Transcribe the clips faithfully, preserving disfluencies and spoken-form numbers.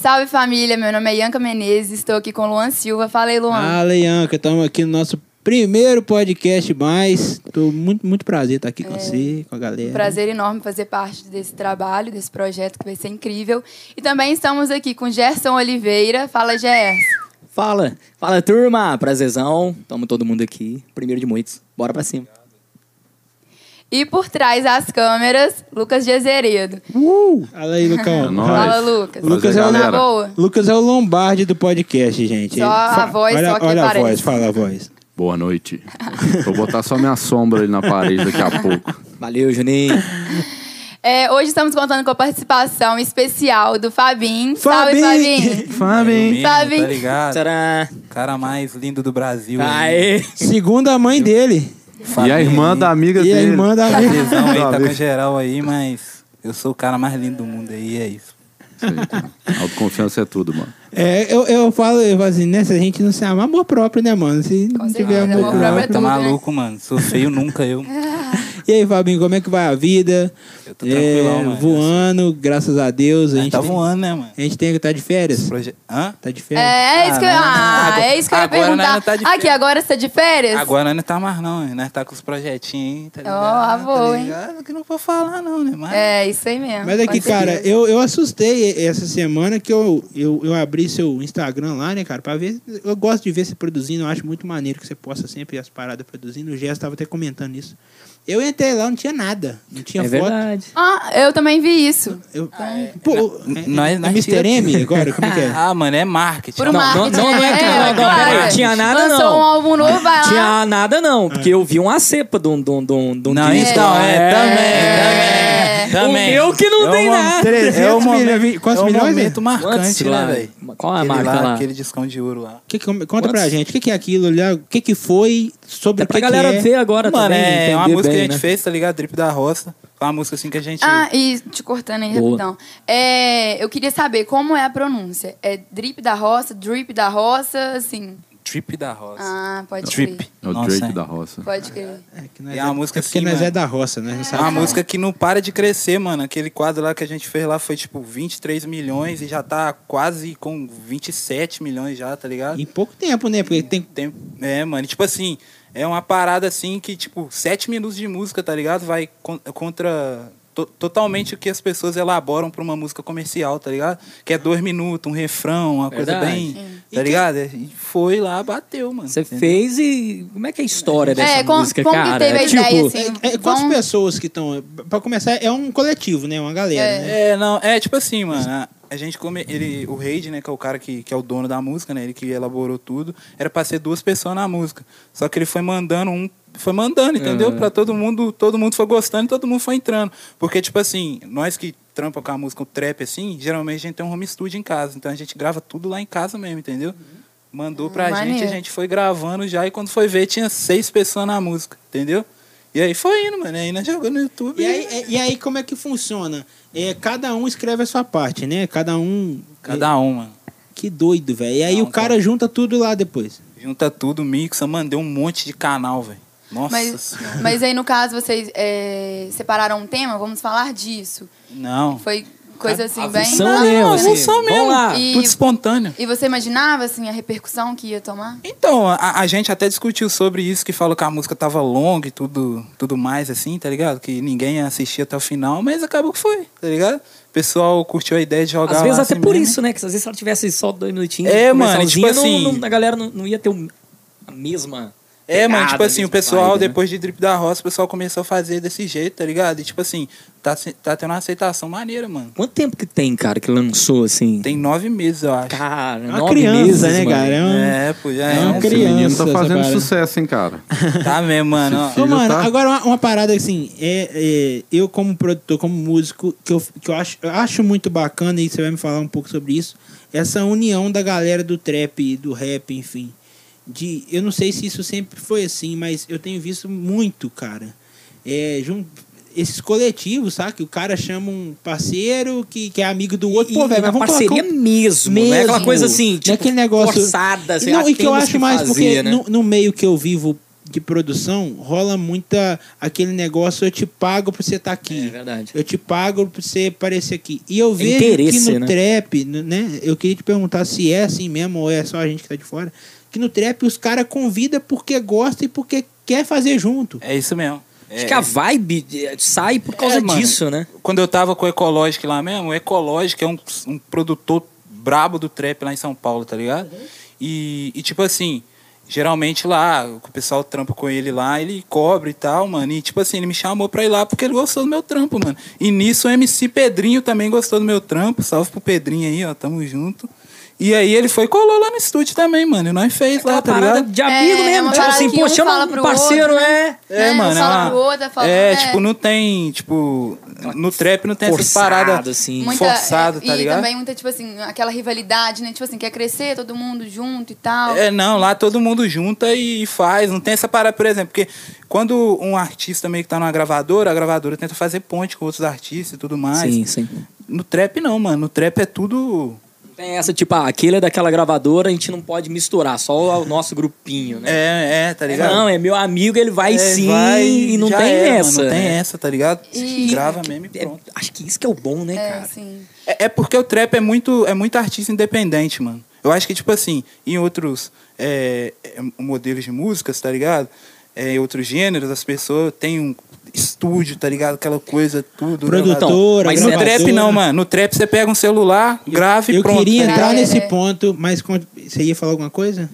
Salve família, meu nome é Ianca Menezes, estou aqui com o Luan Silva. Fala aí, Luan. Fala, Ianca, estamos aqui no nosso primeiro podcast mais. Tô muito, muito prazer estar aqui é, com você, com a galera. Um prazer enorme fazer parte desse trabalho, desse projeto que vai ser incrível. E também estamos aqui com Gerson Oliveira. Fala, Gerson. Fala, fala turma, prazerzão. Tamo todo mundo aqui, primeiro de muitos. Bora pra cima. E por trás das câmeras, Lucas de Azeredo. Uh! Fala aí, Lucão. É Fala, Lucas. Lucas é, o, boa. Lucas é o Lombardi do podcast, gente. Só a voz, olha, só que olha parece. a voz, fala a voz. Boa noite. Vou botar só minha sombra ali na parede daqui a pouco. Valeu, Juninho. É, hoje estamos contando com a participação especial do Fabinho. Fabinho. Salve, Fabinho. Fabinho. Fabinho. Tá ligado? Tcharam. Cara mais lindo do Brasil. Aê. Segundo a mãe dele. E a irmã da amiga e dele. E a irmã da amiga. Tesão aí, tá com geral aí, mas eu sou o cara mais lindo do mundo aí, é isso. Isso aí, cara. Autoconfiança é tudo, mano. É, eu, eu falo, eu falo assim, né? Se a gente não se amar, amor próprio, né, mano? Se Com não certeza, tiver amor amor próprio. próprio é Tá tudo, maluco, né? Mano. Sou feio nunca, eu. E aí, Fabinho, como é que vai a vida? Eu tô tranquilão, é, mano. Voando, graças a Deus. A Mas gente tá tem, voando, né, mano? A gente tem que estar tá de férias. Proje... Hã? Tá de férias. É, é isso que eu, Ah, não, não. ah, Agora- é isso que eu ia agora perguntar. nós não tá de Aqui, férias. agora você tá de férias? Agora não tá mais, não. Nós tá com os projetinhos aí, tá ligado? Ó, avô, tá hein? ligado? Que não vou falar, não, né? Mas... É, isso aí mesmo. Mas aqui, com cara, certeza. eu, eu assustei essa semana que eu, eu, eu abri seu Instagram lá, né, cara, pra ver. Eu gosto de ver você produzindo, eu acho muito maneiro que você posta sempre as paradas produzindo. O Gerson tava até comentando isso. Eu entrei lá, não tinha nada. Não tinha É foto. verdade. Ah, eu também vi isso. Eu, Ah, é. pô, N- é, nós- é nós mister tira- M agora? Como é que é? Ah, mano, é marketing. Por um Não, não, marketing. não, não é que não, não, claro. peraí, tinha nada Lançou não. um álbum novo, vai lá. Tinha nada não, porque eu vi uma cepa de um, de um, de um, de um Não, disco. então, é, É. também, também, também. O meu que não É tem uma- nada. trezentos É o momento, milhões, quantos é o milhões, momento né? marcante, Quantos né, lá? velho? Qual a Aquele marca lá, lá? Aquele discão de ouro lá. Que que, conta pra Quantos? gente, o que, que é aquilo ali? O que, que foi? Sobre É o pra que, galera que é? ver agora Mano, também, é entender uma música bem, que a gente né? fez, tá ligado? Drip da Roça. Foi uma música assim que a gente... Ah, e te cortando aí, Boa. rapidão. É, eu queria saber como é a pronúncia. É drip da roça, drip da roça, assim. Drip da Roça. Ah, pode Drip. crer. É o Nossa, Drake é. da roça. Pode crer. É, que nós É uma música é porque assim, nós mano. é da roça, né? Não É sabe uma falar. música que não para de crescer, mano. Aquele quadro lá que a gente fez lá foi tipo vinte e três milhões e já tá quase com vinte e sete milhões já, tá ligado? Em pouco tempo, né? Porque tem... Tem... É, mano. E, tipo assim, é uma parada assim que, tipo, sete minutos de música, tá ligado? Vai con- contra... to- Totalmente o que as pessoas elaboram pra uma música comercial, tá ligado? Que é dois minutos, um refrão, uma coisa Verdade. bem... Sim. Tá ligado? E foi lá, bateu, mano. Você entendeu? fez e... Como é que é a história dessa É, com- música, como que cara? teve a É tipo, ideia, assim? É, é, quantas Vamos- pessoas que estão... Pra começar, é um coletivo, né? Uma galera, né? É, não, é tipo assim, mano. A, a gente come, ele, o Reid, né, que é o cara que, que é o dono da música, né, ele que elaborou tudo, era pra ser duas pessoas na música. Só que ele foi mandando um, foi mandando, entendeu? Uhum. Pra todo mundo, todo mundo foi gostando e todo mundo foi entrando. Porque, tipo assim, nós que trampam com a música, o trap, assim, geralmente a gente tem um home studio em casa. Então a gente grava tudo lá em casa mesmo, entendeu? Mandou pra Maneiro. gente, a gente foi gravando já, e quando foi ver, tinha seis pessoas na música, entendeu? E aí foi indo, mano. Aí nós jogamos no YouTube. E aí, é- e aí, como é que funciona? É, cada um escreve a sua parte, né? Cada um... Cada um, mano. Que doido, velho. E aí Não, o cara cara. junta tudo lá depois. Junta tudo, mixa, mandei um monte de canal, velho. Nossa Mas, senhora. mas aí, no caso, vocês é, separaram um tema? Vamos falar disso. Não. Foi coisa assim, bem... avulsão Ah, mesmo, não, assim. avulsão Vamos mesmo. lá. E- Tudo espontâneo. E você imaginava, assim, a repercussão que ia tomar? Então, a, a gente até discutiu sobre isso, que falou que a música tava longa e tudo, tudo mais, assim, tá ligado? Que ninguém ia assistir até o final, mas acabou que foi, tá ligado? O pessoal curtiu a ideia de jogar Às vezes lá até assim por mesmo. isso, né? Que às vezes se ela tivesse só dois minutinhos, É, de mano, tipo comercialzinho, não- assim- não- a galera não, não ia ter o- a mesma... É, mano, pegada, tipo assim, o mesma pessoal, vibe, né? depois de Drip da Roça, o pessoal começou a fazer desse jeito, tá ligado? E tipo assim, tá, se- tá tendo uma aceitação maneira, mano. Quanto tempo que tem, cara, que lançou, assim? Tem nove meses, eu acho. Cara, É uma nove criança, meses, né, mano. cara? É um... É, pô, já É é, uma um criança. Esse menino tá essa fazendo parada. sucesso, hein, cara? Tá mesmo, mano. ó. Ô, Filho, mano, tá? agora uma, uma parada assim, é, é, eu como produtor, como músico, que eu, que eu, acho, eu acho muito bacana, e você vai me falar um pouco sobre isso, essa união da galera do trap, do rap, enfim. De, eu não sei se isso sempre foi assim, mas eu tenho visto muito, cara. É, jun, esses coletivos, sabe? Que o cara chama um parceiro que, que é amigo do outro. E, Pô, velho, e mas na vamos parceria colocar um- mesmo, não é aquela mesmo. coisa assim, Não é tipo, aquele negócio forçada, assim, não, ah, e que eu temos acho mais fazer, porque né? no, no meio que eu vivo de produção, rola muita aquele negócio, eu te pago pra você estar aqui. É verdade. Eu te pago pra você aparecer aqui. E eu vejo interesse, que no né? trap, né? Eu queria te perguntar se é assim mesmo ou é só a gente que tá de fora. Que no trap os caras convidam porque gosta e porque quer fazer junto. É isso mesmo. Acho É, que a vibe sai por causa É, mano. disso, né? Quando eu tava com o Ecologic lá mesmo, o Ecologic é um, um produtor brabo do trap lá em São Paulo, tá ligado? Uhum. E, e, tipo assim, geralmente lá, o pessoal trampa com ele lá, ele cobra e tal, mano. E tipo assim, ele me chamou pra ir lá porque ele gostou do meu trampo, mano. E nisso o M C Pedrinho também gostou do meu trampo. Salve pro Pedrinho aí, ó, tamo junto. E aí ele foi e colou lá no estúdio também, mano. E nós fez Aquela lá, tá parada ligado? de amigo É, mesmo. uma Tipo parada assim, que pô, um chama fala um pro parceiro, outro, é. né? É, Um mano. fala ah, pro outro, fala- é, é. tipo, não tem, tipo... No trap não tem essas Forçado, paradas assim. Muita- forçado, tá e ligado? também muita, tipo assim, aquela rivalidade, né? Tipo assim, quer crescer, todo mundo junto e tal. É, não, lá todo mundo junta e faz. Não tem essa parada, por exemplo, porque quando um artista meio que tá numa gravadora, a gravadora tenta fazer ponte com outros artistas e tudo mais. Sim, sim. No trap não, mano. No trap é tudo... Tem essa, tipo, ah, aquele é daquela gravadora, a gente não pode misturar, só o nosso grupinho, né? É, é, tá ligado? Não, é meu amigo, ele vai É, sim vai, e não já tem era, essa. mano, não tem né? essa, tá ligado? E- Grava mesmo e É, pronto. acho que isso que é o bom, né, É, cara? sim. É, é porque o trap é muito, é muito artista independente, mano. Eu acho que, tipo assim, em outros é, é, modelos de músicas, tá ligado? É, em outros gêneros, as pessoas têm um estúdio, tá ligado? Aquela coisa, tudo. Produtora, mas No gravadora. trap não, mano. No trap você pega um celular, grava e Eu pronto. queria tá entrar ligado? É, nesse é. ponto, mas con- você ia falar alguma coisa?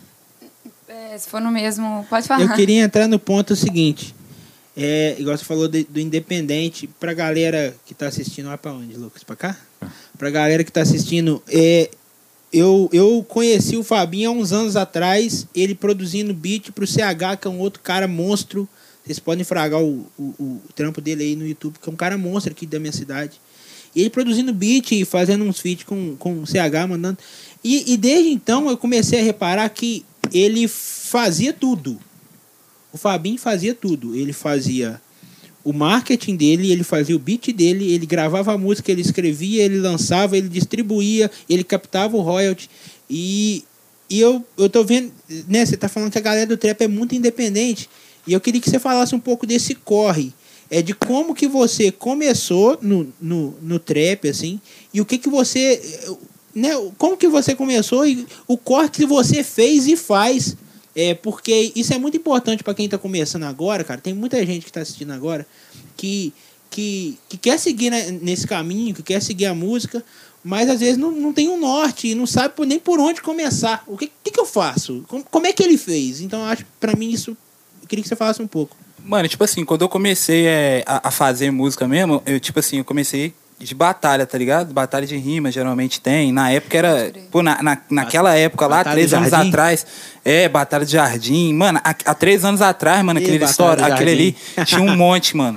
É, se for no mesmo, pode falar. Eu queria entrar no ponto seguinte. É, igual você falou de- do independente, pra galera que tá assistindo, vai pra onde, Lucas? Pra cá? Pra galera que tá assistindo, é, eu, eu conheci o Fabinho há uns anos atrás, ele produzindo beat pro C H, que é um outro cara monstro. Vocês podem fragar o, o, o trampo dele aí no YouTube, que é um cara monstro aqui da minha cidade. E ele produzindo beat e fazendo uns feats com, com o C H, mandando. E, e desde então eu comecei a reparar que ele fazia tudo. O Fabinho fazia tudo. Ele fazia o marketing dele, ele fazia o beat dele, ele gravava a música, ele escrevia, ele lançava, ele distribuía, ele captava o royalty. E, e eu, eu tô vendo, né? Você tá falando que a galera do trap é muito independente. E eu queria que você falasse um pouco desse corre. É de como que você começou no, no, no trap, assim, e o que que você... Né, como que você começou e o corre que você fez e faz. É, porque isso é muito importante para quem está começando agora, cara. Tem muita gente que está assistindo agora que, que, que quer seguir né, nesse caminho, que quer seguir a música, mas às vezes não, não tem um norte e não sabe por- nem por onde começar. O que, que, que eu faço? Como, como é que ele fez? Então, eu acho para mim isso... Eu queria que você falasse um pouco. Mano, tipo assim, quando eu comecei é, a, a fazer música mesmo, eu, tipo assim, eu comecei de batalha, tá ligado? Batalha de rima, geralmente tem. Na época era... Pô, na, na, naquela época lá, Batalha três de anos Jardim? atrás... É, Batalha de Jardim. Mano, há, há três anos atrás, mano, Ih, aquele, Batalha história, de aquele ali Jardim. tinha um monte, mano.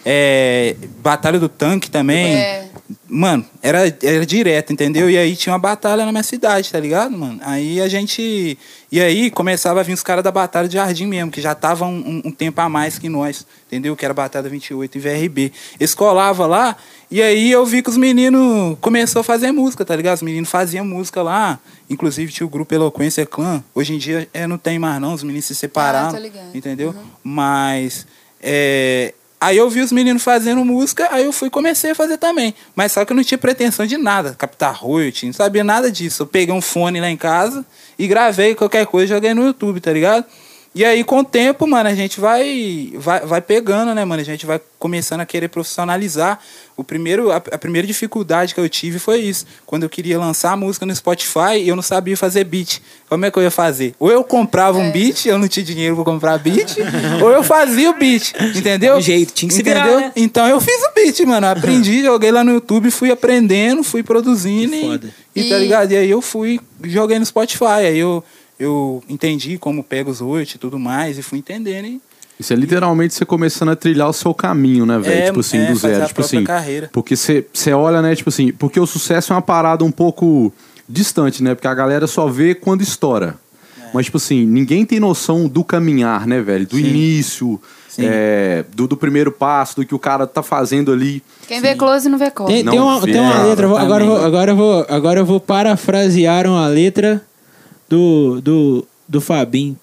É, Batalha do Tanque também. É. Mano, era, era direto, entendeu? E aí tinha uma batalha na minha cidade, tá ligado, mano? Aí a gente... E aí começava a vir os caras da Batalha de Jardim mesmo, que já estavam um, um, um tempo a mais que nós, entendeu? Que era Batalha vinte e oito e V R B. Eles colavam lá, e aí eu vi que os meninos começaram a fazer música, tá ligado? Os meninos faziam música lá. Inclusive tinha o grupo Eloquência Clã. Hoje em dia é, não tem mais não, os meninos se separaram, Ah, tô ligado. entendeu? Uhum. Mas... É... Aí eu vi os meninos fazendo música, aí eu fui e comecei a fazer também. Mas só que eu não tinha pretensão de nada, captar royalty, não sabia nada disso. Eu peguei um fone lá em casa e gravei qualquer coisa e joguei no YouTube, tá ligado? E aí, com o tempo, mano, a gente vai, vai, vai pegando, né, mano? A gente vai começando a querer profissionalizar. O primeiro, a, a primeira dificuldade que eu tive foi isso. Quando eu queria lançar a música no Spotify, eu não sabia fazer beat. Como é que eu ia fazer? Ou eu comprava um beat, eu não tinha dinheiro pra comprar beat, ou eu fazia o beat, entendeu? Do jeito, tinha que se virar, Entendeu? né? Então eu fiz o beat, mano. Aprendi, joguei lá no YouTube, fui aprendendo, fui produzindo. Que E, foda. e tá E- ligado? E aí eu fui, joguei no Spotify. Aí eu, eu entendi como pega os royalties e tudo mais, e fui entendendo. E Isso é literalmente você começando a trilhar o seu caminho, né, velho? É, tipo assim, é, do fazer zero. a Tipo própria assim, carreira. porque você você olha, né, tipo assim, porque o sucesso é uma parada um pouco distante, né? Porque a galera só vê quando estoura. Mas, tipo assim, ninguém tem noção do caminhar, né, velho? Do Sim. início, é, do, do primeiro passo, do que o cara tá fazendo ali. Quem vê close não vê call. Tem, Não tem uma, vê, tem uma letra, eu vou- agora, eu vou, exatamente. agora, eu vou, agora eu vou parafrasear uma letra do, do, do Fabinho.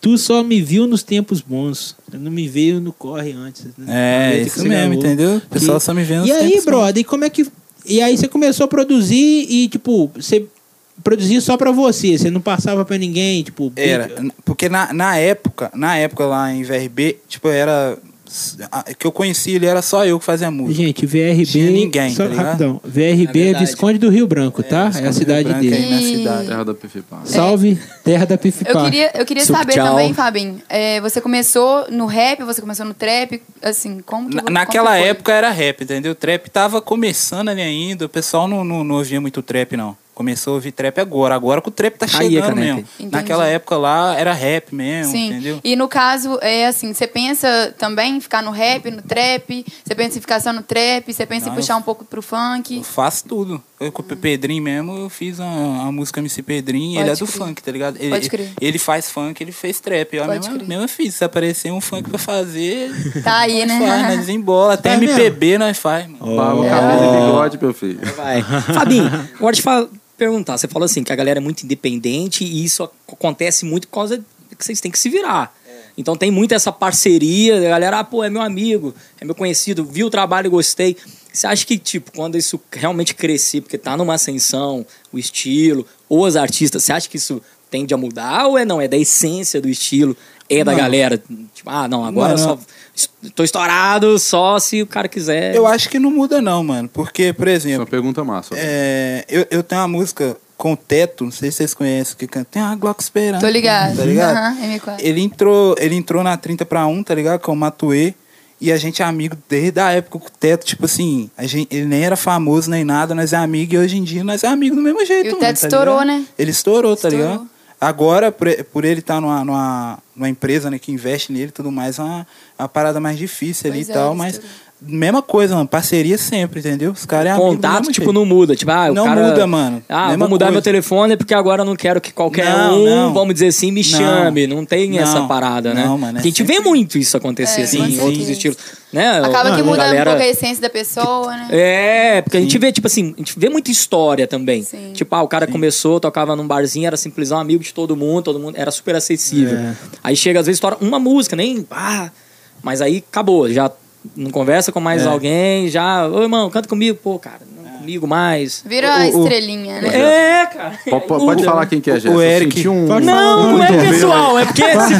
Tu só me viu nos tempos bons. Tu não me veio no corre antes. Né? É, isso mesmo, entendeu? O pessoal só me vê nos E aí, tempos brother, e como é que... E aí você começou a produzir e, tipo, você produzia só pra você, você não passava pra ninguém, tipo... Era, porque na, na época, na época lá em V R B, tipo, era... que eu conheci ele era só eu que fazia música. Gente, V R B... Tinha ninguém, só, tá ligado? rapidão, V R B é, É Visconde do Rio Branco, tá? Visconde É a do cidade Rio Branco dele. aí na cidade. Terra da Pifipá. Salve, terra da Pifipá. Eu queria, eu queria Suco, saber tchau. também, Fabinho. É, você começou no rap, você começou no trap, assim, como que Na- como naquela que foi? época era rap, entendeu? O trap tava começando ali ainda, o pessoal não, não, não ouvia muito trap, não. Começou a ouvir trap agora, agora que o trap tá Aí é chegando caneca. mesmo. Entendi. Naquela época lá era rap mesmo, Sim. entendeu? E no caso, é assim, você pensa também em ficar no rap, no trap? Você pensa em ficar só no trap? Você pensa Não, em puxar eu- um pouco pro funk? Eu faço tudo. Eu com o Pedrinho mesmo, eu fiz a, a música M C Pedrinho, Pode ele é do crer. funk, tá ligado? Ele, Pode crer. ele faz funk, ele fez trap. Eu Pode mesmo, crer. mesmo fiz. Se aparecer um funk pra fazer, Tá aí, nós faz, né? nós embola. Até Faz M P B nós faz, mano. Barba, cabelo e bigode, meu filho. Vai. Fabinho, agora deixa eu fa- perguntar. Você falou assim que a galera é muito independente e isso ac- acontece muito por causa que vocês têm que se virar. Então tem muito essa parceria, a galera, ah, pô, é meu amigo, é meu conhecido, vi o trabalho e gostei. Você acha que, tipo, quando isso realmente crescer, porque tá numa ascensão, o estilo, ou os artistas, você acha que isso tende a mudar ou é não? É da essência do estilo, é da Não. galera? Tipo, ah, não, agora Mano, eu só tô estourado só se o cara quiser. Eu acho que não muda não, mano. Porque, por Isso é uma exemplo, pergunta massa. é, eu, eu tenho uma música com o Teto, não sei se vocês conhecem, que canta Tem uma Glock esperando. Tô ligado. Tá ligado? Aham, M quatro. Ele entrou, ele entrou na trinta pra um, tá ligado? Com o Matuê. E a gente é amigo desde a época com o Teto. Tipo assim, a gente, ele nem era famoso nem nada, nós é amigo. E hoje em dia nós é amigo do mesmo jeito, E o mano, Teto tá estourou, ligado? né? Ele estourou, tá Estourou. ligado? Agora, por, por ele estar numa, numa, numa empresa, né, que investe nele e tudo mais, é uma, uma parada mais difícil ali Pois e é, tal. ele Mas estourou. mesma coisa, mano. Parceria sempre, entendeu? Os caras é amigo do Contato, mesmo tipo, jeito. não muda. Tipo, ah, o Não cara... muda, mano. Ah, Mesma vou mudar coisa. meu telefone porque agora eu não quero que qualquer Não, um, não. vamos dizer assim, me Não. chame. Não tem Não. essa parada, né? Não, mano, é Porque a gente vê sempre- muito isso acontecer, É, assim, com em outros certeza. estilos. Né? Acaba que A muda galera- um pouco a essência da pessoa, né? É, porque a gente vê, tipo assim, a gente vê muita história também. Sim. Tipo, ah, o cara começou, tocava num barzinho, era simplesmente um amigo de todo mundo, todo mundo era super acessível. É. Aí chega, às vezes, estoura uma música, nem. Ah, mas aí acabou, já não conversa com mais É. alguém, já. Ô, irmão, canta comigo, pô, cara, não comigo mais. Vira a O- o- estrelinha, né? É, cara. Pode, Aí pode muda. falar quem que é, O- Jéssica. o Eu Eric- senti um... Pode Não, falar. não é Muito pessoal, é porque se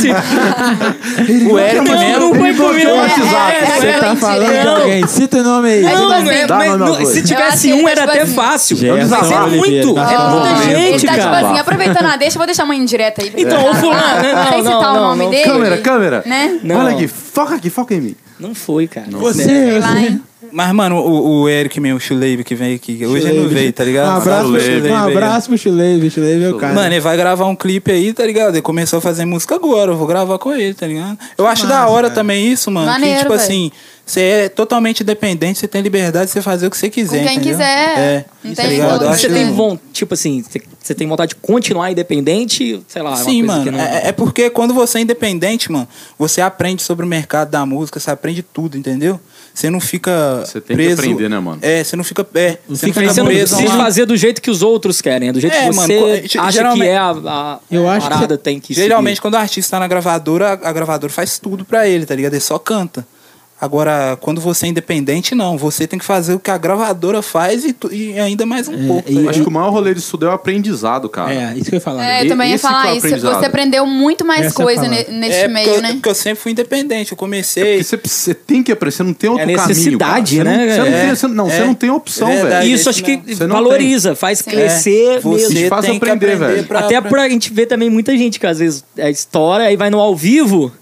fosse. O Eric não, mesmo. não foi comigo. bloqueou o WhatsApp. É, é Você aquela tá falando de mentira. alguém? Cita o nome aí. É tipo Não, assim, mas, dá mas nome não- aos dois. se Eu tivesse achei um que, era tipo até assim, fácil. Gerson Mas é Oliveira, muito, tá é falando muita mesmo. gente, Ele tá tipo cara. assim, aproveitando a deixa, eu vou deixar uma indireta aí pra ele. Então, ô fulano, né? Sem Não, citar não, o não, nome não. dele. Câmera, câmera. Né? Não. Olha aqui, foca aqui, foca em mim. Não foi, cara. Você, Sei lá, você. hein? Mas, mano, o, o Eric mesmo, o Chuleibe que vem aqui. Hoje ele não veio, tá ligado? Um abraço, Salve, pro- Chuleibe um aí. abraço pro Chuleibe. Chuleibe é o cara. Mano, ele vai gravar um clipe aí, tá ligado? Ele começou a fazer música agora, eu vou gravar com ele, tá ligado? Eu acho da hora também isso, mano. Maneiro, que, tipo velho. assim, você é totalmente independente, você tem liberdade de você fazer o que você quiser. Com quem entendeu? quiser. É, Não tá tem ligado? outro. Eu Você acho- tem vontade, tipo assim, você- você tem vontade de continuar independente, sei lá, é uma Sim, coisa mano. que não... É, é porque quando você é independente, mano, você aprende sobre o mercado da música, você aprende tudo, entendeu? Você não fica Você tem que preso. aprender, né, mano? É, você não fica. É, você fica não Você fica não preso. a precisa uma- fazer do jeito que os outros querem, é do jeito É, que mano, você co- acha geralmente- que é a, a, Eu a acho que parada você- tem que Geralmente, seguir. quando o artista tá na gravadora, a a gravadora faz tudo pra ele, tá ligado? Ele só canta. Agora, quando você é independente, não. Você tem que fazer o que a gravadora faz e, tu- e ainda mais um pouco. e- tá Eu acho ligado? que o maior rolê disso tudo é o aprendizado, cara. É, isso que eu ia falar. É, eu E- também ia esse que é falar o isso. aprendizado. Você aprendeu muito mais Essa é a coisa palavra. ne- neste É, meio, porque, eu, né? porque eu sempre fui independente. Eu comecei. Porque você, você tem que aprender, você não tem outro É necessidade, caminho. cara. né, Você não, você não, é? tem, você, não, É. você não tem opção, É verdade. velho. Isso esse acho que não. Você não valoriza, faz crescer É, mesmo. você Faz tem que aprender, aprender velho. pra- Até pra- pra gente ver também muita gente que às vezes é história, aí vai no ao vivo.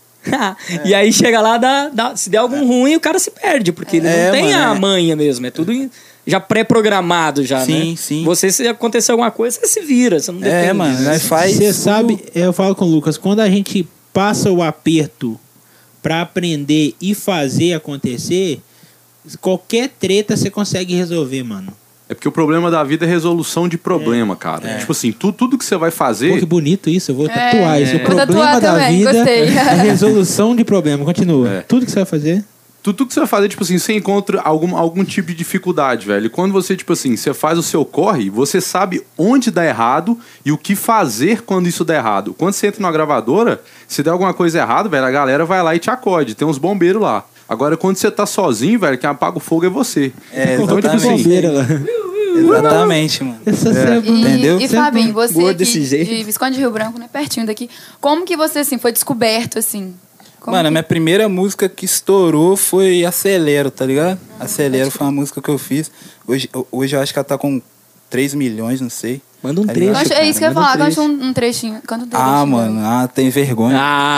E aí chega lá, dá, dá- se der algum ruim, o cara se perde, porque ele É, não tem mano, a é. manha mesmo, é tudo em- já pré-programado já, Sim, né? sim. Você, se acontecer alguma coisa, você se vira, você não depende. É, mano, disso. nós faz. Você tudo- sabe, eu falo com o Lucas, quando a gente passa o aperto pra aprender e fazer acontecer, qualquer treta você consegue resolver, mano. É porque o problema da vida é resolução de problema, cara. Tipo assim, tu, tudo que você vai Pô, fazer... que bonito isso, eu vou tatuar isso. O Vou problema tatuar da também, vida gostei. é resolução de problema. Continua. É. Tudo que você vai fazer. Tudo que você vai fazer, tipo assim, você encontra algum, algum tipo de dificuldade, velho. E quando você, tipo assim, você faz o seu corre, você sabe onde dá errado e o que fazer quando isso dá errado. Quando você entra numa gravadora, se der alguma coisa errada, velho, a galera vai lá e te acode. Tem uns bombeiros lá. Agora, quando você tá sozinho, velho, quem apaga o fogo é você. É, Então, tipo, exatamente. bombeira lá. Exatamente, mano. Essa É. é. E, Entendeu? e Fabinho, você Gordo aqui desse jeito. de Visconde de Rio Branco, né? Pertinho daqui. Como que você, assim, foi descoberto, assim? Como Mano, a que- minha primeira música que estourou foi Acelero, tá ligado? Acelero foi uma música que eu fiz. Hoje, hoje eu acho que ela tá com três milhões, não sei. Manda um Tá trecho. Eu ligado? acho- é isso que eu ia Manda um falar. Canta trecho. um, um trechinho. Canta um trechinho. Ah, mano, ah, tem vergonha.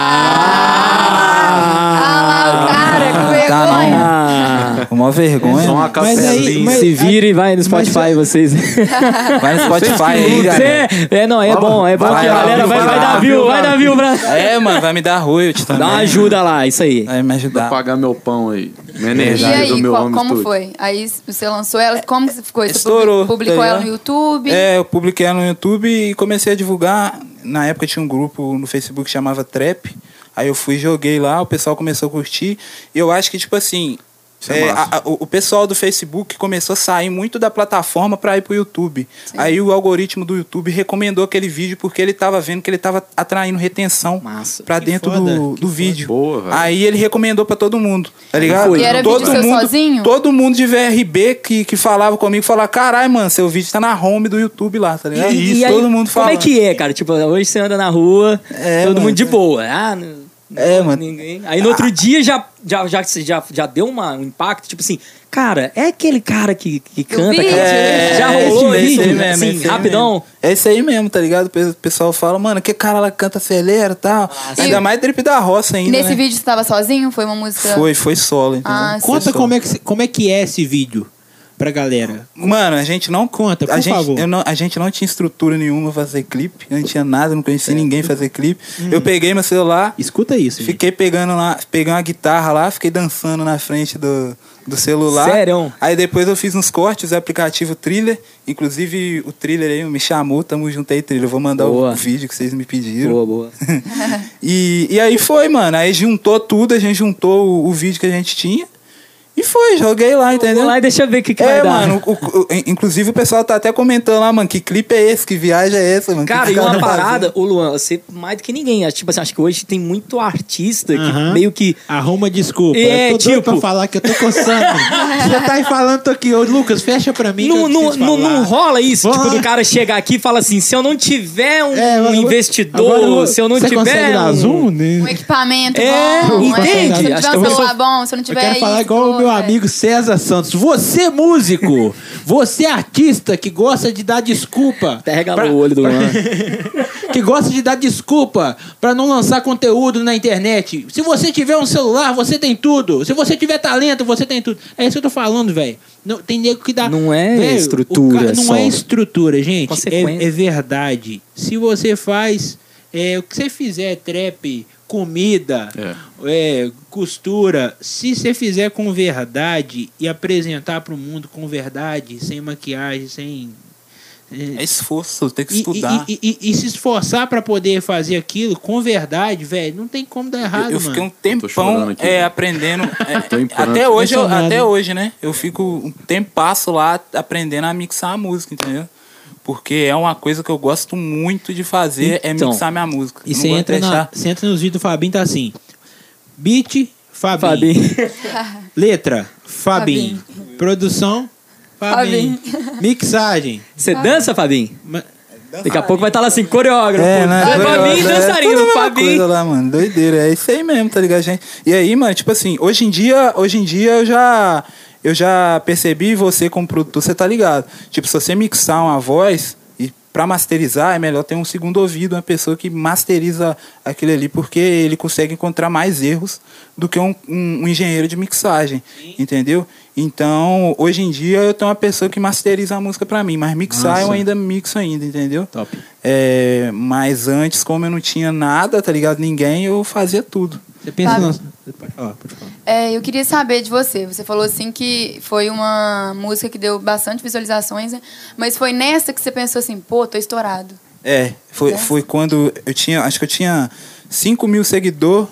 Ah, lá o cara, com vergonha. Tá, não. Com maior vergonha. Só uma mano. Mas aí- capelinha. mas- Se vira e vai no Spotify, Mas- vocês. Vai no Spotify aí, galera. Você- É, não, é bom, é bom Vai que a lá, galera vai, vai vai lá, dar view, vai dar view pra... É, mano, vai me dar royalty também. Dá uma ajuda lá, isso aí. Vai me Pra ajudar. pagar meu pão aí. Me E energiza aí, o meu qual- home como studio. foi? Aí você lançou ela, como que ficou? Você Estourou, publicou tá ela no ligado? YouTube? É, eu publiquei ela no YouTube e comecei a divulgar. Na época tinha um grupo no Facebook que chamava Trap. Aí eu fui, joguei lá, o pessoal começou a curtir. E eu acho que, tipo assim, Isso é é, massa. a- a- o o pessoal do Facebook começou a sair muito da plataforma pra ir pro YouTube. Aí o algoritmo do YouTube recomendou aquele vídeo porque ele tava vendo que ele tava atraindo retenção Massa. pra Que dentro foda, do, que do foda. vídeo. Boa, velho. Aí ele recomendou pra todo mundo, tá ligado? foi? E era todo vídeo seu mundo, sozinho? Todo mundo de V R B que, que falava comigo, falava, caralho, mano, seu vídeo tá na home do YouTube lá, tá ligado? E, e aí, todo mundo fala. como é que é, cara? Tipo, hoje você anda na rua, É, todo mano. mundo de boa. Ah, não, É, não, mano. ninguém. Aí no outro dia já, já, já, já, já deu uma, um impacto, tipo assim, cara, é aquele cara que, que canta, vídeo, cara. né? Já é rolou esse vídeo, aí mesmo, assim, esse aí rapidão. mesmo. É isso aí mesmo, tá ligado? O pessoal fala, mano, que cara ela canta acelera e tal. Ainda E- mais drip da roça E ainda, nesse né? vídeo você tava sozinho? Foi uma música... Foi, foi solo, entendeu? Ah, Foi Conta solo. como é, que, como é que é esse vídeo pra galera. Mano, a gente não Conta, por a gente, favor. eu não, a gente não tinha estrutura nenhuma pra fazer clipe. Eu não tinha nada, não conhecia ninguém fazer clipe. Hum. Eu peguei meu celular, Escuta isso. gente. fiquei pegando lá, peguei uma guitarra lá, fiquei dançando na frente do, do celular. Sério? Aí depois eu fiz uns cortes, o aplicativo Thriller. Inclusive o Thriller aí me chamou, tamo junto aí, Thriller. Eu vou mandar Boa. o vídeo que vocês me pediram. Boa, boa. E, e aí foi, mano. Aí juntou tudo, a gente juntou o, o vídeo que a gente tinha. E foi, joguei lá, entendeu? Vamos lá e deixa eu ver o que, que É, vai dar. mano, o- o- inclusive o pessoal tá até comentando lá, mano, que clipe é esse, que viagem é essa, mano? Cara, que e que os uma caras tão parada, o Luan, você mais do que ninguém. Acho, tipo assim, acho que hoje tem muito artista que Aham. meio que. Arruma desculpa. É, eu tô doido tipo- pra falar que eu tô coçando. Você tá aí falando, tô aqui. Ô, Lucas, fecha pra mim. que Não, eu não, preciso não, falar. não rola isso, Vamos tipo, lá. do cara chegar aqui e falar assim: se eu não tiver um, É, um agora- investidor, agora eu vou- se eu não você tiver. consegue dar um... zoom? Né? Um equipamento É, bom. entende? Se não Acho tiver que um eu celular sou- bom, se não Eu tiver quero falar isso, igual o meu é. amigo César Santos. Você, músico, você, artista que gosta de dar desculpa. Até regalou pra- o olho do Luan. que gosta de dar desculpa pra não lançar conteúdo na internet. Se você tiver um celular, você tem tudo. Se você tiver talento, você tem tudo. É isso que eu tô falando, velho. Não- Tem nego que dá. Não é Velho, o estrutura ca- Não só. é estrutura, gente. Consequência. É, é verdade. Se você faz é, o que você fizer, trap, comida, é, costura, se você fizer com verdade e apresentar pro mundo com verdade, sem maquiagem, sem. É esforço, tem que E, estudar. e, e- e- e se esforçar pra poder fazer aquilo com verdade, velho, não tem como dar errado, eu, eu mano. fiquei um Tô chorando tempão aqui. é, aprendendo. é, Tô em pranto. até hoje, eu- Emocionado. até hoje, né? Eu fico um tempasso lá aprendendo a mixar a música, entendeu? Porque é uma coisa que eu gosto muito de fazer, Então, é mixar minha música. E Não você gosto de entra, na, deixar- você entra nos vídeos do Fabinho, tá assim. Beat, Fabinho. Fabinho. Letra, Fabinho. Produção, Fabinho. Mixagem. Você dança, Fabinho? Ma- Daqui a pouco vai estar lá assim, coreógrafo. É, né? Fabinho Coreógrafo, é dançarino, tudo a mesma Fabinho. coisa lá, mano. Doideira. É isso aí mesmo, tá ligado, gente? E aí, mano, tipo assim, hoje em dia, hoje em dia eu já eu já percebi você como produtor, você tá ligado? Tipo, se você mixar uma voz e pra masterizar é melhor ter um segundo ouvido, uma pessoa que masteriza aquilo ali, porque ele consegue encontrar mais erros do que um, um- um engenheiro de mixagem, entendeu? Então, hoje em dia eu tenho uma pessoa que masteriza a música pra mim, mas mixar eu Nossa. ainda mixo ainda, entendeu? Top. É, mas antes, como eu não tinha nada, tá ligado? Ninguém, eu fazia tudo. Você pensa Fábio. no... Pode falar, pode falar. É, eu queria saber de você. Você falou assim que foi uma música que deu bastante visualizações, né? Mas foi nessa que você pensou assim, pô, tô estourado. É, foi, É? foi quando eu tinha, acho que eu tinha cinco mil seguidores,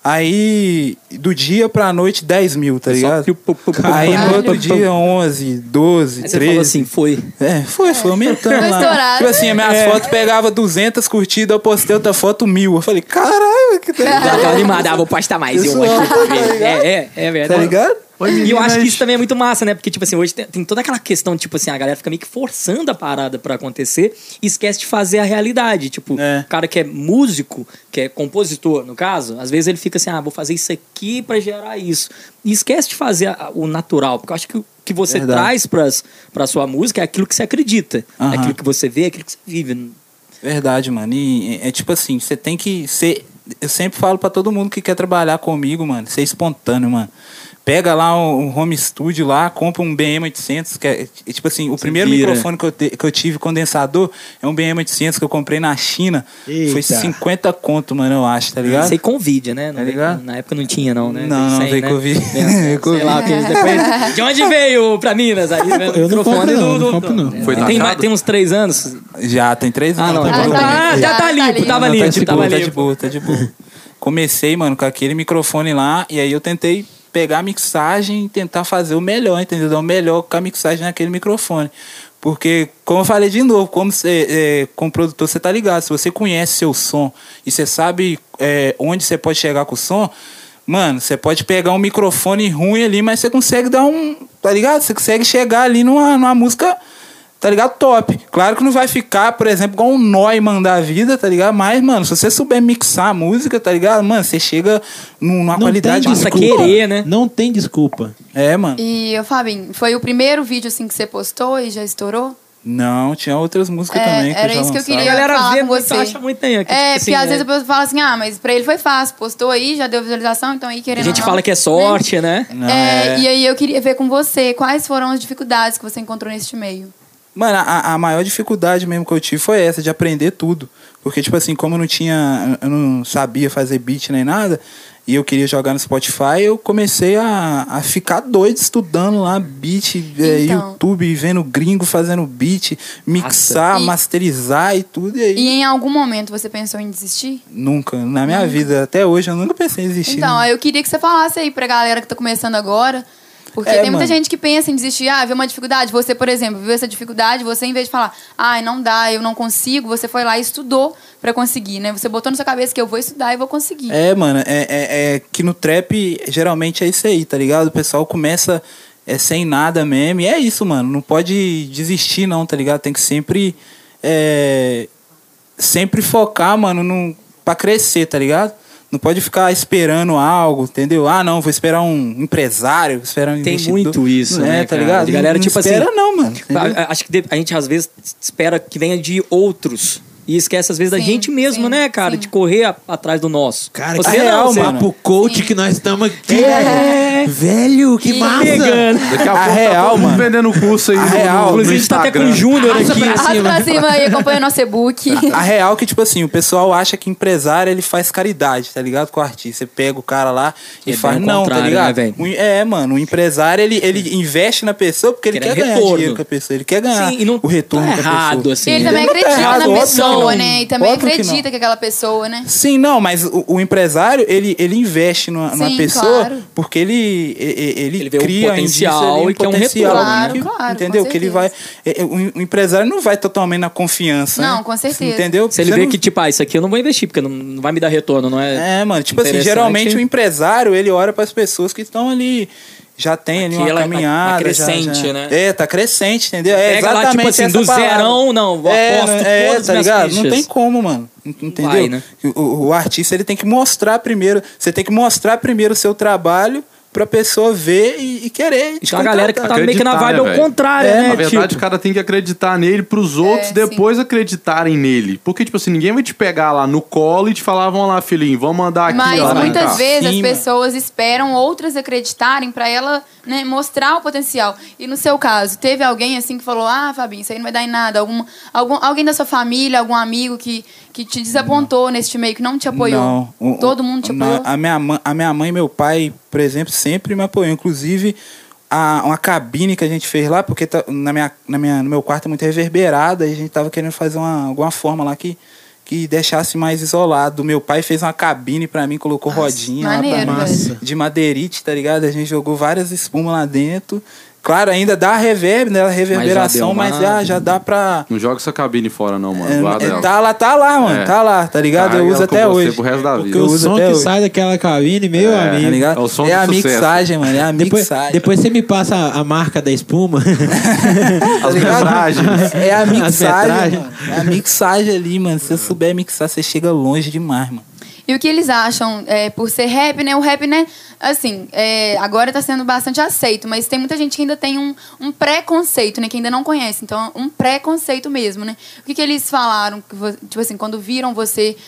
Aí, do dia pra noite, dez mil, tá ligado? Só... Aí no outro dia, onze, doze, Aí treze. você falou assim, foi. É, foi, foi aumentando Foi lá. estourado. Tipo assim, as minhas É. fotos pegavam duzentas curtidas, eu postei outra foto mil. Eu falei, caralho, que Já tá tô animado, ah, vou postar mais. Eu Pessoal, acho tá ligado? é, é, é verdade. Tá ligado? E eu acho que isso também é muito massa, né? Porque, tipo assim, hoje tem, tem toda aquela questão, tipo assim, a galera fica meio que forçando a parada pra acontecer e esquece de fazer a realidade. Tipo, É. o cara que é músico, que é compositor, no caso, às vezes ele fica assim, ah, vou fazer isso aqui pra gerar isso. E esquece de fazer a- o natural, porque eu acho que o que você Verdade. traz pras, pra sua música é aquilo que você acredita. Aham. É aquilo que você vê, é aquilo que você vive. Verdade, mano. E é, é tipo assim, você tem que ser. Eu sempre falo pra todo mundo que quer trabalhar comigo, mano, ser espontâneo, mano. Pega lá um home studio lá, compra um B M oitocentos, que é, é tipo assim, o primeiro vira. microfone que eu, te- que eu tive condensador é um B M oitocentos que eu comprei na China. Eita. Foi cinquenta conto, mano, eu acho, tá ligado? Isso aí com vídeo, né? Não Tá veio- ligado? na época não tinha, não, né? Não, não, sem, veio né? com vídeo. Veio- Veio com Sei lá, porque depois... De onde veio pra Minas? Aí, né? Eu não compro não, não compro não. Foi tem, taxado? tem uns três anos. Já, tem três Ah, anos. não. tá Ah, bom. tá Ah, limpo. já tá Tá limpo, limpo. tava Não, limpo, tá de tava boa, tá limpo. de boa, tá de boa. Comecei, mano, com aquele microfone lá, e aí eu tentei pegar a mixagem e tentar fazer o melhor, entendeu? Dar o melhor com a mixagem naquele microfone. Porque, como eu falei de novo, como, cê, é, como produtor, você tá ligado. Se você conhece seu som e você sabe é, onde você pode chegar com o som, mano, você pode pegar um microfone ruim ali, mas você consegue dar um... Tá ligado? Você consegue chegar ali numa, numa música... Tá ligado? Top. Claro que não vai ficar, por exemplo, igual um Neumann da vida, tá ligado? Mas, mano, se você souber mixar a música, tá ligado? Mano, você chega num- numa Não qualidade... tem Basta desculpa. querer, né? Não tem desculpa. É, mano. E, ô, Fabinho, foi o primeiro vídeo assim que você postou e já estourou? Não, tinha outras músicas É, também que era eu já isso que eu lançava. queria A galera falar vê com muito, você. acha muito aí, que, É, tipo porque assim, às é- vezes a pessoa fala assim, ah, mas pra ele foi fácil, postou aí, já deu visualização, então aí A querendo gente ou não, fala que é sorte, né? Não, É, é- E aí eu queria ver com você quais foram as dificuldades que você encontrou neste meio. Mano, a, a maior dificuldade mesmo que eu tive foi essa, de aprender tudo. Porque, tipo assim, como eu não tinha... Eu não sabia fazer beat nem nada, e eu queria jogar no Spotify, eu comecei a, a ficar doido estudando lá beat, é, Então. YouTube, vendo gringo fazendo beat, mixar, E- masterizar e tudo. E aí, E em algum momento você pensou em desistir? nunca, na minha vida, até hoje, eu nunca pensei em desistir. Então, né? eu queria que você falasse aí pra galera que tá começando agora. Porque É, tem muita mano. gente que pensa em desistir. Ah, vê uma dificuldade. Você, por exemplo, viu essa dificuldade. Você, em vez de falar, ai, não dá, eu não consigo, você foi lá e estudou pra conseguir, né? Você botou na sua cabeça que eu vou estudar e vou conseguir. É, mano, é, é, é que no trap geralmente é isso aí, tá ligado? O pessoal começa é, sem nada mesmo. E é isso, mano. Não pode desistir, não, tá ligado? Tem que sempre. É, sempre focar, mano, no, pra crescer, tá ligado? Não pode ficar esperando algo, entendeu? Ah, não, vou esperar um empresário, vou esperar um Tem investidor. muito isso, Não né, é, tá cara? ligado? De galera, não, tipo não espera assim, não, mano. entendeu? A- a- Acho que de- a gente às vezes espera que venha de outros. E esquece, às vezes, da Sim, gente mesmo, sim, né, cara? sim. De correr a- atrás do nosso. Cara, você que a real, não, você... mano. papo coach que nós estamos aqui. É. Velho, que E- massa. Pegando. Daqui a, A pouco real, tá todo mundo mano. vendendo curso aí A no, real. no, no Inclusive, a gente tá até com o Instagram. Júnior aqui. Arrasta pra cima aí, acompanha nosso e-book. A real que, tipo assim, o pessoal acha que empresário ele faz caridade, tá ligado? Com o artista. Você pega o cara lá e É faz. bem o Não, tá contrário, ligado? né, velho? O- é, mano, o empresário ele, ele investe na pessoa porque ele Querendo quer ganhar retorno. dinheiro com a pessoa. Ele quer ganhar Sim, e não o retorno tá com a errado, pessoa. assim. E ele né? também Não tá acredita errado, na óbvio pessoa, que não. né? E também Óbvio que acredita não. que aquela pessoa, né? Sim, não, mas o, o empresário, ele, ele investe numa, numa Sim, pessoa claro. porque ele, ele, ele, Ele vê um cria potencial indício ali, e quer um potencial retorno, Claro, que- claro, entendeu? com Que ele certeza. vai. é, é, O, o empresário não vai totalmente na confiança. Não, né? com certeza. Entendeu? Se ele Você vê não- que, tipo, ah, isso aqui eu não vou investir, porque não, não vai me dar retorno, não é? É, mano, tipo assim, Interessante. geralmente o empresário, ele olha para as pessoas que estão ali, já tem ali uma Aquela- caminhada. uma crescente, já, já. né? É, tá crescente, entendeu? É Pega lá, exatamente tipo assim, essa do palavra. zerão, não, vou é, aposto é, todas as tá minhas ligado? Não fichas. tem como, mano. Entendeu? vai, né? o, o- o artista, ele tem que mostrar primeiro, você tem que mostrar primeiro o seu trabalho pra pessoa ver e, e querer. te Então a galera que tá contratar. meio que na Acreditar, vibe né, ao velho? contrário, É, né? Na verdade, tipo, o cara tem que acreditar nele pros outros sim. depois acreditarem nele. Porque, tipo assim, ninguém vai te pegar lá no colo e te falar, vamos lá, filhinho, vamos mandar aqui. Mas ó, vem muitas cá." vezes Sim, as pessoas esperam outras acreditarem pra ela, né, mostrar o potencial. E no seu caso, teve alguém assim que falou: ah, Fabinho, isso aí não vai dar em nada. Algum, algum, alguém da sua família, algum amigo que, que te desapontou neste meio, que não te apoiou? Não. O- Todo mundo te não, apoiou? A minha, mãe, a minha mãe e meu pai, por exemplo, sempre me apoiou. Inclusive, a, uma cabine que a gente fez lá, porque tá- na minha, na minha, no meu quarto é muito reverberada, e a gente tava querendo fazer uma, alguma forma lá que, que deixasse mais isolado. Meu pai fez uma cabine pra mim, colocou Nossa, rodinha lá maneiro, pra mim, velho. de madeirite, tá ligado? A gente jogou várias espumas lá dentro. Claro, ainda dá reverb, né? Reverberação, Mas mas já já, deu uma- já dá pra... Não joga essa cabine fora, não, mano. Guarda É, ela. tá lá, tá lá, mano. É. Tá lá, tá ligado? Carrega Eu uso ela com até você hoje. pro resto da Porque vida. eu O uso som até que hoje. sai daquela cabine, meu É, amigo. Tá ligado? É o som é do a sucesso. mixagem, mano. É a Depois, mixagem. depois você me passa a, a marca da espuma. Tá As ligado? metragens. É a As mixagem, metragens. mano. É a mixagem ali, mano. Se você souber mixar, você chega longe demais, mano. E o que eles acham, é, por ser rap, né? O rap, né? Assim, é, agora tá sendo bastante aceito, mas tem muita gente que ainda tem um, um preconceito, né? Que ainda não conhece. Então, um preconceito mesmo, né? O que, que eles falaram, que vo- tipo assim, quando viram você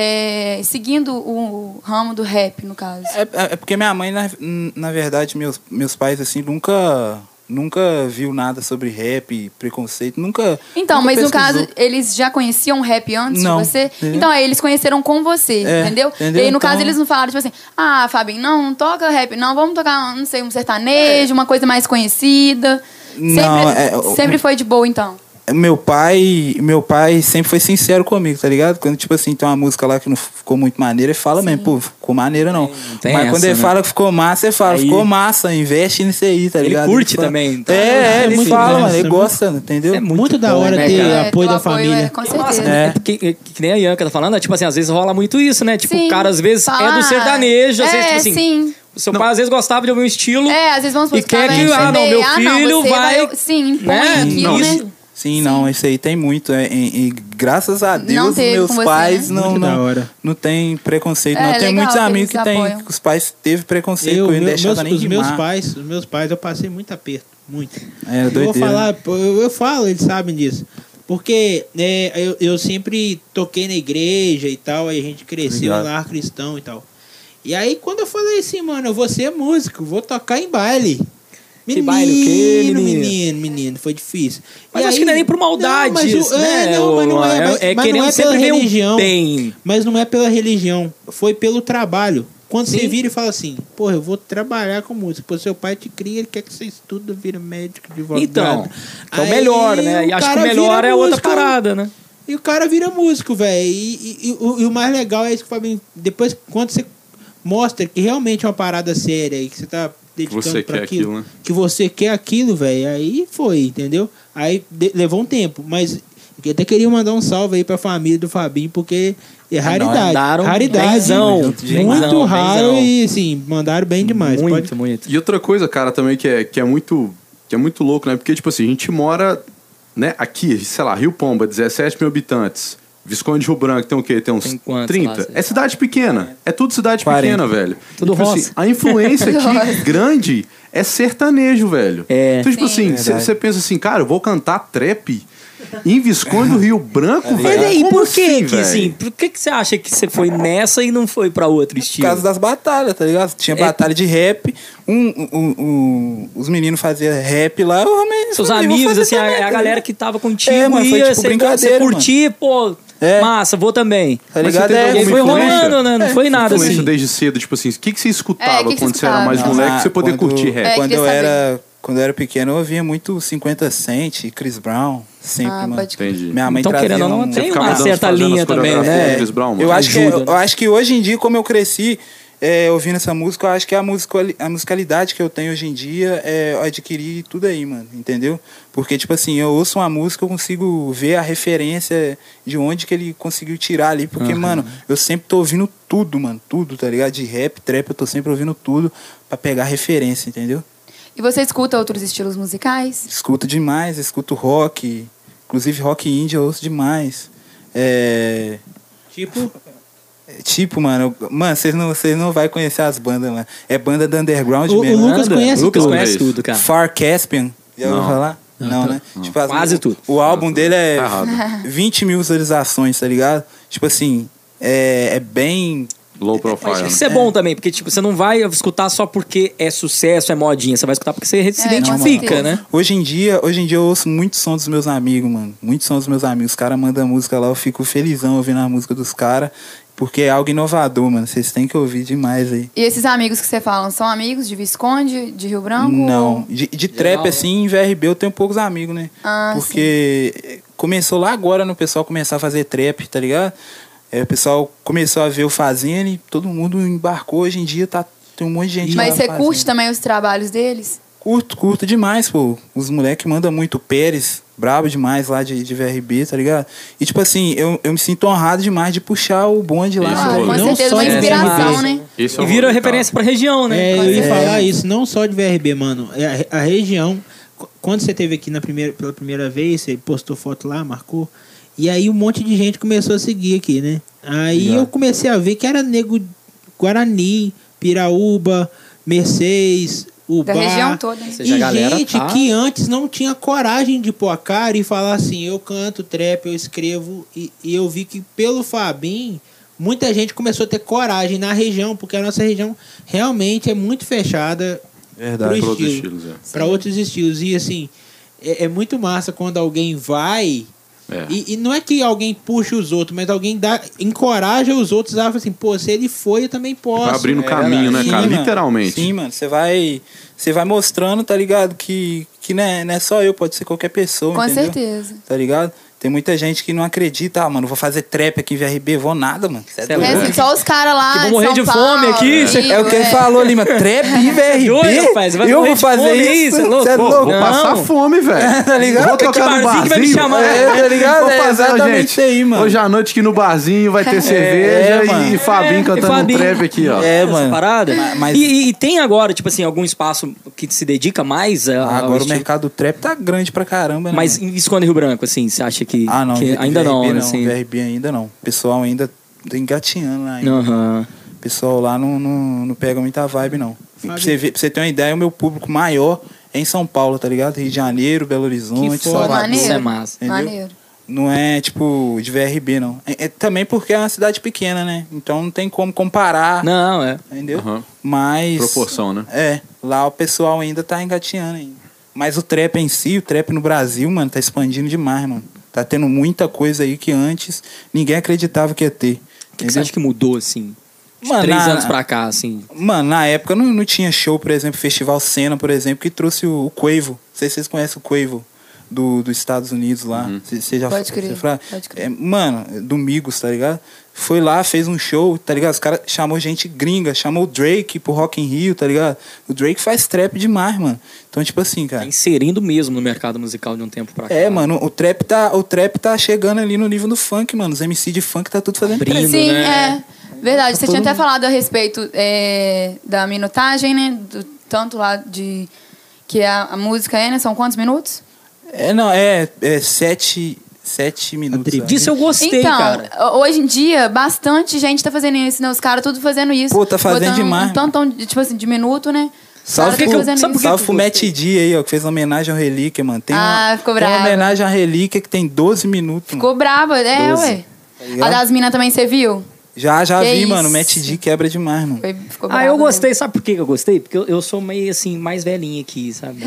é, seguindo o ramo do rap, no caso? É, é- é porque minha mãe, na, na verdade, meus, meus pais, assim, nunca... Nunca viu nada sobre rap, preconceito, nunca. Então, nunca mas no pesquisou. caso, eles já conheciam rap antes Não, de você? entendeu? Então, aí eles conheceram com você, É, entendeu? entendeu? E aí, no caso, Então- eles não falaram, tipo assim, ah, Fabinho, não, não toca rap, não, vamos tocar, não sei, um sertanejo, uma coisa mais conhecida. Sempre, Não, é, o- sempre foi de boa, então. Meu pai, meu pai sempre foi sincero comigo, tá ligado? Quando, tipo assim, tem uma música lá que não ficou muito maneira, ele fala mesmo, pô, ficou maneira não. tem Mas essa, quando ele né? fala que ficou massa, ele fala, Aí- ficou massa, investe nisso aí, tá Ele ligado? curte fala- também, tá? É, é, É ele muito fala, massa, mano, ele é gosta, entendeu? É muito, Muito da bom, hora né, ter cara? apoio teu da família. É, com Nossa, certeza. É. é porque, é que nem a Ianca tá falando, é, tipo assim, às vezes rola muito isso, né? Tipo, Sim, o cara às vezes é falar- do sertanejo, às vezes, É, tipo assim, sim. o seu pai às vezes gostava de ouvir um estilo, É, às vezes vamos supor, E os caras quer que, vão ah, não, entender, meu ah, não, filho você vai- Sim, impõe né? aquilo, Não, né? isso- Sim, não, isso aí tem muito. É, e, e graças a Deus, Não teve meus com você, pais né? não, Muito da não, hora. não tem preconceito. É, não. Tem legal muitos que amigos eles que, tem, apoiam. que os pais teve preconceito, Eu, que eu não meu- deixava meus, nem os meus rimar. pais, os meus pais, eu passei muito aperto, muito. É, Eu vou doideira. falar, pô, eu, eu falo, eles sabem disso. Porque né, eu, eu sempre toquei na igreja e tal, aí a gente cresceu Obrigado. lá cristão e tal. E aí quando eu falei assim, mano, eu vou ser músico, vou tocar em baile. Que baile o quê, Menino, menino? menino, menino, foi difícil. Mas E acho aí- que não é nem por maldade, Não, mas o- é, né? não, mas não é, É- mas- é mas querendo não é sempre pela ver o religião. bem. Mas não é pela religião, foi pelo trabalho. Quando Sim. você vira e fala assim, porra, eu vou trabalhar com música. Pô, seu pai te cria, ele quer que você estuda, vira médico, advogado. Então, que é o Aí melhor, né? E o acho que o cara melhor vira é outra músico, parada, né? E o cara vira músico, velho. E, e- e o- e o mais legal é isso que o Fabinho... Depois, quando você mostra que realmente é uma parada séria e que você tá dedicando Você pra quer aquilo, aquilo, né? que você quer aquilo, velho, aí foi, entendeu? Aí de- levou um tempo, mas eu até queria mandar um salve aí pra família do Fabinho, porque é raridade. mandaram raridade. benzão, muito benzão, raro benzão. e, assim, mandaram bem demais. Muito, Pode- muito. E outra coisa, cara, também que é, que é muito que é muito louco, né? Porque, tipo assim, a gente mora, né, aqui, sei lá, Rio Pomba, dezessete mil habitantes. Visconde de Rio Branco tem o quê? Tem uns Tem quantos trinta? lá? É cidade pequena. É tudo cidade quarenta. pequena, velho. Tudo E, tipo roça. assim, a influência aqui grande é sertanejo, velho. É. Então, tipo Sim. assim, Verdade. você pensa assim, cara, eu vou cantar trap em Visconde do Rio Branco, velho. Mas aí, Como por que assim, que, velho? assim, por que que você acha que você foi nessa e não foi pra outro Por estilo? causa das batalhas, tá ligado? Tinha É. batalha de rap, um, um, um- os meninos faziam rap lá, eu amei. Seus falei, vou amigos, fazer assim, a, também, a tá galera ligado? que tava contigo É, mano, foi ia, tipo você, brincadeira, você curtir, pô, É. massa, vou também. Tá Mas ligado? você teve É, E aí alguma foi influência? rolando, né? Não É, foi nada Influência assim. desde cedo, tipo assim, o que, que você escutava É, que que você quando você era mais escutava? moleque pra Ah, você poder quando- curtir rap? É, Quando queria eu saber. era, quando eu era pequeno, eu ouvia muito cinquenta Cent, Chris Brown, sempre, Ah, mano. pode crer. Entendi. Minha mãe Então, trazia querendo ou não, um- tem ficava uma dançando, certa fazendo as linha também, coreografias né? do Chris Brown, mano. Eu acho, que, Ajuda, eu, né? eu acho que hoje em dia, como eu cresci é, ouvindo essa música, eu acho que a, musicali- a musicalidade que eu tenho hoje em dia é eu adquiri tudo aí, mano, entendeu? Porque, tipo assim, eu ouço uma música, eu consigo ver a referência de onde que ele conseguiu tirar ali. Porque, Aham. mano, eu sempre tô ouvindo tudo, mano, tudo, tá ligado? De rap, trap, eu tô sempre ouvindo tudo pra pegar referência, entendeu? E você escuta outros estilos musicais? Escuto demais, escuto rock, inclusive rock indie eu ouço demais. É... Tipo, Tipo, mano, eu- mano, vocês não, vocês não vão conhecer as bandas, mano. É banda do underground O- o mesmo. Lucas Banda. conhece Lucas tudo. conhece tudo, cara. Far Caspian. Já ouviu Não. falar? Não, né? Tipo, as- Quase o, tudo. O álbum dele é Tá errado. vinte mil visualizações, tá ligado? Tipo assim, é, é bem... Low profile. né? Isso é bom também, porque tipo, você não vai escutar só porque é sucesso, é modinha. Você vai escutar porque você se É, não, identifica, mano. né? Hoje em dia, hoje em dia eu ouço muito som dos meus amigos, mano. Muito som dos meus amigos. Os caras mandam música lá, eu fico felizão ouvindo a música dos caras. Porque é algo inovador, mano. Vocês têm que ouvir demais aí. E esses amigos que você fala, são amigos de Visconde, de Rio Branco? Não. ou- De, de trap, Geral, assim, em V R B eu tenho poucos amigos, né? Ah, Porque começou lá agora no pessoal começar a fazer trap, tá ligado? É, o pessoal começou a ver eu fazendo e todo mundo embarcou. Hoje em dia tá, tem um monte de gente Mas lá você fazendo. curte também os trabalhos deles? Curto, curto demais, pô. Os moleques mandam muito. O Pérez, brabo demais lá de, de V R B, tá ligado? E tipo assim, eu, eu me sinto honrado demais de puxar o bonde lá. Isso, Ah, com Não certeza, só uma de inspiração, V R B. né? Esse é o E vira rolê, referência cara. pra região, né? É, eu ia É. falar isso, não só de V R B, mano. É A, a região, qu- quando você esteve aqui na primeira, pela primeira vez, você postou foto lá, marcou. E aí um monte de gente começou a seguir aqui, né? Aí Já. eu comecei a ver que era nego Guarani, Piraúba, Mercedes, Ubá. Da região toda. né? Ou seja, a E galera gente tá- que antes não tinha coragem de pôr a cara e falar assim, eu canto trap, eu escrevo. E, e eu vi que pelo Fabinho, muita gente começou a ter coragem na região, porque a nossa região realmente é muito fechada Verdade. pro Para outros estilo, estilos, é. para outros estilos. E assim, é, é muito massa quando alguém vai... É. E, e não é que alguém puxa os outros, mas alguém dá, encoraja os outros a falar assim, pô, se ele foi, eu também posso. Vai abrindo É caminho, né, verdade. cara? Sim, mano. Literalmente. Sim, mano. Você vai, você vai mostrando, tá ligado? Que, que não, é, não é só eu, pode ser qualquer pessoa, Com entendeu? certeza. Tá ligado? Tem muita gente que não acredita, ah, mano, vou fazer trap aqui em V R B, vou nada, mano. Cê é Cê é doido. É louco. assim, só os caras lá. Que vão em morrer São de Paulo, fome aqui, cê- Rio, É o que ele falou ali, mano. Trap e V R B. Doido, rapaz, vai eu morrer vou de fazer fome aí, isso. cê é louco? Cê é Pô, louco. Vou Não. passar fome, velho. Tá ligado? Vou tocar no barzinho que vai me barzinho. chamar. É, tá ligado? Vou É fazer, ó, exatamente gente. isso aí, mano. Hoje à noite aqui no barzinho vai ter cerveja é, e, mano. e Fabinho É, cantando e Fabinho. um trap aqui, ó. É, Essa mano. parada. Mas- E, e- e tem agora, tipo assim, algum espaço que se dedica mais a, ao Agora o estilo? mercado do trap tá grande pra caramba, né? Mas mano? em Visconde Rio Branco, assim, você acha que, Ah, não. que V- ainda V R B não, não, assim? V R B ainda não. O pessoal ainda tá engatinhando lá ainda. Aham. O pessoal lá não, não, não pega muita vibe, não. Pra você, ver, pra você ter uma ideia, o meu público maior é em São Paulo, tá ligado? Rio de Janeiro, Belo Horizonte, foda. Salvador. Maneiro. Isso é massa. Entendeu? Maneiro. Não é, tipo, de V R B, não. É, é também porque é uma cidade pequena, né? Então não tem como comparar, Não, é. entendeu? Aham. Mas... Proporção, né? É, lá o pessoal ainda tá engatinhando ainda. Mas o trap em si, o trap no Brasil, mano, tá expandindo demais, mano. Tá tendo muita coisa aí que antes ninguém acreditava que ia ter. O que, que você acha que mudou, assim? De Mano, três na- anos pra cá, assim. Mano, na época não, não tinha show, por exemplo, Festival Cena, por exemplo, que trouxe o, o Quavo. Não sei se vocês conhecem o Quavo do, dos Estados Unidos lá. Você já Pode crer, você fala- pode crer. É, mano, do Migos, tá ligado? Foi lá, fez um show, tá ligado? Os caras chamou gente gringa, chamou o Drake pro Rock in Rio, tá ligado? O Drake faz trap demais, mano. Então, tipo assim, Tá cara. inserindo mesmo no mercado musical de um tempo pra cá. É, mano, o trap tá, o trap tá chegando ali no nível do funk, mano. Os M C de funk tá tudo fazendo Abrindo, trap. Sim, né? é. Verdade. Você todo tinha até mundo- falado a respeito é, da minutagem, né? Do, tanto lá de. Que a, a música é, né? São quantos minutos? É, não, é, é sete, sete minutos. Adri- né? Disso eu gostei, então, cara. hoje em dia, bastante gente tá fazendo isso, né? Os caras tudo fazendo isso. Pô, tá fazendo Botando demais. Um tantão, de, tipo assim, de minuto, né? Os Salve, caras pro, tão fazendo sabe por isso. que salve eu pro Matt gostei? D aí, ó, que fez uma homenagem ao Relíquia, mano. Tem Ah, uma, ficou tem uma bravo. homenagem à Relíquia que tem doze minutos. Ficou Mano. braba, é, doze. ué. ligado? A das minas também, você viu? Já, já Que vi, isso? mano. O Matt D quebra demais, mano. Foi, ficou Ah, braba, eu né? gostei. Sabe por que eu gostei? Porque eu, eu sou meio, assim, mais velhinho aqui, sabe?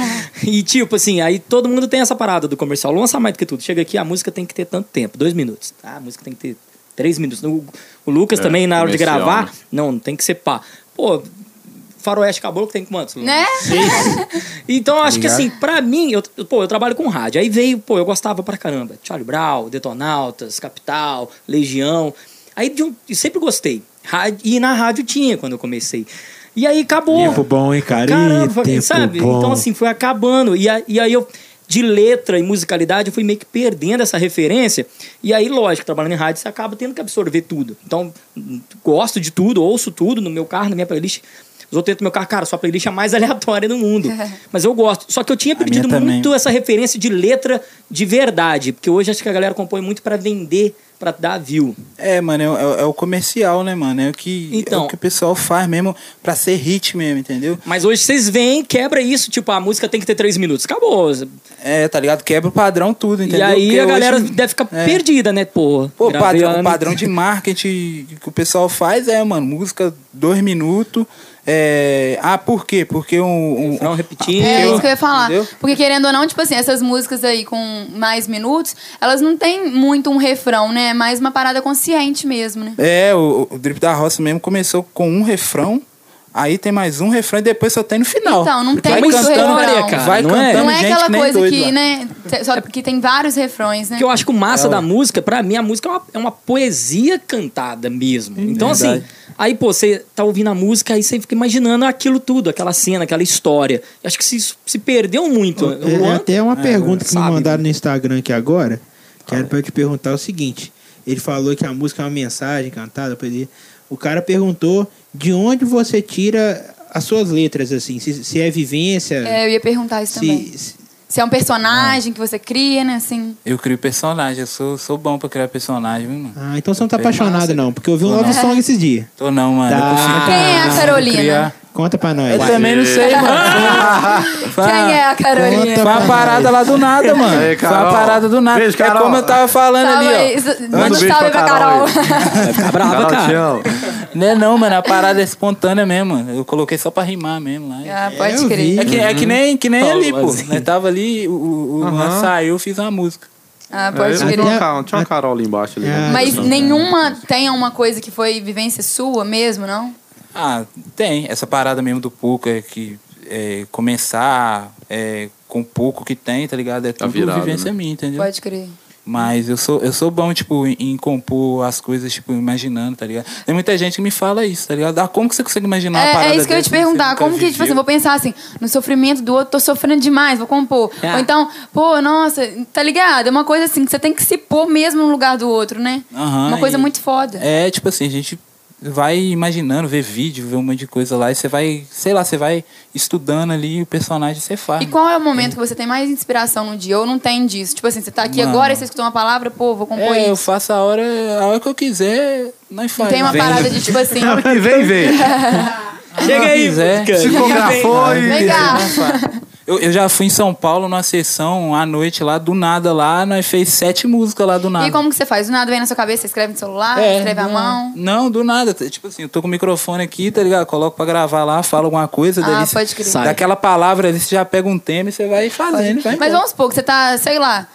E, tipo, assim, aí todo mundo tem essa parada do comercial. Lança mais do que tudo. Chega aqui, a música tem que ter tanto tempo. Dois minutos. Ah, a música tem que ter três minutos. O, o Lucas É, também, na hora de comercial, gravar, né? não, tem que ser pá. Pô, Faroeste acabou que tem quantos? Né? Então, eu acho que Ligado? assim, pra mim, eu, eu- pô, eu trabalho com rádio. Aí veio, pô, eu gostava pra caramba. Charlie Brown, Detonautas, Capital, Legião. Aí de um, eu sempre gostei. Rádio, e na rádio tinha quando eu comecei. E aí acabou. Tempo bom, hein, cara? Ih, Caramba, tempo sabe? bom. Então, assim, foi acabando. E, a- e aí eu, de letra e musicalidade, eu fui meio que perdendo essa referência. E aí, lógico, trabalhando em rádio, você acaba tendo que absorver tudo. Então, hum, gosto de tudo, ouço tudo no meu carro, na minha playlist. Os outros entram no meu carro, cara, sua playlist é a mais aleatória do mundo. Mas eu gosto. Só que eu tinha perdido minha muito também. essa referência de letra de verdade. Porque hoje acho que a galera compõe muito pra vender, pra dar view. É, mano, é, o- é o- é o comercial, né, mano? É o, que, Então. é o que o pessoal faz mesmo pra ser hit mesmo, entendeu? Mas hoje vocês veem, quebra isso. Tipo, a música tem que ter três minutos. Acabou. É, tá ligado? Quebra o padrão tudo, entendeu? E aí Porque a galera hoje- deve ficar é. perdida, né? Pô, Pô, o gravei padrão, ano- o padrão de marketing que o pessoal faz é, mano, música dois minutos. É... Ah, por quê? Porque um. um Não repetindo. É isso que eu ia falar. Entendeu? Porque querendo ou não, tipo assim, essas músicas aí com mais minutos, elas não têm muito um refrão, né? É mais uma parada consciente mesmo, né? É, o, o Drip da Roça mesmo começou com um refrão. Aí tem mais um refrão e depois só tem no final. Então, não tem vai muito cantando, refrão. cara, vai não é? cantando Não é gente aquela que nem coisa doido que, lá. né? Só que tem vários refrões, né? Porque eu acho que o massa da música, pra mim, a música é uma, é uma poesia cantada mesmo. Então, verdade. assim, aí, pô, você tá ouvindo a música, aí você fica imaginando aquilo tudo, aquela cena, aquela história. Eu acho que se, se perdeu muito. O É, Luan- até uma pergunta que me sabe, mandaram né? no Instagram aqui agora, que era pra eu te perguntar o seguinte. Ele falou que a música é uma mensagem cantada pra ele. O cara perguntou de onde você tira as suas letras, assim, se, se é vivência, É, eu ia perguntar isso também. se, se- Se é um personagem que você cria, né? Assim. Eu crio personagem, eu sou, sou bom pra criar personagem, viu, mano? Ah, então você não tá Bem apaixonado massa. não, porque eu vi um Tô love não. song esses dias. Tô não, mano. Eu Tá. consigo- Quem é a consigo Carolina? criar. Conta pra nós. Eu também não sei, mano. Foi Quem uma- é a Carolina? Conta Foi pra uma parada lá do nada, mano. Aí, Foi uma Carol. parada do nada. Beijo, É Carol. como eu tava falando Salve ali, aí. ó. Manda Manda um um beijo salve pra pra Carol Carol. Vai ficar brava, Carol, te cara. amo. Não é não, mano. A parada é espontânea mesmo, mano. Eu coloquei só pra rimar mesmo lá. Ah, pode eu crer. vi. É que, é que nem, que nem Paulo, ali, pô. assim. Nós tava ali, o, o, o Luan saiu, eu fiz uma música. Ah, É, pode eu crer. tinha uma Carol- tinha uma Carol ali embaixo. Ali, É. né? Mas nenhuma tem uma coisa que foi vivência sua mesmo, não? Ah, tem. Essa parada mesmo do pouco é que é, começar é, com pouco que tem, tá ligado? É tudo virada, vivência né? minha, entendeu? Pode crer. Mas eu sou, eu sou bom, tipo, em, em compor as coisas, tipo, imaginando, tá ligado? Tem muita gente que me fala isso, tá ligado? Ah, como que você consegue imaginar uma parada É, é isso que eu ia te dessa, você perguntar. nunca Como que, tipo assim, eu viveu? vou pensar assim, no sofrimento do outro, tô sofrendo demais, vou compor. É. Ou então, pô, nossa, tá ligado? É uma coisa assim, que você tem que se pôr mesmo no lugar do outro, né? Aham, uma coisa e- muito foda. É, tipo assim, a gente vai imaginando, vê vídeo, vê um monte de coisa lá, e você vai, sei lá, você vai estudando ali o personagem, você faz. E qual é o momento que você tem mais inspiração no dia? Ou não tem disso? Tipo assim, você tá aqui Mano. agora e você escutou uma palavra, pô, vou compor É, eu isso. faço a hora, a hora que eu quiser, nós Não faz. tem uma Vem. parada de tipo assim, Hora que vem, vem. Chega aí, quiser. música. Psicografou e... vem cá. Eu, eu já fui em São Paulo numa sessão à noite lá, do nada lá, nós fez sete músicas lá do nada. E como que você faz? Do nada vem na sua cabeça, você escreve no celular, É, escreve à do- mão. Não, do nada. Tipo assim, eu tô com o microfone aqui, tá ligado? Coloco pra gravar lá, falo alguma coisa. Ah, daí pode crer. Sai. Daquela palavra ali, você já pega um tema e você vai fazendo. Vai Mas embora. vamos supor que você tá, sei lá,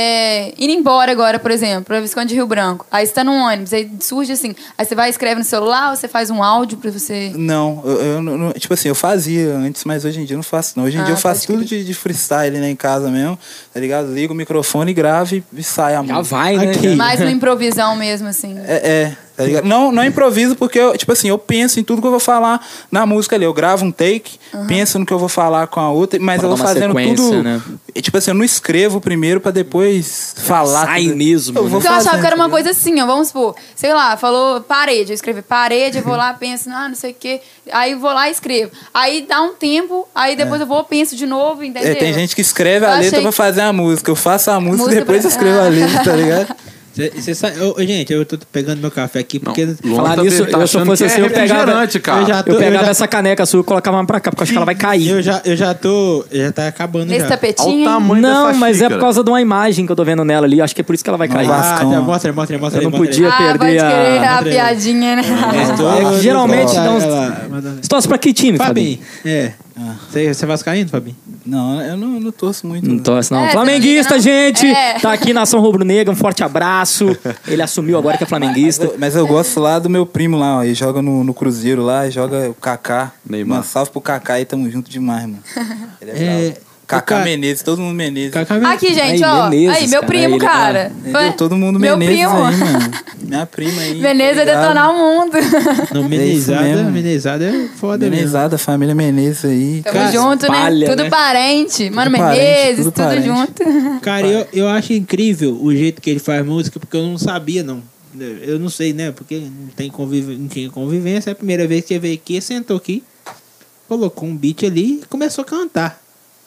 é, indo embora agora, por exemplo, pra Visconde de Rio Branco. Aí você tá num ônibus, aí surge assim. Aí você vai e escreve no celular ou você faz um áudio pra você. Não, eu, eu não- não- tipo assim, eu fazia antes, mas hoje em dia eu não faço, não. Hoje em Ah, dia eu faço pode tudo de, de freestyle né, em casa mesmo, tá ligado? Ligo o microfone, gravo e, e sai a Já música. vai, né? Aqui. Mais no improvisão mesmo, assim. É, é, tá ligado? Não, não improviso porque, eu, tipo assim, eu penso em tudo que eu vou falar na música ali. Eu gravo um take, penso no que eu vou falar com a outra, mas Pra eu vou dar uma fazendo sequência, tudo... né? é, Tipo assim, eu não escrevo primeiro pra depois falar. Sai tudo. mesmo, Eu né? vou Porque eu achava fazendo, que era uma tá coisa assim, ó, vamos supor, sei lá, falou parede, eu escrevi parede, eu vou lá, penso, ah, não sei o quê, aí eu vou lá e escrevo. Aí dá um tempo, aí depois eu vou, penso de novo, entendeu? É, tem gente que escreve Eu a letra achei pra que- fazer a música. Eu faço a música, Música e depois pra- escrevo a Ah. letra, tá ligado? Cê, cê sabe, ô, ô, gente, eu tô pegando meu café aqui porque Luan Falar tá, nisso, tá eu se eu achando fosse que assim, é eu pegava- refrigerante, cara. eu já tô, Eu pegava já, essa caneca sua e colocava mais pra cá, porque eu acho que ela vai cair. eu já, eu já tô, já tá acabando Nesse já. Olha o tapetinho. tamanho Não, dessa mas é xícara. por causa de uma imagem que eu tô vendo nela ali. Acho que é por isso que ela vai cair. vai. Ah, Vascão. já, mostra, aí, mostra, aí, mostra. Eu aí, não mostra aí. podia Ah, perder pode a- querer, a André. piadinha, né? Tô- É que geralmente tô- dá uns- ela- manda- Você torce pra que time, Fabinho? Fabinho, é. Você você é vascaíno, Fabinho? Não, eu não, não torço muito. Não não. torce, não. É, Flamenguista, você não liga, não? gente! É. Tá aqui Nação Rubro-Negra, um forte abraço. Ele assumiu agora que é Mas flamenguista. eu, mas eu gosto lá do meu primo lá, ó. Ele joga no, no Cruzeiro lá, joga o Kaká. Neymar. Mano, salve pro Kaká aí, tamo junto demais, mano. Ele é, É, bravo. Kaká o Ca- Menezes, todo mundo Menezes. Cacá Aqui, gente, Aí, ó. Menezes, aí, meu cara, primo, ele- cara. Entendeu? Todo mundo meu Menezes primo. aí, mano. Minha prima aí. Menezes tá vai ligado? detonar o mundo. Não, É isso Menezada, mesmo. Menezada é foda mesmo. Menezada, família Menezes aí. Tamo Cara, junto, espalha, né? Tudo né? parente. Mano Tudo parente, Menezes, tudo tudo, parente. junto. Cara, eu, eu acho incrível o jeito que ele faz música, porque eu não sabia, não. Eu não sei, né? Porque não, tem conviv... não tinha convivência. É a primeira vez que você veio aqui, sentou aqui, colocou um beat ali e começou a cantar.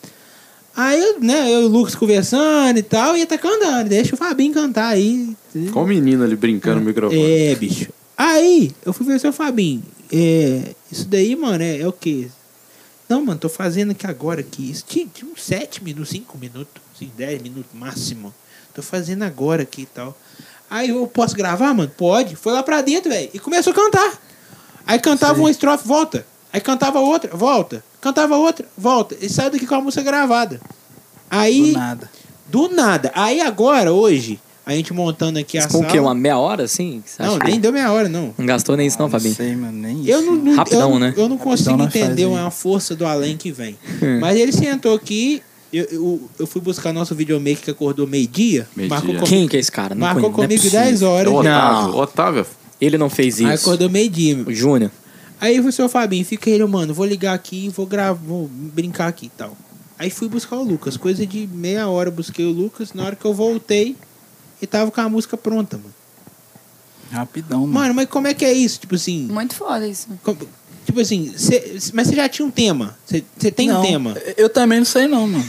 Aí, eu, né, eu e o Lucas conversando e tal, ia tá cantando. Deixa o Fabinho cantar aí. Qual o menino ali brincando no microfone? É, bicho. Aí, eu fui ver o seu Fabinho. É, isso daí, mano, é, é o quê? Não, mano, tô fazendo aqui agora aqui. Isso tinha, tinha uns sete minutos, cinco minutos, assim, dez minutos máximo. Tô fazendo agora aqui e tal. Aí eu posso gravar, mano? Pode. Foi lá pra dentro, velho. E começou a cantar. Aí cantava uma estrofe, volta. Aí cantava outra, volta. Cantava outra, volta. E saiu daqui com a música gravada. Aí. Do nada. Do nada. Aí agora, hoje, A gente montando aqui a Com sala. o quê? Uma meia hora, assim? Você Não, acha que- nem deu meia hora, não. Não gastou nem isso, não, Não Fabinho? sei, mano, nem isso. Eu não, não- Rapidão, eu, né? eu não consigo nós faz entender aí. uma força do além que vem. Mas ele sentou aqui, eu, eu, eu fui buscar nosso videomaker que acordou meio-dia. Meio-dia. Marcou comigo, Quem que é esse cara? Não marcou conheço, não é comigo possível. dez É horas. o Otávio. Não. Otávio. Ele não fez Aí isso. acordou meio-dia. O Júnior. Aí eu falei, seu Fabinho, fica aí, mano, vou ligar aqui, vou gravar, vou brincar aqui e tal. Aí fui buscar o Lucas, coisa de meia hora eu busquei o Lucas, na hora que eu voltei, ele tava com a música pronta, mano. Rapidão, mano. Mano, mas como é que é isso? Tipo assim, Muito foda isso. como- tipo assim, cê, mas você já tinha um tema, você tem Não, um tema. Eu também não sei não, mano.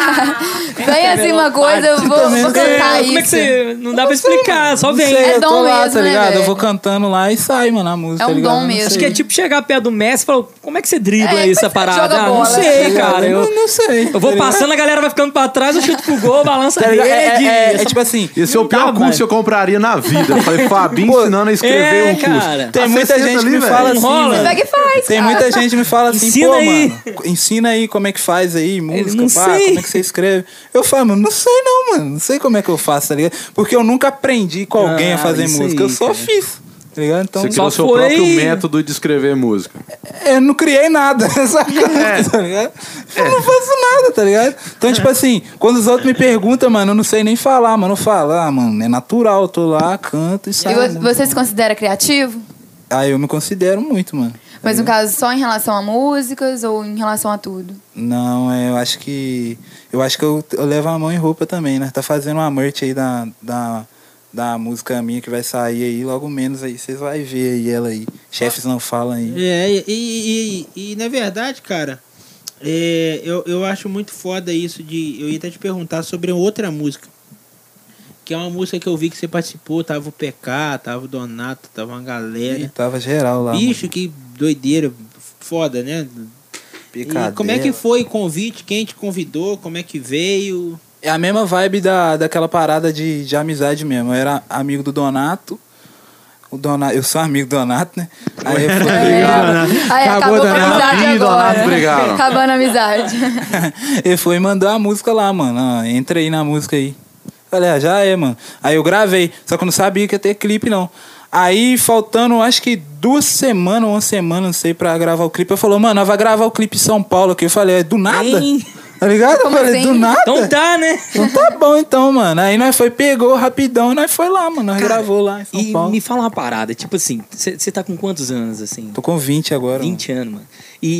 Vem assim uma coisa, eu vou, vou cantar É, isso. como é que você... Não dá pra explicar, só Não vem. sei, É eu tô dom lá, mesmo, tá né, ligado? velho? Eu vou cantando lá e sai, mano, a música, É um tá ligado? dom Eu não mesmo. Acho sei. que é tipo chegar perto do Messi e falar, como é que você dribla É, essa como é que você parada? joga Ah, não bola, sei, tá ligado? cara. Eu, Eu não sei. eu vou tá passando, a galera vai ficando pra trás, eu chuto pro gol, balança a ligado? rede. É, é, é, é essa- tipo assim, Esse é o Não dá, pior curso velho. que eu compraria na vida. Eu falei, Fabinho Pô, ensinando a escrever é, um curso. cara. tem Ah, muita você gente senta que ali, me velho? fala assim, Enrola. mano. Pega e faz, Tem cara. muita gente que me fala assim, Ensina pô, aí. mano, ensina aí como é que faz aí, música, não pá, sei. como é que você escreve. Eu falo, mano, não sei não, mano, não sei como é que eu faço, tá ligado? Porque eu nunca aprendi com alguém Ah, a fazer isso música, aí, eu só cara. fiz, tá ligado? Então, Você Só criou seu foi- próprio método de escrever música. eu não criei nada, sabe? Tá ligado? Eu não faço nada, tá ligado? Então, tipo assim, quando os outros me perguntam, mano, eu não sei nem falar, mano, eu falo, ah, mano, é natural, eu tô lá, canto e E sai. vo- você se considera criativo? Ah, eu me considero muito, mano. Mas no caso, só em relação a músicas ou em relação a tudo? Não, é, eu acho que. Eu acho que eu, eu levo a mão em roupa também, né? Tá fazendo uma merch aí da, da, da música minha que vai sair aí, logo menos aí. Vocês vão ver aí ela aí. Chefes não falam aí. É, e, e, e, e, na verdade, cara, é, eu, eu acho muito foda isso de. Eu ia até te perguntar sobre outra música. Que é uma música que eu vi que você participou, tava o P K, tava o Donato, tava uma E galera. tava geral lá. Bicho, que doideira, foda, né? E como é que foi o convite? Quem te convidou? Como é que veio? É a mesma vibe da, daquela parada de, de amizade mesmo. Eu era amigo do Donato. O Donato, eu sou amigo do Donato, né? Aí eu fui, Aí Acabou acabou, da- com a amizade Fabinho e agora. Donato brigaram. Acabando a amizade. ele foi e mandou a música lá, mano. Ah, entra aí na música aí. Falei, ah, já é, mano. Aí eu gravei, só que eu não sabia que ia ter clipe, não. Aí, faltando, acho que duas semanas, uma semana, não sei, pra gravar o clipe, eu falou, mano, nós vai gravar o clipe em São Paulo aqui. Eu falei, é do nada? Hein? Tá ligado? Como eu falei, assim? do nada? Então tá, né? Então tá bom, então, mano. Aí nós foi, pegou rapidão e nós foi lá, mano. Nós gravou lá em São E Paulo. me fala uma parada, tipo assim, você tá com quantos anos, assim? Tô com vinte agora. vinte anos, mano.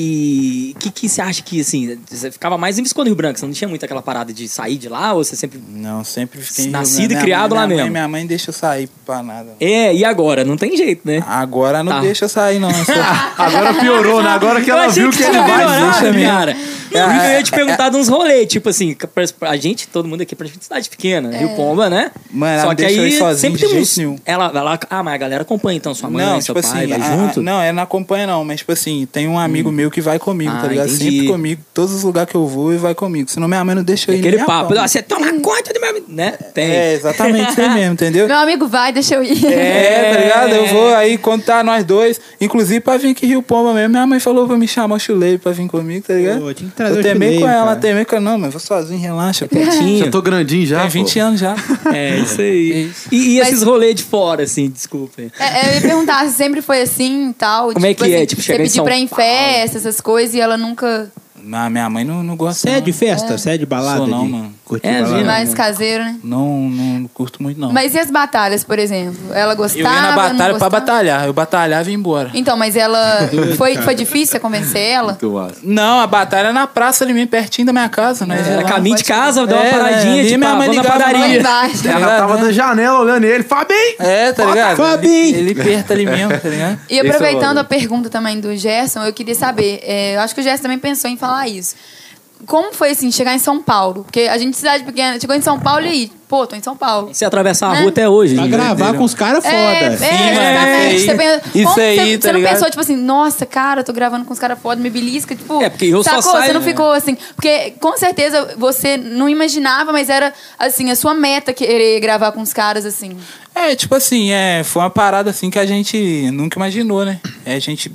E o que que você acha que, assim, você ficava mais em Visconde Rio Branco? Você não tinha muito aquela parada de sair de lá? Ou você sempre... Não, sempre fiquei... em Rio Nascido Grande. e criado minha lá mãe, mesmo. Minha mãe deixa eu sair pra nada. É, e agora? Não tem jeito, né? Agora não Tá. deixa eu sair, não. Eu sou- Agora piorou, né? Agora que Eu ela achei viu que que você ele ia vai, melhorar, deixa mesmo. cara. Não, eu ia te perguntar de uns rolês, tipo assim, pra, pra gente, todo mundo aqui, pra gente cidade pequena, Rio Pomba, né? Mano, ela Só não que deixa eu aí ir sozinho sempre de tem jeito uns... nenhum. Ela, ela, ah, mas a galera acompanha então, sua mãe, Não, seu tipo pai, assim, vai a- junto? a- não, é não acompanha não, mas tipo assim, tem um amigo meu que vai comigo, Ah, tá ligado? entendi. Sempre comigo, todos os lugares que eu vou, ele vai comigo. Senão minha mãe não deixa eu ir Aquele nem a papo, pau. ah, você toma conta do meu... Né? Tem. É, exatamente isso aí mesmo, entendeu? Meu amigo vai, deixa eu ir. É, tá ligado? Eu vou aí, quando tá nós dois, inclusive pra vir aqui em Rio Pomba mesmo, minha mãe falou pra me chamar o Chulei pra vir comigo, tá ligado? Pô, tinha que trazer eu o temei Chulei, com ela, cara. temei com ela, não, mas vou sozinho, relaxa. pô. Pertinho. Já tô grandinho já, Tem vinte pô. anos já. É, isso aí. Isso. E, e Mas- esses rolês de fora, assim, desculpa. É, eu ia perguntar se sempre foi assim e tal. Como é que é? assim, Tipo, você chegar em pedir São pra ir em Paulo. festa, essas coisas, e ela nunca... Não, minha mãe não, não gosta. Você é não. de festa? Você é de balada? Sou não, de mano. Curtir É, balada? viu? mais caseiro, né? Não, não curto muito, não. Mas e as batalhas, por exemplo? Ela gostava, eu ia na não batalha pra gostava? batalhar. Eu batalhava e ia embora. Então, mas ela... Foi, foi difícil você convencer ela? Muito massa. Não, a batalha é na praça ali mesmo, pertinho da minha casa, né? Era Lá. caminho de pode- casa, deu uma É, paradinha, né? Ali tipo, minha ah, mãe vamos na ligava Lá padaria. embaixo. Ela ligado, tava né? da janela olhando ele. Fabinho! É, tá ligado? Fabinho! Ele perto ali mesmo, tá ligado? E aproveitando Esse é o a pergunta também do Gerson, eu queria saber, é, eu acho que o Gerson também pensou em falar isso. Como foi, assim, chegar em São Paulo? Porque a gente, cidade pequena, chegou em São Paulo e aí, pô, tô em São Paulo. Você atravessar a Né? rua até hoje. Pra gente. gravar com os caras foda. É, é, Sim, exatamente. é, Você pensa, isso como aí, você, tá você não ligado? pensou, tipo assim, nossa, cara, eu tô gravando com os caras foda, me belisca, tipo... É, porque eu só sacou? saio, Você não né? ficou assim... Porque, com certeza, você não imaginava, mas era, assim, a sua meta querer gravar com os caras, assim. É, tipo assim, é, foi uma parada assim que a gente nunca imaginou, né? É, a gente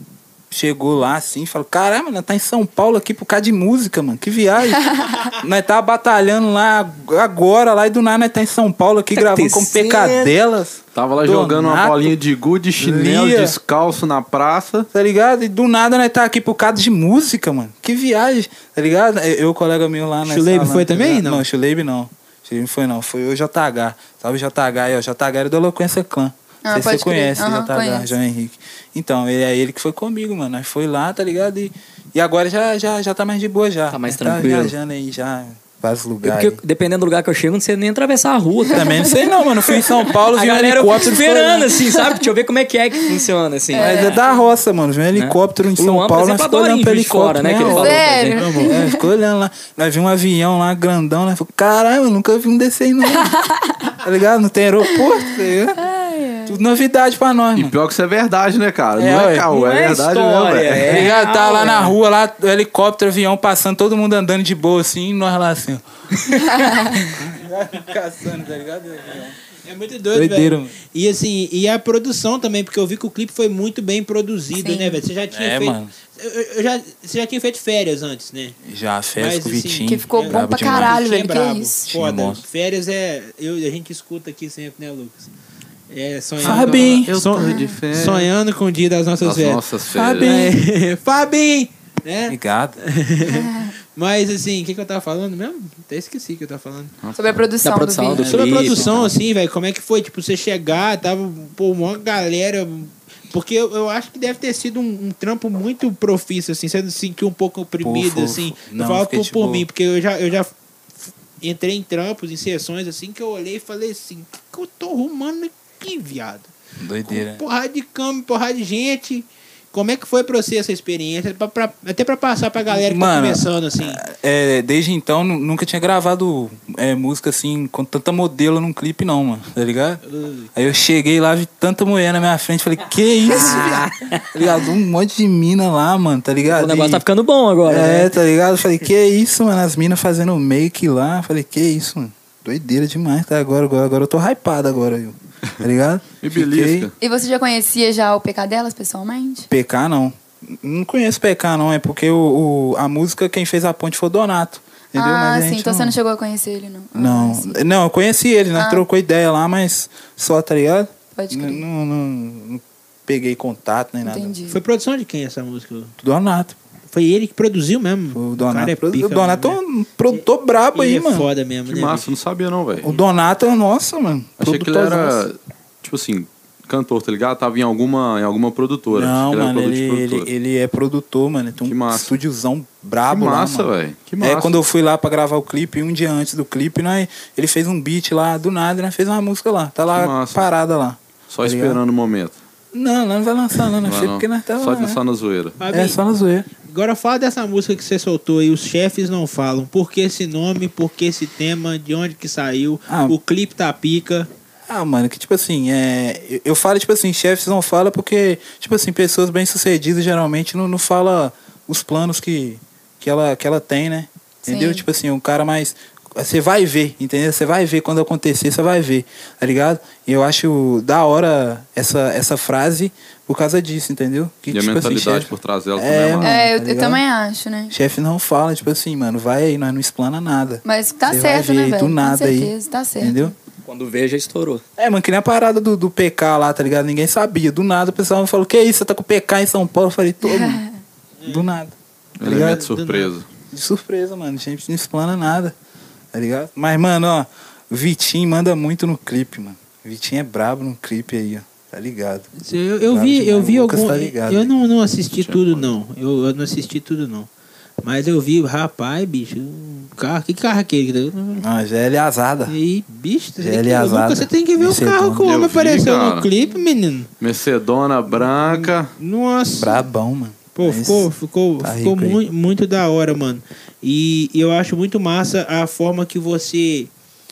chegou lá assim e falou: caramba, nós tá em São Paulo aqui por causa de música, mano. Que viagem. Nós tá batalhando lá agora, lá e do nada nós tá em São Paulo aqui Tá gravando com acontecendo. Pecadelas. Tava lá Donato, jogando uma bolinha de gude, chinelo, Lia. descalço na praça. Tá ligado? E do nada nós tá aqui por causa de música, mano. Que viagem, tá ligado? Eu, eu, colega meu lá... Chuleib foi também, não? Não, Chuleib não. Chuleib foi não, foi o J H. Salve J H aí, ó. J H era do Eloquência Clã. Ah, Não sei se você pode crer. conhece, Aham, J H, conheço. João Henrique. Então, ele é ele que foi comigo, mano. Nós foi lá, tá ligado? E, e agora já, já, já tá mais de boa já. Tá mais Nós tranquilo. Tá viajando aí já, vários É lugares. porque, dependendo do lugar que eu chego, não sei nem atravessar a rua, cara. Também não sei não, mano. Fui em São Paulo, A vi um galera eu fico helicóptero. esperando, foi- assim, sabe? Deixa eu ver como é que é que funciona, assim. Mas é da roça, mano. Vi um helicóptero em O São Luan, por Paulo, exemplo, nós ficou adora olhando pro ir de fora, helicóptero, né, que ele ó. falou pra Sério? gente. É, ficou olhando lá. Nós vimos um avião lá, grandão, né? Falei, caralho, eu nunca vi um desse aí, não. Tá ligado? Não tem aeroporto, tá ligado? Tudo novidade pra nós, E mano. pior que isso é verdade, né, cara? É, não ué. é caô, Não é é verdade história, mesmo, velho. é. Tá ligado? Tá lá real, na é. rua, lá, o helicóptero, avião passando, todo mundo andando de boa assim, e nós lá assim, ó. Caçando, tá ligado? É muito doido, Doideira, velho. mano. E assim, e a produção também, porque eu vi que o clipe foi muito bem produzido, Sim. né, velho? Você já tinha É, feito. mano. Eu, eu já, você já tinha feito férias antes, né? Já, férias Mas, com o assim, Vitinho. que ficou bom brabo pra demais. caralho. Vitinho velho, é que brabo, isso? Foda. Monstro. Férias é. Eu, a gente escuta aqui sempre, né, Lucas? É, sonhando. Fabinho. Eu Son- tô de férias. Sonhando com o dia das nossas As férias. nossas férias. Fabinho. É, Fabinho! Né? Obrigado. Mas assim, o que, que eu tava falando mesmo? Até esqueci o que eu tava falando. Sobre a produção, Da produção do do vídeo. Sobre a clipe, produção, então. assim, velho, como é que foi? Tipo, você chegar, tava, pô, uma galera. Porque eu, eu acho que deve ter sido um, um trampo muito profício, assim. Você se sentiu um pouco oprimido, Pô, assim. fofo. Eu Não, falo fiquei por, de por boa. mim, porque eu já, eu já f- entrei em trampos, em sessões, assim, que eu olhei e falei assim: o que, que eu tô arrumando aqui, viado? Doideira. Porrada de câmbio, porrada de gente. Como é que foi pra você essa experiência? Pra, pra- até pra passar pra galera que Mano, tá começando, assim. É, desde então, nu- nunca tinha gravado é, música assim, com tanta modelo num clipe, não, mano. Tá ligado? Aí eu cheguei lá, vi tanta mulher na minha frente, falei, que isso, viado? Tá ligado? Um monte de mina lá, mano, tá ligado? O negócio E- tá ficando bom agora, É, né? tá ligado? Falei, que isso, mano? As minas fazendo make lá. Falei, que isso, mano? Doideira demais, tá? Agora, agora, agora eu tô hypado agora, viu? Tá ligado? Me Fiquei- belisca. E você já conhecia já o Pecadelas pessoalmente? P K não. Não conheço P K não, é porque o, o- a música quem fez a ponte foi o Donato. Entendeu? Ah, Mas a sim. gente Então não... você não chegou a conhecer ele, não? Ah, Não, sim. não, eu conheci ele, nós Ah. trocou ideia lá, mas só, tá ligado? Pode Não, crer. não, não- não peguei contato nem nada. Entendi. Foi produção de quem essa música? Do Donato. Foi ele que produziu mesmo. O cara Donato, é produ- pica, o Donato é mano, né? um produtor brabo Ele aí, é mano. foda mesmo, Que né? massa, bicho? não sabia não, velho. O Donato é, nossa, mano. Achei que ele produtorzaço. era, tipo assim, cantor, tá ligado? Tava em alguma, em alguma produtora. Não, Achei que mano, era ele, produto de ele, produtora. ele é produtor, mano. Ele tem Que um massa. estúdiozão Que brabo lá, massa, mano. velho. Que massa. É, quando eu fui lá pra gravar o clipe, um dia antes do clipe, nós, ele fez um beat lá do nada e nós fez uma música lá. Tá Que lá massa. parada lá. Só tá ligado? esperando o momento. Não, não vai lançar, não. Não Não, sei não. porque nós tava Só, lá, né? só na zoeira. Fabinho, É, só na zoeira. agora fala dessa música que você soltou aí, Os Chefes Não Falam. Por que esse nome? Por que esse tema? De onde que saiu? Ah. O clipe tá pica. Ah, mano, que tipo assim, é, eu, eu falo, tipo assim, chefes não falam porque, tipo assim, pessoas bem-sucedidas geralmente não, não fala os planos que, que, ela, que ela tem, né? Entendeu? Sim. Tipo assim, um cara mais... Você vai ver, entendeu? Você vai ver quando acontecer, você vai ver, tá ligado? E eu acho da hora essa, essa frase por causa disso, entendeu? Que, E a tipo assim, mentalidade chefe- por trás dela É, também é mano. massa. É, eu, tá eu ligado? também acho, né? Chefe não fala, tipo assim, mano, vai aí, nós não explana nada. Mas tá Você certo, vai ver né, velho? do nada Com aí, certeza, tá certo. entendeu? Quando vê, já estourou. É, mano, que nem a parada do, do P K lá, tá ligado? Ninguém sabia. Do nada o pessoal me falou, que isso, você tá com o P K em São Paulo? Eu falei, tô, mano. Do nada. Tá Elemento ligado? de surpresa. De surpresa, mano. A gente não explana nada. Tá ligado? Mas, mano, ó, o Vitinho manda muito no clipe, mano. O Vitinho é brabo no clipe aí, ó. Tá ligado? Eu, eu Bravo vi, eu demais, vi o Lucas algum. tá ligado, eu né? não, não assisti tudo, não. Eu, eu não assisti tudo, não. Mas eu vi, rapaz, bicho, um carro. Que carro é aquele? Não, já é Eliasada. E, bicho, você, G L tem que, azada. Lucas, você tem que ver o Mercedona. carro que o Eu homem vi, apareceu cara. no clipe, menino. Mercedona branca. Nossa. Brabão, mano. Pô, Mas ficou, ficou, tá ficou rico aí. muito, muito da hora, mano. E eu acho muito massa a forma que você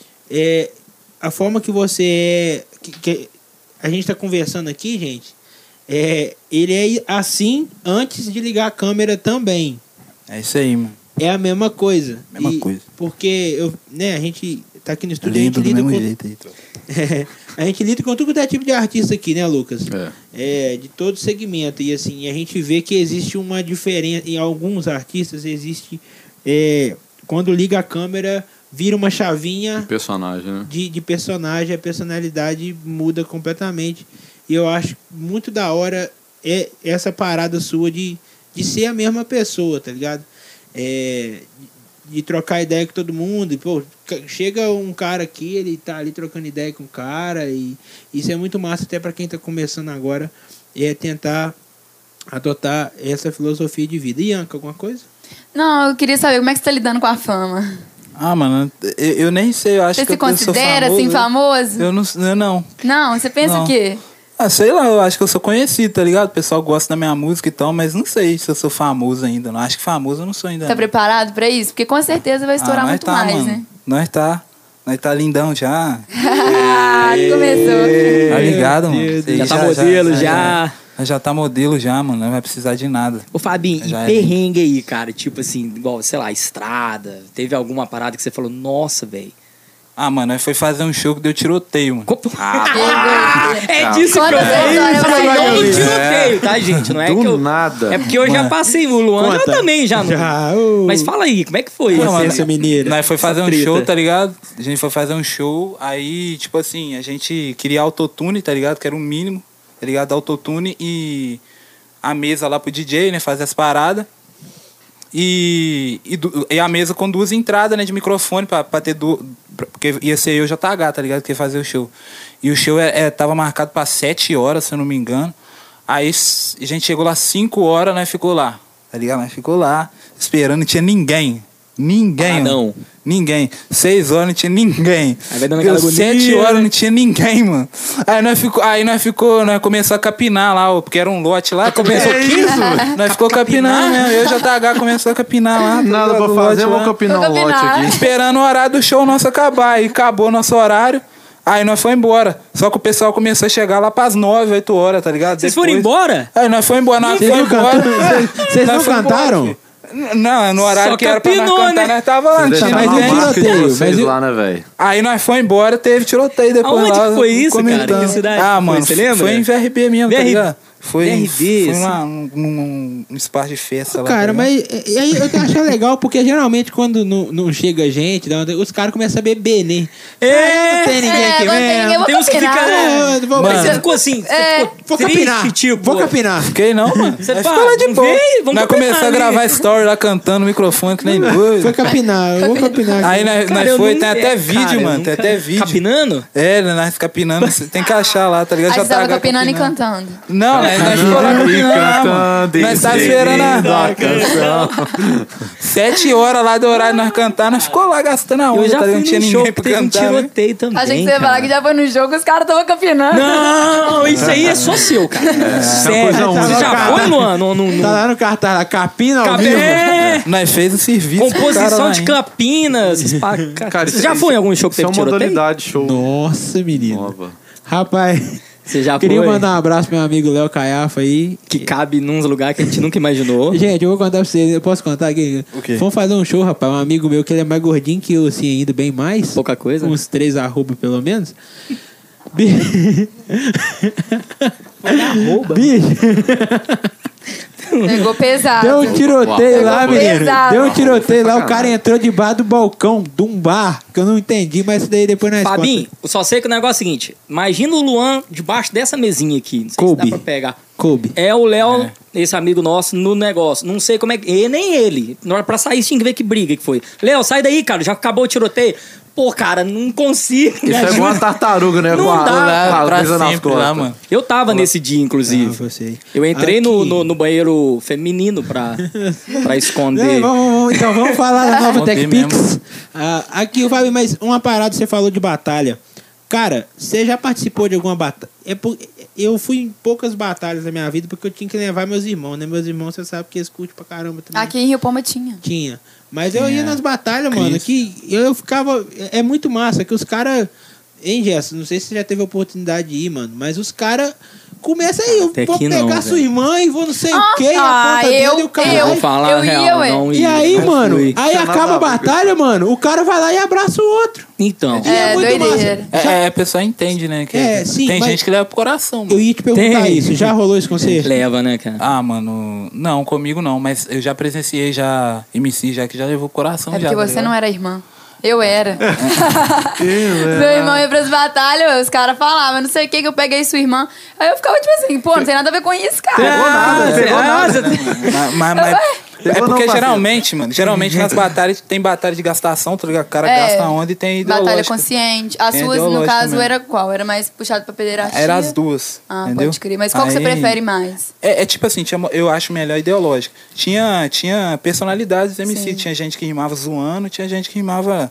é, a forma que você é, que, que a gente tá conversando aqui, gente. É, ele é assim antes de ligar a câmera também. É isso aí, mano. É a mesma coisa. Mesma E- coisa. Porque eu, né, a gente tá aqui no estúdio, Lindo a do gente lida mesmo com jeito aí, troca. É, a gente lida com todo tipo de artista aqui, né, Lucas? É. É, de todo segmento. E assim, a gente vê que existe uma diferença. Em alguns artistas existe. É, quando liga a câmera, vira uma chavinha. De personagem, né? De, de personagem, a personalidade muda completamente. E eu acho muito da hora é essa parada sua de, de ser a mesma pessoa, tá ligado? É, de trocar ideia com todo mundo. E, pô, chega um cara aqui, ele tá ali trocando ideia com o cara. E isso é muito massa até para quem tá começando agora. É tentar adotar essa filosofia de vida. Ianca, alguma coisa? Não, eu queria saber como é que você tá lidando com a fama. Ah, mano, eu, eu nem sei, eu acho Você que se eu, eu sou considera famoso. assim famoso? Eu não, eu não. Não, você pensa Não. o quê? Ah, sei lá, eu acho que eu sou conhecido, tá ligado? O pessoal gosta da minha música e tal, mas não sei se eu sou famoso ainda. Não acho que famoso eu não sou ainda. Tá não. preparado pra isso? Porque com certeza vai estourar ah, nós muito tá, mais, mano. né? Nós tá. Nós tá lindão já. Ah, começou. Tá ligado, mano? Deus, Você Já tá modelo, já. Nós já tá modelo já, mano. Não vai precisar de nada. Ô, Fabinho, e Já é. perrengue aí, cara? Tipo assim, igual, sei lá, estrada. Teve alguma parada que você falou, nossa, velho. Ah, mano, nós foi fazer um show que deu tiroteio, mano. É disso que eu Conta essa história pra falei. Não no mim. tiroteio, tá, gente? Não é Do que eu... nada. É porque eu já passei, o Luan já Conta. também já. Não... Já, ô. Mas fala aí, como é que foi Não, isso? mano, essa mineira. Nós foi fazer Essa um treta. show, tá ligado? A gente foi fazer um show, aí, tipo assim, a gente queria autotune, tá ligado? Que era o mínimo, tá ligado? Autotune e a mesa lá pro D J, né? Fazer as paradas. E, e, du- e a mesa com duas entradas, né? De microfone pra, pra ter duas. Porque ia ser eu e o J H, tá ligado? Que ia fazer o show. E o show é, é, tava marcado pra sete horas, se eu não me engano. Aí s- a gente chegou lá cinco horas, né? Ficou lá, tá ligado? Nós ficou lá, esperando, não tinha ninguém. Ninguém. Ah, mano. não. Ninguém. Seis horas não tinha ninguém. Aí vai dando Deu aquela sete agonia. horas não tinha ninguém, mano. Aí nós ficou, aí nós ficou, nós começou a capinar lá, ó, porque era um lote lá. Começou Que isso, velho? Nós ficou capinando, né? Eu e o J H começou a capinar lá. tá Nada ligado? pra O fazer, lote vou lá. capinar Vou um lote capinar. aqui. Esperando o horário do show nosso acabar. Aí acabou nosso horário. Aí nós foi embora. Só que o pessoal começou a chegar lá pras nove, oito horas, tá ligado? Vocês Depois- foram embora? Aí nós foi embora, nós Vocês foi não embora. cantaram? Vocês- vocês Nós não foi embora, cantaram? filho. Não, no horário Só que era pra nós capinou, cantar, né? nós tava lá. Vocês não tinha deixaram mas a e ninguém. o marca de tiroteio? vocês Mas e- lá, né, velho? Aí nós foi embora, teve tiroteio depois Aonde lá. que foi isso, comentando. cara? Que cidade Ah, foi? mano, Você lembra? foi em V R B mesmo, V R B? tá ligado? Foi, V R B, foi sim. lá, num, num, num espaço de festa lá. Cara, tá mas ligado? e aí eu acho legal, porque geralmente quando não, não chega gente, dá uma- os caras começam a beber, né? É, Ah, não tem ninguém é, aqui não tem mesmo. ninguém, eu vou Tem uns que capinar. ficam. É, vou- Mas Mano. você ficou assim, você É. ficou Vou triste, capinar. tipo. Vou capinar. Fiquei não, mano. Você Nós fala, ficou lá de não boa. veio? Vamos Nós capinar começamos a ali. gravar story lá cantando no microfone, que nem doido. Foi capinar, eu vou capinar. Aí nós, Cara, nós eu foi, nunca- tem até é, vídeo, cara, eu mano. Tem nunca- até vídeo. Capinando? É, nós capinando. Tem que achar lá, tá ligado? Aí Já você tava tá capinando e capinando. cantando. Não, nós, nós ficou lá capinando lá, mano. Nós tá esperando a... Sete horas lá do horário nós cantar, nós ficou lá gastando a onda, Eu já tá ligado? fui Não tinha num ninguém show que pra teve um cantar, né? tiroteio também. Achei que você ia cara. falar que já foi no jogo, os caras estavam capinando. Não, isso aí é só seu, cara. Sério. coisa Você única. já foi no... no, no, no... Tá lá no cartaz, a capina ao vivo. É, Nós fez o serviço pro cara composição lá, de hein? Campinas. Pá, Cara, Você isso- já foi em algum show que Isso é teve uma tiroteio? modalidade show Nossa, menino. nova. Rapaz, Você já queria foi? mandar um abraço pro meu amigo Léo Caiafa aí. Que cabe num lugar que a gente nunca imaginou. Gente, eu vou contar pra vocês. Eu posso contar aqui? O quê? Fomos fazer um show, rapaz. Um amigo meu que ele é mais gordinho que eu, assim, ainda bem mais. Pouca coisa. Uns três arroba, pelo menos. Bi- Arroba. Bicho, Pegou pesado. deu um tiroteio Uau. lá, Pegou menino. pesado. Deu um tiroteio lá, o cara entrou debaixo do balcão de um bar, que eu não entendi, mas isso daí depois nós Fabinho, conta. eu só sei que o negócio é o seguinte. Imagina o Luan debaixo dessa mesinha aqui. Não sei Kobe. se dá pra pegar. Kobe. É o Léo, esse amigo nosso, no negócio. Não sei como é que... E nem ele. Na hora pra sair, tinha que ver que briga que foi. Léo, sai daí, cara. Já acabou o tiroteio. Pô, cara, não consigo. Isso é igual uma tartaruga, né? Não com a, dá. com a Pra coisa nas sempre lá, costas. mano. Eu tava nesse dia, Ah, inclusive. você. Eu entrei no, Aqui. no, no banheiro feminino pra, pra Não, esconder. vamos, vamos, então, vamos falar da nova Contei TechPix. mesmo. Ah, aqui, o Fábio, mas uma parada, você falou de batalha. Cara, você já participou de alguma batalha? É por... Eu fui em poucas batalhas na minha vida porque eu tinha que levar meus irmãos, né? Meus irmãos, você sabe que eles curtem pra caramba também. Aqui em Rio Pomba tinha. Tinha. Mas eu ia Tinha. nas batalhas, mano, que eu, eu ficava... É é muito massa, que os caras... Hein, Gerson? Não sei se você já teve a oportunidade de ir, mano, mas os caras Começa aí, eu Até vou que pegar não, sua velho. irmã e vou não sei Ah, o quê, ah, a ponta eu- dele e o cara. eu- Vou falar eu a real, ia, ué. não E ia, aí, não mano, fui. aí Tinha acaba a nada a ver. batalha, mano, o cara vai lá e abraça o outro. Então, E é, É, muito doideira. massa. Já- É, a pessoa entende, né? Que É, sim, tem mas- gente que leva pro coração, mano. Eu ia te perguntar Tem. isso, já rolou isso com você? leva, né, cara? Ah, mano, não, comigo não, mas eu já presenciei já M C já que já levou coração É já. porque tá você ligado? não era irmã. Eu era. Meu irmão ia pras batalhas, os caras falavam, não sei o que, que eu peguei sua irmã. Aí eu ficava tipo assim, pô, não tem nada a ver com isso, cara. Pegou nada, você- pegou ah, nada. você- Mas, mas- mas- é Pegou não, porque parceiro. geralmente, mano, geralmente nas batalhas tem batalha de gastação, tá ligado? O cara É, gasta onde e tem ideológica. Batalha consciente. As Tem suas, no ideológica caso, mesmo. era qual? Era mais puxado pra pederastia? Era as duas, Ah, entendeu? pode crer. Mas qual que você Aí- prefere mais? É, é tipo assim, tinha, eu acho melhor ideológica. Tinha, tinha personalidades M C, Sim. tinha gente que rimava zoando, tinha gente que rimava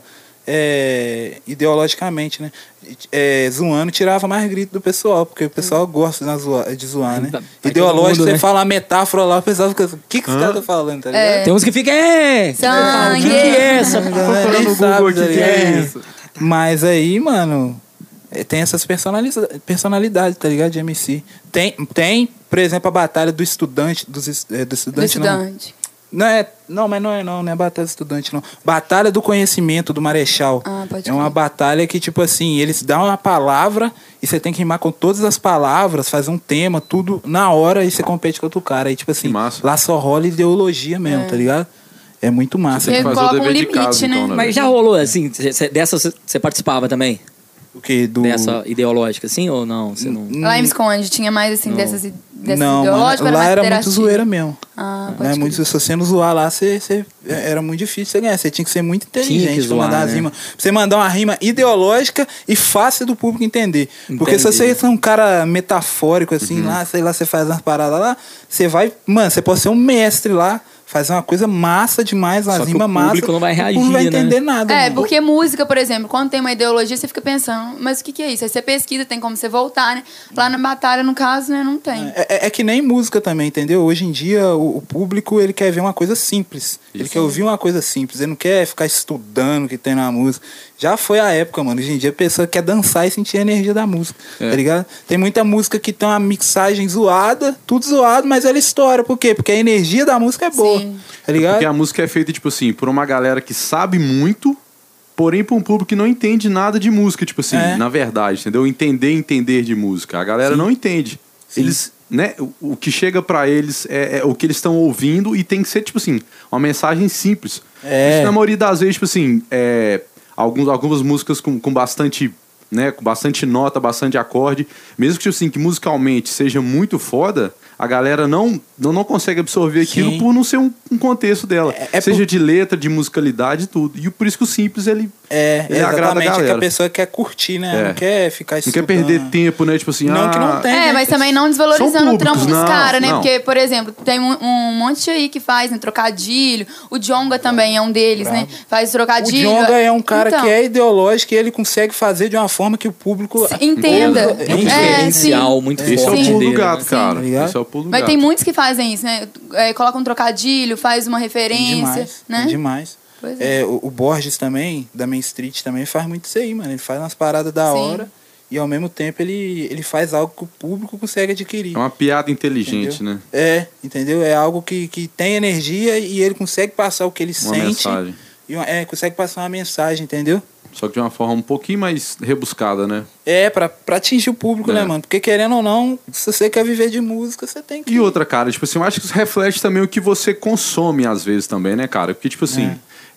é, ideologicamente, né? É, zoando tirava mais grito do pessoal, porque o pessoal gosta de zoar, de zoar né? Tá- tá Ideológico, todo mundo, você né? fala uma metáfora lá, o pessoal fica assim, o que, que esse cara tá falando, tá ligado? Tem uns que ficam, é, Sangue. o que, que é essa? Procurando Nem no sabe, Google aqui, tá que é ligado? isso. Mas aí, mano, é, tem essas personaliza- personalidades, tá ligado? De M C. Tem, tem, por exemplo, a batalha do estudante, dos, es- é, do Do estudante, não. estudante. Não, é, não, mas não é não, não é batalha do estudante, não. Batalha do conhecimento do Marechal. Ah, pode é uma crer. batalha que, tipo assim, eles dão uma palavra e você tem que rimar com todas as palavras, fazer um tema, tudo na hora e você compete com outro cara. Aí, tipo assim, Que massa. lá só rola ideologia mesmo, É. tá ligado? É muito massa. Tem que Ele fazer o coloca um dever de limite, casa, né? então, né? Mas já rolou assim, cê- cê- dessa você- você participava também? O que? Do... Dessa ideológica, assim, ou não? Você não... Lá em Visconde tinha mais, assim, dessas, i- dessas Não, ideológicas? mano, lá mais era muito pederastia? zoeira mesmo. Ah, pode Não é crer. muito, se você não zoar lá, você, você- era muito difícil você ganhar. Você tinha que ser muito Tinha que inteligente pra zoar, mandar as né? rimas. Pra você mandar uma rima ideológica e fácil do público entender. Porque se Entendi. você é um cara metafórico, assim, Uhum. lá, sei lá, você faz umas paradas lá, você vai. Mano, você pode ser um mestre lá, fazer uma coisa massa demais, Só umas que rimas o massas. público não vai O público reagir, não vai né? entender nada. É, mano. porque música, por exemplo, quando tem uma ideologia, você fica pensando, mas o que, que é isso? Aí você pesquisa, tem como você voltar, né? Lá na batalha, no caso, né, não tem. É, é- é que nem música também, entendeu? Hoje em dia o, o público ele quer ver uma coisa simples. Ele quer ouvir uma coisa simples. Ele não quer ficar estudando o que tem na música. Já foi a época, mano. Hoje em dia a pessoa quer dançar e sentir a energia da música. É. Tá ligado? Tem muita música que tem uma mixagem zoada, tudo zoado, mas ela estoura. Por quê? Porque a energia da música é boa. Sim. Tá ligado? Porque a música é feita, tipo assim, por uma galera que sabe muito, porém por um público que não entende nada de música, tipo assim, É. na verdade, entendeu? Entender, entender de música. A galera não entende. Eles, né, o, o que chega pra eles é, é o que eles estão ouvindo e tem que ser, tipo assim, uma mensagem simples. É. Isso, na maioria das vezes, tipo assim, é, alguns, algumas músicas com, com bastante, né, com bastante nota, bastante acorde, mesmo que, tipo assim, que musicalmente seja muito foda, a galera não, não, não consegue absorver aquilo Sim. por não ser um, um contexto dela. É- é seja por- de letra, de musicalidade e tudo. E por isso que o simples, ele, É, ele agrada a exatamente. É que a galera. pessoa quer curtir, né? É. Não quer ficar Não quer estudando. perder tempo, né? Tipo assim, Não, ah, que não tem. É, né? mas também não desvalorizando São o trampo públicos, dos não, caras, né? não. Porque, por exemplo, tem um, um monte aí que faz, né? Trocadilho. O Djonga também é um deles, né? Faz O trocadilho. Djonga é um cara Então, que é ideológico e ele consegue fazer de uma forma que o público... se entenda. É um É um É, diferencial sim. muito Esse forte é o pulo dele, do gato, né? cara. Tá ligado? Esse é o pulo do Mas gato. tem muitos que fazem isso, né? É, coloca um trocadilho, faz uma Tem referência, demais, né? tem demais. Pois é. É, o, o Borges também, da Main Street, também faz muito isso aí, mano. Ele faz umas paradas da Sim. hora e ao mesmo tempo ele, ele faz algo que o público consegue adquirir. É uma piada inteligente, entendeu? né? É, entendeu? É algo que, que tem energia e ele consegue passar o que ele Uma sente. mensagem. E uma- é, consegue passar uma mensagem, entendeu? Só que de uma forma um pouquinho mais rebuscada, né? É, pra, pra atingir o público, É. né, mano? Porque querendo ou não, se você quer viver de música, você tem que... E outra, cara, tipo assim, eu acho que isso reflete também o que você consome às vezes também, né, cara? Porque, tipo assim,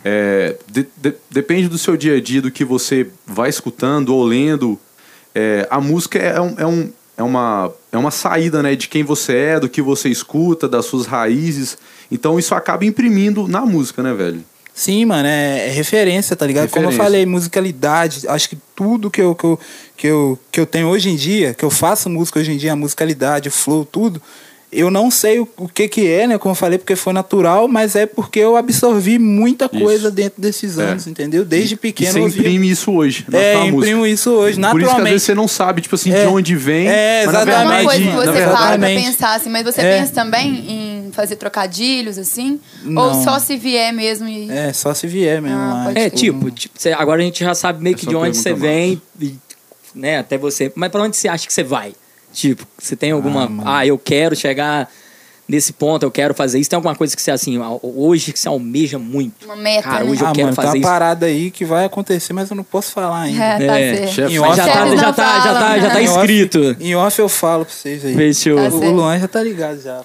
é, de- de- depende do seu dia a dia, do que você vai escutando ou lendo. É, a música é, um, é, um, é, uma, é uma saída, né, de quem você é, do que você escuta, das suas raízes. Então isso acaba imprimindo na música, né, velho? Sim, mano, é, é referência, tá ligado? Como eu Referência. falei, musicalidade, acho que tudo que eu, que, eu, que, eu, que eu tenho hoje em dia, que eu faço música hoje em dia, a musicalidade, o flow, tudo, eu não sei o, o que que é, né? Como eu falei, porque foi natural, mas é porque eu absorvi muita coisa Isso. dentro desses É. anos, entendeu? Desde E pequeno você eu ouvia- imprime isso hoje na É, sua música. imprimo isso hoje, Por isso que às naturalmente. vezes você não sabe, tipo assim, É. de onde vem. É, mas na Não é uma exatamente, coisa que verdade, você na para pra verdade, Exatamente. pensar assim, mas você É. pensa também em fazer trocadilhos, assim? Ou Não. só se vier mesmo e... É, só se vier mesmo. Ah, lá, pode É, Tipo, tipo, tipo, cê- agora a gente já sabe meio que Essa de onde você pergunta vem, e, né, até você. Mas pra onde você acha que você vai? Tipo, você tem alguma... Ah, ah, eu quero chegar nesse ponto, eu quero fazer isso. Tem alguma coisa que você, assim, hoje que você almeja muito? Uma meta, Cara, hoje né? eu Ah, quero mano, fazer tá uma isso. parada aí que vai acontecer, mas eu não posso falar ainda. É, tá É, certo. chefe, Em Mas off, já tá, Chefes já não tá, já tá, falam. já tá Em off- escrito. Em off eu falo pra vocês aí. Fechou. Tá O, certo. o Luan já tá ligado já.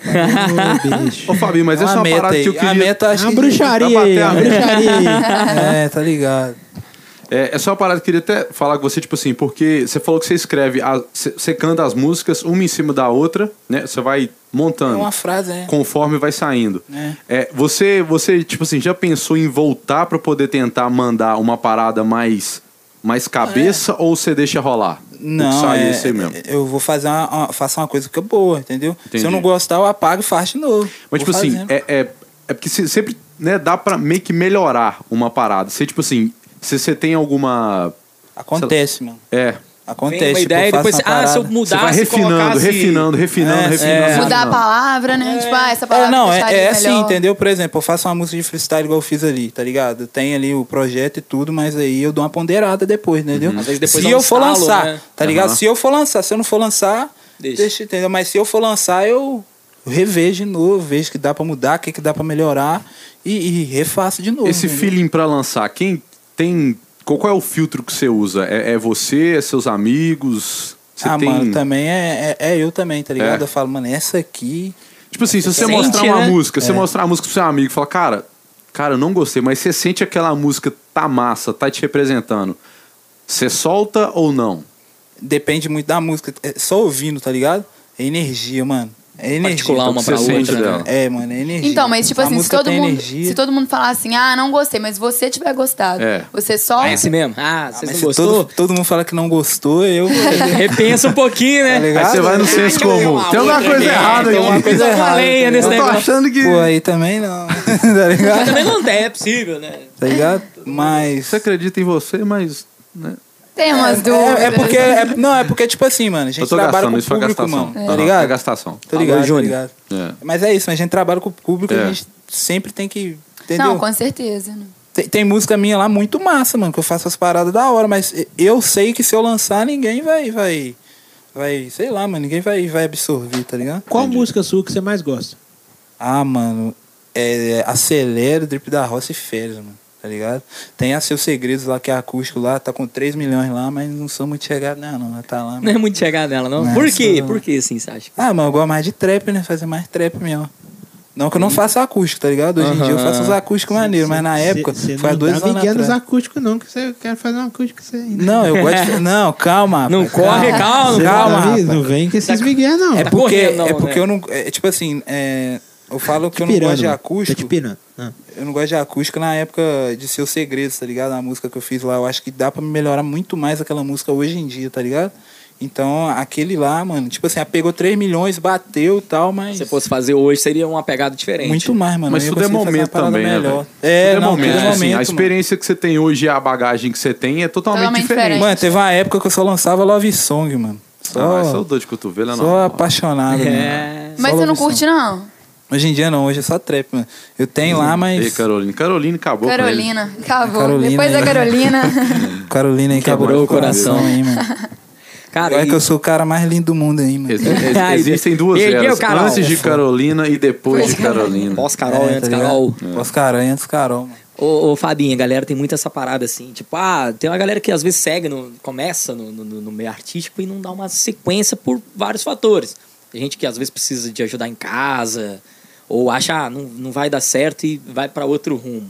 Ô, bicho. Ô, Fabinho, mas É essa é uma uma meta parada aí. que eu A queria... meta É acho uma que... bruxaria Pra aí, bater a uma meta. bruxaria aí. É, tá ligado. É, é só uma parada que eu queria até falar com você, tipo assim, porque você falou que você escreve, a- você você canta as músicas, uma em cima da outra, né? Você vai É montando. uma frase, né? Conforme vai saindo. É. É, você, você, tipo assim, já pensou em voltar pra poder tentar mandar uma parada mais, mais cabeça ou você deixa rolar? O que Não, sai é, esse aí mesmo. eu vou fazer uma, uma, faço uma coisa que é boa, entendeu? Entendi. Se eu não gostar, eu apago e faço de novo. Mas, tipo Vou assim, fazendo. é, é, é porque se- sempre né, dá pra meio que melhorar uma parada. Você, tipo assim, se você tem alguma. Acontece, mano. É. Acontece. Vem uma tipo, ideia e eu faço depois, uma ah, se eu parada. Você vai mudasse, refinando, colocasse... refinando, refinando, É, refinando. é. Mudar a refinando. palavra, né? Tipo, ah, essa palavra É, não, é, deixaria é assim, melhor. entendeu? Por exemplo, eu faço uma música de freestyle igual eu fiz ali, tá ligado? Tem ali o projeto e tudo, mas aí eu dou uma ponderada depois, entendeu? Às vezes depois se dá um eu for estalo, lançar, né? tá ligado? Aham. Se eu for lançar, se eu não for lançar, Deixa. deixa, entendeu? Mas se eu for lançar, eu revejo de novo, vejo que dá pra mudar, o que, que dá pra melhorar e, e refaço de novo. Esse entendeu? feeling pra lançar, quem tem. Qual, qual é o filtro que você usa? É, é você? É seus amigos? Você ah, tem. mano, também é, é, é eu também, tá ligado? É. Eu falo, mano, essa aqui. Tipo assim, se você Sente, mostrar uma né? música, você É. mostrar uma música pro seu amigo e falar, cara, cara, eu não gostei, mas você sente aquela música tá massa, tá te representando. Você solta ou não? Depende muito da música. É só ouvindo, tá ligado? É energia, mano. É energia. Particular uma Você pra sente outra, dela. né? É, mano, é energia. Então, mas tipo A assim, se música todo, tem mundo, energia. se todo mundo falar assim, ah, não gostei, mas você tiver gostado, É. você só... Ah, é assim mesmo? Ah, Ah, vocês mas não se gostou? todo, todo mundo fala que não gostou, eu. Repensa um pouquinho, né? Tá ligado? Aí você vai no senso que eu- comum. uma Tem alguma outra coisa ideia, errada tem aqui. uma coisa Tem alguma errada. lenha tá nesse Eu tô ligado? achando que. Pô, aí também não. tá Mas ligado? também não tem, é possível, né? Tá ligado? Mas. Você acredita em você, mas. Né? Tem umas dúvidas. É, é porque. é- não, é porque, tipo assim, mano, a Eu gente tô trabalha gastando, com o isso foi público, gastação. mano. Tá Aham, É ligado? gastação. Tô ligado, Alô, tô Júnior. ligado. É. Mas é isso, mas a gente trabalha com o público e É. a gente sempre tem que. Entendeu? Não, com certeza. né? Tem, tem música minha lá muito massa, mano, que eu faço as paradas da hora, mas eu sei que se eu lançar, ninguém vai. Vai, vai sei lá, mano, ninguém vai, vai absorver, tá ligado? Qual música sua que você mais gosta? Ah, mano, é, Acelera, Drip da Roça e Férias, mano, tá ligado? Tem a Seus Segredos lá, que é acústico lá, tá com três milhões lá, mas não sou muito chegado, não, não, tá lá. Não Mano. é muito chegar nela, não? Não, Por quê? só- Por que, assim, você acha? Ah, mano, eu gosto mais de trap, né? Fazer mais trap mesmo. Não que eu não faça acústico, tá ligado? Hoje em dia eu faço os acústicos maneiros, mas na época, Cê- cê foi há não dois tá anos migué nos atrás. acústicos, não, que você quer fazer um acústico com você ainda. Não, eu gosto de... Não, calma. Não rapaz, corre, calma, Cê calma, tá- rapaz. Não vem com esses migué, não. É Tá porque, correndo, não, é porque né? eu não... É, tipo assim, é, eu falo que eu não pirando, gosto de mano. Tô acústico. te pirando. Ah. Eu não gosto de acústico na época de Seus Segredos, tá ligado? A música que eu fiz lá, eu acho que dá pra melhorar muito mais aquela música hoje em dia, tá ligado? Então, aquele lá, mano, tipo assim, ela pegou três milhões, bateu e tal, mas... Se você fosse fazer hoje, seria uma pegada diferente. Muito mais, mano. Mas Eu ia tudo é conseguir fazer uma momento parada também, né, melhor. velho? É, Tudo é não, momento. tudo é Tipo assim, momento, a mano. experiência que você tem hoje e a bagagem que você tem é totalmente, Totalmente diferente. diferente. Mano, teve uma época que eu só lançava Love Song, mano. Só, Ah, essa dor de cotovelo é só normal. apaixonado, mano. É. Mas Só você não love song. curte, não? Hoje em dia não, hoje é só trap, mano. Eu tenho lá, Ei, mas... Carolina. Carolina acabou com ele. Carolina. Acabou. Carolina Depois da aí. Carolina. Carolina aí Quebrou acabou o com coração. aí, mano. Cara, Olha e- que eu sou o cara mais lindo do mundo aí, mano. Ex- ex- Existem duas Ergueu, eras. Carol. Antes de Carolina e depois de Carolina. pós-Carol, É, antes tá Carol. ligado? Oscar antes de Carol, mano. Ô, ô, Fabinho, a galera tem muito essa parada assim, tipo, ah, tem uma galera que às vezes segue, no, começa no, no, no meio artístico e não dá uma sequência por vários fatores. Tem gente que às vezes precisa de ajudar em casa, ou acha, ah, não, não vai dar certo e vai pra outro rumo.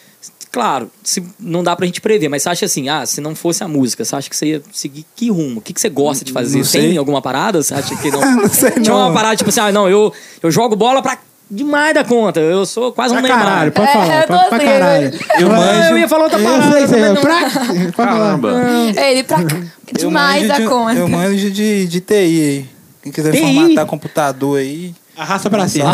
Claro, se, não dá pra gente prever, mas você acha assim, ah, se não fosse a música, você acha que você ia seguir que rumo? O que, que você gosta de fazer? Não sei. Tem alguma parada? Você acha que não? Não sei Tinha não. uma parada tipo assim, ah, não, eu, eu jogo bola pra demais da conta, eu sou quase um Pra Neymar. caralho, pode É, falar. eu tô Pra, pra assim, caralho. Eu Ah, manjo... eu ia falar outra Eu parada. sei, sei. mas não- Pra... Pode falar. Caramba. É, ele pra... eu demais manjo da de- conta. Eu manjo de, de T I aí. Quem quiser T I? formatar computador aí, Arrasta pra cima.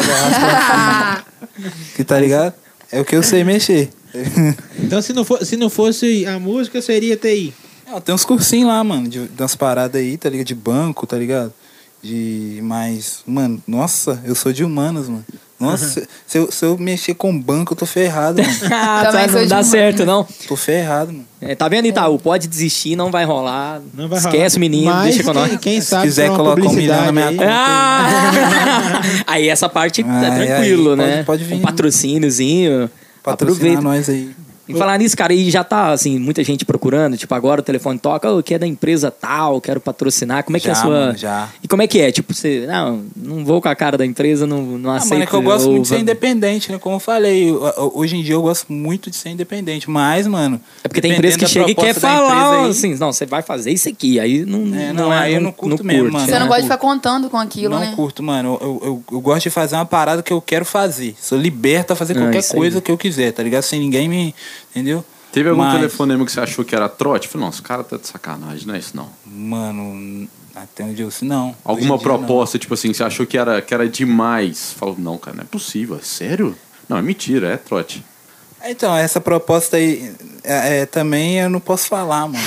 que tá ligado? É o que eu sei mexer. Então, se não, for, se não fosse a música, seria T I. Não, tem uns cursinhos lá, mano, de, de umas paradas aí, tá ligado? De banco, tá ligado? De mais. Mano, nossa, eu sou de humanas, mano. Nossa, uhum. se, eu, se eu mexer com banco, eu tô ferrado, mano. Ah, tá, não dá certo, não. Tô ferrado, mano. É, tá vendo, Itaú? Pode desistir, não vai rolar. Não vai Esquece rolar. o menino, Mas deixa com nós. Quem, quem sabe se quiser colocar um milhão na minha aí, conta. Ah! Aí essa parte tá Ai, tranquilo, aí, né? Pode, pode vir. Um patrocíniozinho. Patrocinar Aproveita. nós aí. E falar nisso, cara, e já tá, assim, muita gente procurando, tipo, agora o telefone toca, eu quero da empresa tal, quero patrocinar, como é que já, é a sua... Mano, já. E como é que é? Tipo, você, não, não vou com a cara da empresa, não, não ah, aceito... Mano, é que eu gosto ou... muito de ser independente, né? Como eu falei, hoje em dia eu gosto muito de ser independente, mas, mano... É porque tem empresa que chega e quer falar, assim, não, você vai fazer isso aqui, aí não é, não, não é, aí eu não curto não mesmo, curte, mano. Você né? não pode ficar contando com aquilo, não né? Não curto, mano. Eu, eu, eu gosto de fazer uma parada que eu quero fazer. Sou liberto a fazer qualquer ah, coisa que eu quiser, tá ligado? Sem ninguém me... Entendeu? Teve algum Mas... telefonema que você achou que era trote? Falei, nossa, o cara tá de sacanagem, não é isso não. Mano, até onde eu sei, não. Alguma dia, proposta, não. tipo assim, você achou que era, que era demais? Falou, não, cara, não é possível, é sério? Não, é mentira, é trote. Então, essa proposta aí, é, é, também eu não posso falar, mano.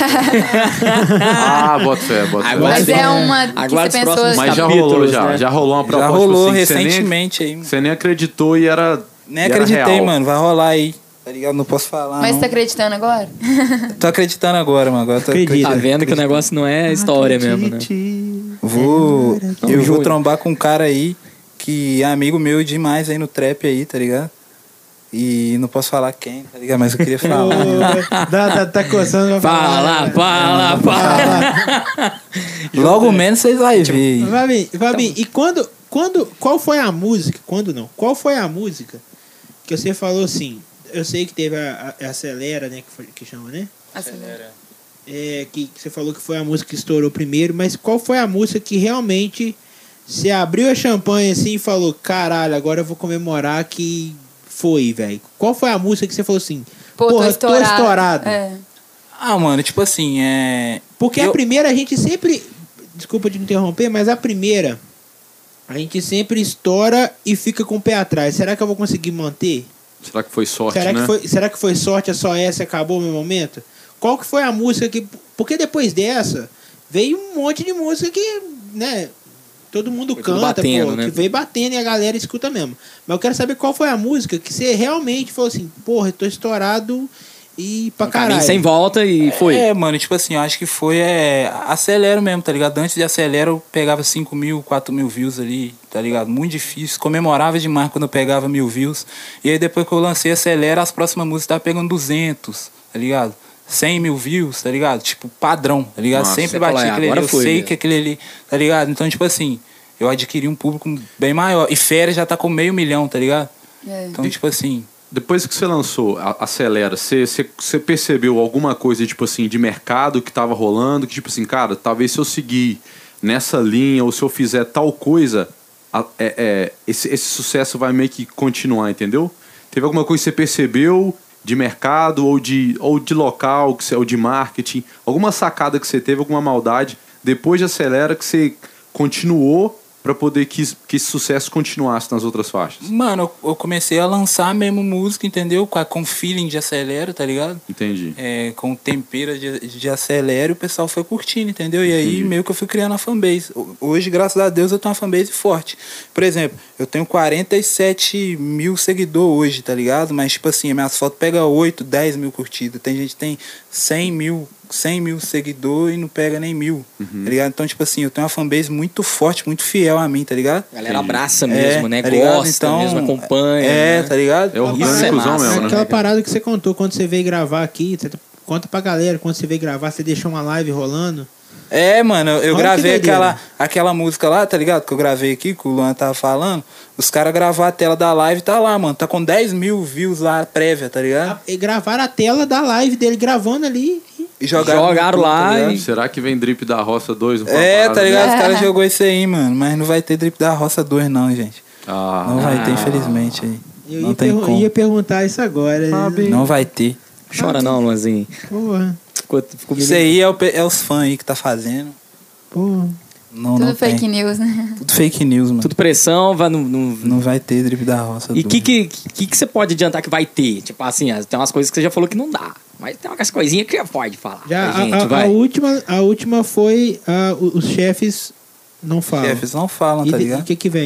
Ah, bota fé, bota fé. Mas é uma que Agora você pensou... próximos Mas já capítulos, rolou, já. né? Já rolou uma proposta. Já rolou tipo assim, recentemente você nem, aí. Você nem acreditou e era. Nem e acreditei, era real. mano. Vai rolar aí. Tá ligado? Não posso falar. Mas não. você tá acreditando agora? Tô acreditando agora, mano. Agora tô Acredita. acreditando. Tá vendo que o negócio não é história mesmo, né? Vou. Eu Júnior. vou trombar com um cara aí que é amigo meu demais aí no trap aí, tá ligado? E não posso falar quem, tá ligado? Mas eu queria falar. Ô, dá, dá, tá coçando pra Fala, falar. fala, fala. Logo menos vocês vão ver. Fabi, Fabi, e quando, quando, qual foi a música, quando não, qual foi a música que você falou assim, eu sei que teve a, a, a Acelera, né, que, foi, que chama, né? Acelera. É, que, que você falou que foi a música que estourou primeiro, mas qual foi a música que realmente você abriu a champanhe assim e falou, caralho, agora eu vou comemorar que foi, velho? Qual foi a música que você falou assim, Pô, porra, tô estourado. tô estourado? É. Ah, mano, tipo assim, é... Porque eu... a primeira a gente sempre, desculpa de me interromper, mas a primeira a gente sempre estoura e fica com o pé atrás. Será que eu vou conseguir manter? Será que foi sorte, será né? Que foi, será que foi sorte, é só essa e acabou o meu momento? Qual que foi a música que... Porque depois dessa, veio um monte de música que, né, todo mundo foi tudo canta, batendo, pô, né? que veio batendo e a galera escuta mesmo. Mas eu quero saber qual foi a música que você realmente falou assim, porra, eu tô estourado e pra Um caminho caralho. sem volta e foi. É, mano, tipo assim, eu acho que foi é, Acelero mesmo, tá ligado? Antes de Acelero eu pegava cinco mil, quatro mil views ali, tá ligado? Muito difícil, comemorava demais quando eu pegava mil views. E aí depois que eu lancei Acelera, as próximas músicas tava pegando duzentos, tá ligado? cem mil views, tá ligado? Tipo, padrão, tá ligado? Nossa, sempre você bati fala, aquele agora ali, eu foi, sei né? que aquele ali, tá ligado? Então, tipo assim, eu adquiri um público bem maior. E Férias já tá com meio milhão, tá ligado? É. Então, tipo assim... Depois que você lançou a Acelera, você, você, você percebeu alguma coisa, tipo assim, de mercado que tava rolando? Que, tipo assim, cara, talvez se eu seguir nessa linha ou se eu fizer tal coisa, a, é, é, esse, esse sucesso vai meio que continuar, entendeu? Teve alguma coisa que você percebeu de mercado ou de, ou de local, que você, ou de marketing? Alguma sacada que você teve, alguma maldade, depois de Acelera, que você continuou pra poder que, que esse sucesso continuasse nas outras faixas? Mano, eu, eu comecei a lançar mesmo música, entendeu? Com, a, com feeling de Acelero, tá ligado? Entendi. É, com tempera de, de Acelero, o pessoal foi curtindo, entendeu? E aí meio que eu fui criando a fanbase. Hoje, graças a Deus, eu tenho uma fanbase forte. Por exemplo, eu tenho quarenta e sete mil seguidores hoje, tá ligado? Mas, tipo assim, minhas fotos pegam oito, dez mil curtidas. Tem gente que tem cem mil, cem mil seguidores e não pega nem mil, Uhum. tá ligado? Então, tipo assim, eu tenho uma fanbase muito forte, muito fiel a mim, tá ligado? A galera abraça mesmo, É, né? tá ligado? Gosta Então, mesmo, acompanha. É, né? tá ligado? É orgânico, Isso é massa, mesmo, né? Aquela parada que você contou quando você veio gravar aqui, você conta pra galera, quando você veio gravar, você deixou uma live rolando. É, mano, eu, eu Olha gravei que doideira. aquela, aquela música lá, tá ligado? Que eu gravei aqui, que o Luan tava falando. Os caras gravaram a tela da live, tá lá, mano. Tá com dez mil views lá, prévia, tá ligado? E gravaram a tela da live dele gravando ali. E jogaram, Jogaram no YouTube, lá tá ligado? e- Será que vem Drip da Roça dois? Não foi uma É, parada tá ligado? Os É. caras jogou isso aí, mano. Mas não vai ter Drip da Roça dois, não, gente. Ah, Não vai ter, infelizmente, aí. Eu Não ia, tem pergun- como. ia perguntar isso agora. Não vai ter. Chora não, Luanzinho. Porra, Ficou, ficou Isso aí é, o pe- é os fãs aí que tá fazendo. porra. Não, Tudo não fake tem. news, né? Tudo fake news, mano. tudo pressão, vai no... no- Não vai ter Drip da Roça E o dois. que, que, que, que você pode adiantar que vai ter? Tipo assim, tem umas coisas que você já falou que não dá. Mas tem umas coisinhas que já pode falar. Já, pra gente, a, a- vai. a última, a última foi ah, o- os chefes não falam. Chefes não falam, E tá de- ligado? o que que vem?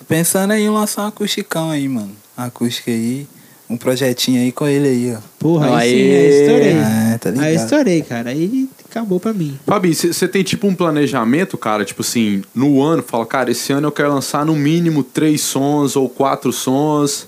Tô pensando aí em lançar um acusticão aí, mano. Uma acústica aí, um projetinho aí com ele aí, ó. Porra, aí Aê. sim, aí estourei. É, tá ligado? Aí estourei, cara. Aí acabou pra mim. Fabi, você tem tipo um planejamento, cara, tipo assim, no ano, fala, cara, esse ano eu quero lançar no mínimo três sons ou quatro sons.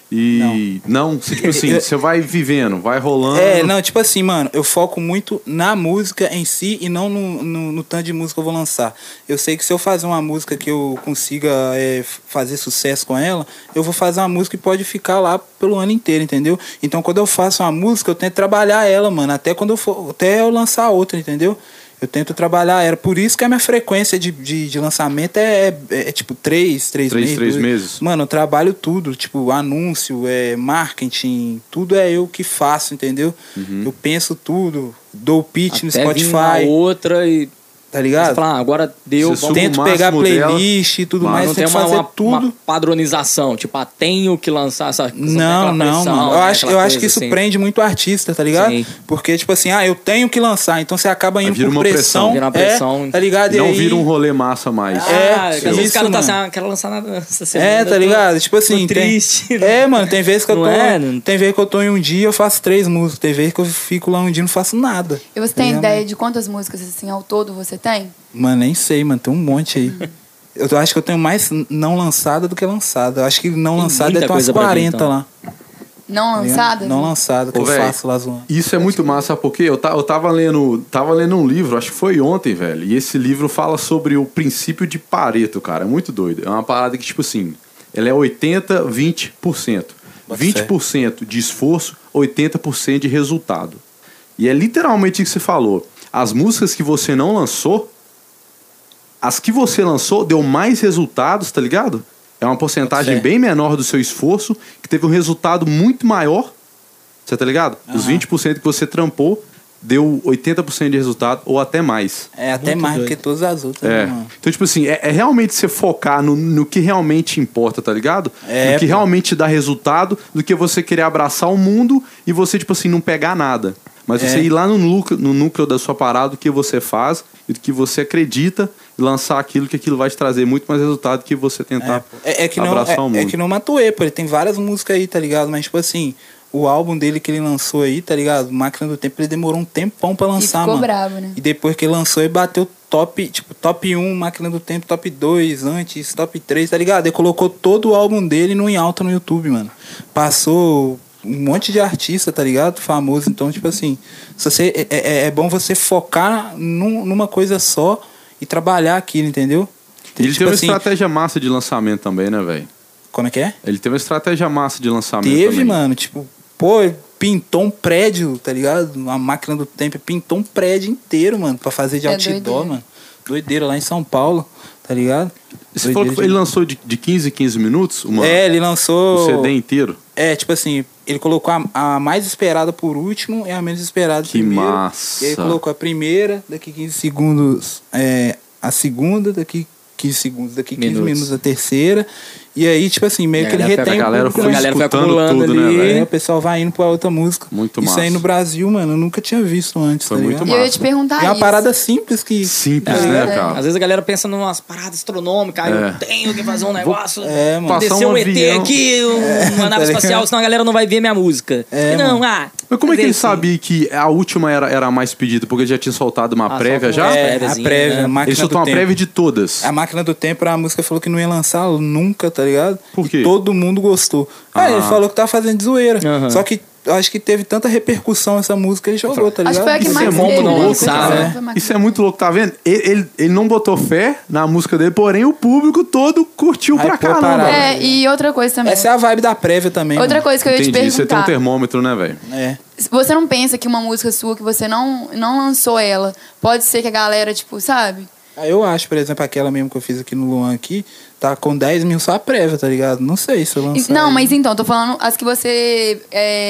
E. Não, cê, tipo assim, você vai vivendo, vai rolando. É, não, tipo assim, mano, eu foco muito na música em si e não no, no, no tanto de música que eu vou lançar. Eu sei que se eu fazer uma música que eu consiga é, fazer sucesso com ela, eu vou fazer uma música que pode ficar lá pelo ano inteiro, entendeu? Então quando eu faço uma música, eu tento trabalhar ela, mano, até quando eu for, até eu lançar outra, entendeu? Eu tento trabalhar ela. Por isso que a minha frequência de, de, de lançamento é, é, é tipo três, três, Três, meses. três dois. meses. Mano, eu trabalho tudo. Tipo, anúncio, é, marketing, tudo é eu que faço, entendeu? Uhum. Eu penso tudo. Dou pitch no Até vir uma Spotify, outra e tá você ligado? fala, ah, agora deu, Você vamos... suga Tento o pegar máximo dela, playlist e tudo mas mais, não tem tento uma, fazer uma, tudo. uma padronização, tipo, ah, tenho que lançar essa... essa Não, não, pressão, mano. Eu né? acho, Aquela eu acho coisa que isso assim. prende muito o artista, tá ligado? Sim. Porque, tipo assim, ah, eu tenho que lançar. Então você acaba indo vira por uma pressão. pressão. Vira uma pressão. É, tá ligado? E não aí- vira um rolê massa mais. É, Ah, às vezes isso, os caras tá mano. assim, ah, quero lançar nada essa semana. É, eu tá tô- ligado? Tipo assim, tô tem- triste. É, mano, tem vezes que eu Não tô. é? Não- Tem vezes que eu tô em um dia eu faço três músicas. Tem vezes que eu fico lá um dia e não faço nada. E você Tá tem ligado? ideia de quantas músicas, assim, ao todo você tem? Mano, nem sei, mano. Tem um monte aí. Eu acho que eu tenho mais não lançada do que lançada. Eu acho que não Tem lançada muita deve ter umas coisa pra vir, quarenta então. lá. Não tá ligado? lançadas? Não lançada, que Ô, eu véi, faço lá zoando. Isso é muito massa, sabe por quê? Eu, ta- eu tava lendo, tava lendo um livro, acho que foi ontem, velho. E esse livro fala sobre o princípio de Pareto, cara. É muito doido. É uma parada que, tipo assim, ela é oitenta, vinte por cento. Bota vinte por cento de esforço, oitenta por cento de resultado. E é literalmente isso que você falou. As músicas que você não lançou, as que você lançou deu mais resultados, tá ligado? É uma porcentagem Bota fé. bem menor do seu esforço, que teve um resultado muito maior. Você tá ligado? Os Aham. vinte por cento que você trampou deu oitenta por cento de resultado ou até mais. É até Muito mais do doido. que todas as outras, É. né, mano? Então, tipo assim, é, é realmente você focar no, no que realmente importa, tá ligado? É, no que pô. realmente dá resultado, do que você querer abraçar o mundo e você, tipo assim, não pegar nada. Mas É. você ir lá no núcleo, no núcleo da sua parada, do que você faz e do que você acredita, e lançar aquilo, que aquilo vai te trazer muito mais resultado que você tentar É, é que não, abraçar o é, mundo. é que não Matuê, pô. Ele tem várias músicas aí, tá ligado? Mas, tipo assim, o álbum dele que ele lançou aí, tá ligado? Máquina do Tempo, ele demorou um tempão pra lançar, ficou mano. bravo, né? E depois que ele lançou, ele bateu top, tipo, top um, Máquina do Tempo, top dois, antes, top três, tá ligado? Ele colocou todo o álbum dele no em alta no YouTube, mano. Passou um monte de artista, tá ligado? Famoso. Então, tipo assim, se você, é, é, é bom você focar num- numa coisa só e trabalhar aquilo, entendeu? E ele Tipo tem uma assim, estratégia massa de lançamento também, né, velho? Como é que é? Ele teve uma estratégia massa de lançamento Teve, também. mano, tipo, pô, ele pintou um prédio, tá ligado? Uma máquina do tempo pintou um prédio inteiro, mano, pra fazer de É outdoor, doideira. mano. Doideira lá em São Paulo, tá ligado? Você falou que Doideira ele de- lançou de, de quinze em quinze minutos uma, É, ele o lançou. C D inteiro? É, tipo assim, ele colocou a, a mais esperada por último e a menos esperada Que primeiro. massa. E aí colocou a primeira, daqui quinze segundos, é, a segunda, daqui quinze segundos, daqui quinze Minutos. minutos a terceira. E aí, tipo assim, meio E a que ele galera retém a galera o público, foi né? A galera foi escutando acumulando tudo, né, ali. velho? É, o pessoal vai indo pra outra música. Muito Isso aí massa. no Brasil, mano, eu nunca tinha visto antes, Foi tá muito ligado? E eu ia massa. te perguntar É uma isso. parada simples que... Simples, Tá né, ligado? cara? Às vezes a galera pensa em umas paradas astronômicas, aí É. eu tenho que fazer um negócio, É, mano. descer Passar um um E T avião. aqui, um- uma nave tá espacial, ligado? senão a galera não vai ver minha música. É, E não, mano. ah... Mas como é que fazer ele assim. sabia que a última era, era a mais pedida? Porque já tinha soltado uma Ah, prévia soltou já? uma É, a préviazinha, prévia, né? a máquina Ele soltou do uma tempo. prévia de todas. A Máquina do Tempo, a música falou que não ia lançar nunca, tá ligado? Por quê? E todo mundo gostou. Ah, Ah. ele falou que tava fazendo de zoeira. Aham. Só que eu acho que teve tanta repercussão essa música, ele jogou, tá ligado? Acho que foi a que Isso mais é muito teve, louco, né? Foi cara. a É. máquina. Isso é muito louco, tá vendo? Ele, ele, ele não botou fé na música dele, porém o público todo curtiu pra Hypou a caramba. parada. É, e outra coisa também. Essa é a vibe da prévia também. Outra mano. coisa que eu ia te Entendi. Você tem um perguntar. termômetro, né, velho? É. Você não pensa que uma música sua, que você não, não lançou ela, pode ser que a galera, tipo, sabe? Ah, eu acho, por exemplo, aquela mesmo que eu fiz aqui no Luan aqui, tá com dez mil só a prévia, tá ligado? Não sei se eu lançar. Não, aí. mas então, tô falando as que você.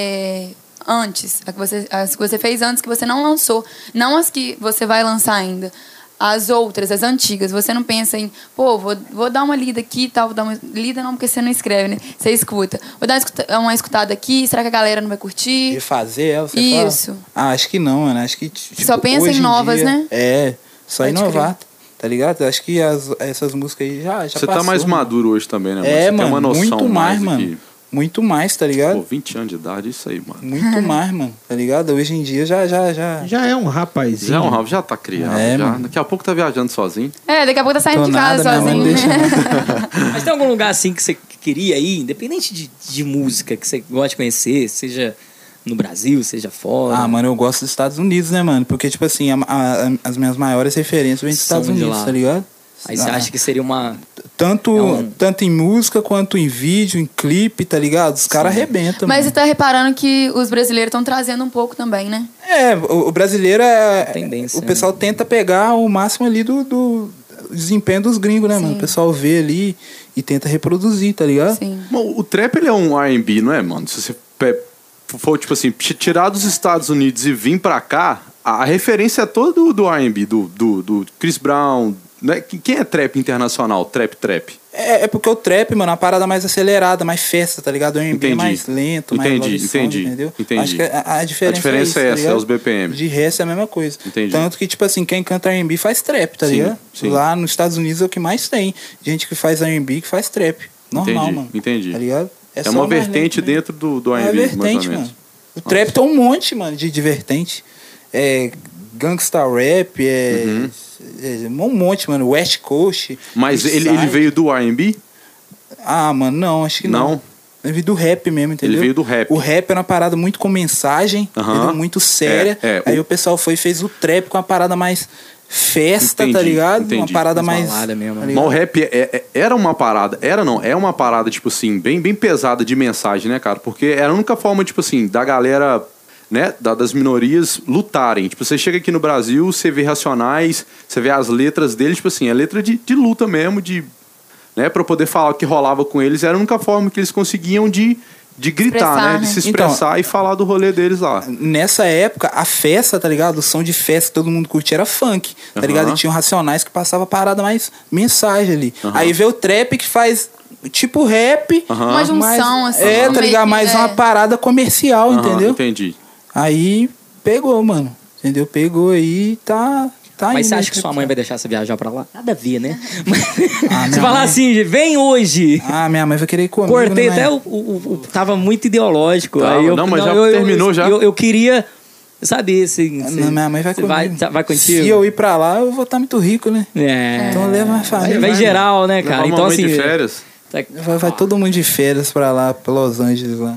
É, antes. As que, você, as que você fez antes que você não lançou. Não as que você vai lançar ainda. As outras, as antigas. Você não pensa em, pô, vou, vou dar uma lida aqui e tal. Vou dar uma lida não, porque você não escreve, né? Você escuta. Vou dar uma escuta- uma escutada aqui. Será que a galera não vai curtir? Refazer ela, você Isso. fala? Ah, acho que não, mano. Acho que. Tipo, Só pensa hoje em novas, dia- né? É, só Pode inovar. tá ligado? Eu acho que as, essas músicas aí já, já Você passou, tá mais mano. maduro hoje também, né, mano? É, Você mano, tem uma noção muito mais, do mano. que... Muito mais, tá ligado? Pô, vinte anos de idade, isso aí, mano. Muito mais, mano, tá ligado? Hoje em dia já, já, já... Já é um rapazinho. Já é um Rafa, já tá criado. É, já. mano. Daqui a pouco tá viajando sozinho. É, daqui a pouco tá saindo Tô de nada, casa minha sozinho. mãe deixa, Mas tem algum lugar assim que você queria ir, independente de, de música, que você gosta de conhecer, seja no Brasil, seja fora? Ah, mano, eu gosto dos Estados Unidos, né, mano? Porque, tipo assim, a, a, as minhas maiores referências vêm dos São Estados de Unidos, lá. tá ligado? Aí você Ah, acha que seria uma... Tanto, É um- tanto em música, quanto em vídeo, em clipe, tá ligado? Os caras arrebentam, Mas você mano. tá reparando que os brasileiros estão trazendo um pouco também, né? É, o, o brasileiro é... Tendência, o pessoal tenta pegar o máximo ali do, do desempenho dos gringos, né, Sim. mano? O pessoal vê ali e tenta reproduzir, tá ligado? Sim. Bom, o trap, ele é um R and B, não é, mano? Se você pe- for, tipo assim, t- tirar dos Estados Unidos e vir pra cá, a, a referência é toda do, do R and B, do, do, do Chris Brown... Né? Quem é trap internacional? Trap, trap? É, é porque o trap, mano, é uma parada mais acelerada, mais festa, tá ligado? O R and B é Entendi. mais lento, mais Entendi, love song, entendi, entendeu? entendi. Acho que a, a diferença, A diferença é, é isso, essa, tá ligado? é os B P M. De resto é a mesma coisa. Entendi. Tanto que, tipo assim, quem canta R and B faz trap, tá Sim, ligado? sim. Lá nos Estados Unidos é o que mais tem. Gente que faz R and B que faz trap. Normal, Entendi, mano. entendi. Tá ligado? É, só uma mais vertente lento, né? dentro do, do É R and a B, mais ou vertente, menos. mano. O trap tem um monte, mano, de, de vertente. É gangsta rap, é, Uhum. é um monte, mano. West Coast. Mas East ele, ele Side. veio do R and B? Ah, mano, não, acho que não. Não? Ele veio do rap mesmo, entendeu? Ele veio do rap. O rap era uma parada muito com mensagem, Aham. entendeu? Muito séria. É, é, Aí o- o pessoal foi e fez o trap com uma parada mais festa, Entendi, tá ligado? Uma entendi. parada Mais mais... balada mesmo. tá Mas Mas ligado? o rap é- é- era uma parada, era não, é uma parada, tipo assim, bem, bem pesada de mensagem, né, cara? Porque era a única forma, tipo assim, da galera, né, da- das minorias lutarem. Tipo, você chega aqui no Brasil, você vê Racionais, você vê as letras deles, tipo assim, é letra de, de luta mesmo, de, né, pra poder falar o que rolava com eles, era a única forma que eles conseguiam de, de gritar, Expressar, né, de né? se Então- expressar e falar do rolê deles lá. Nessa época, a festa, tá ligado? O som de festa que todo mundo curtia era funk, tá Aham. ligado? E tinha o Racionais que passava parada mais mensagem ali. Aham. Aí veio o trap que faz tipo rap. Aham. Uma junção, mas- assim. É, tá meio ligado? que- Mais é. uma parada comercial, Aham, entendeu? Entendi. Aí pegou, mano. Entendeu? Pegou aí, tá. tá Mas indo você aí, acha que sua mãe vai deixar você viajar pra lá? Nada a ver, né? Ah, você minha falar mãe- assim, vem hoje. Ah, minha mãe vai querer ir comigo. Cortei né, até mãe? o, o, o- Tava muito ideológico. Tava, aí eu, não, mas já eu, eu- terminou já. Eu, eu queria saber se. se Não, minha mãe vai você comigo. vai, tá- vai contigo? Se eu ir pra lá, eu vou estar muito rico, né? É. Então leva minha Vai, família. vai em geral, né, cara? Levar Então, uma mãe assim. de férias. tá- Vai, vai todo mundo de férias pra lá, pra Los Angeles lá.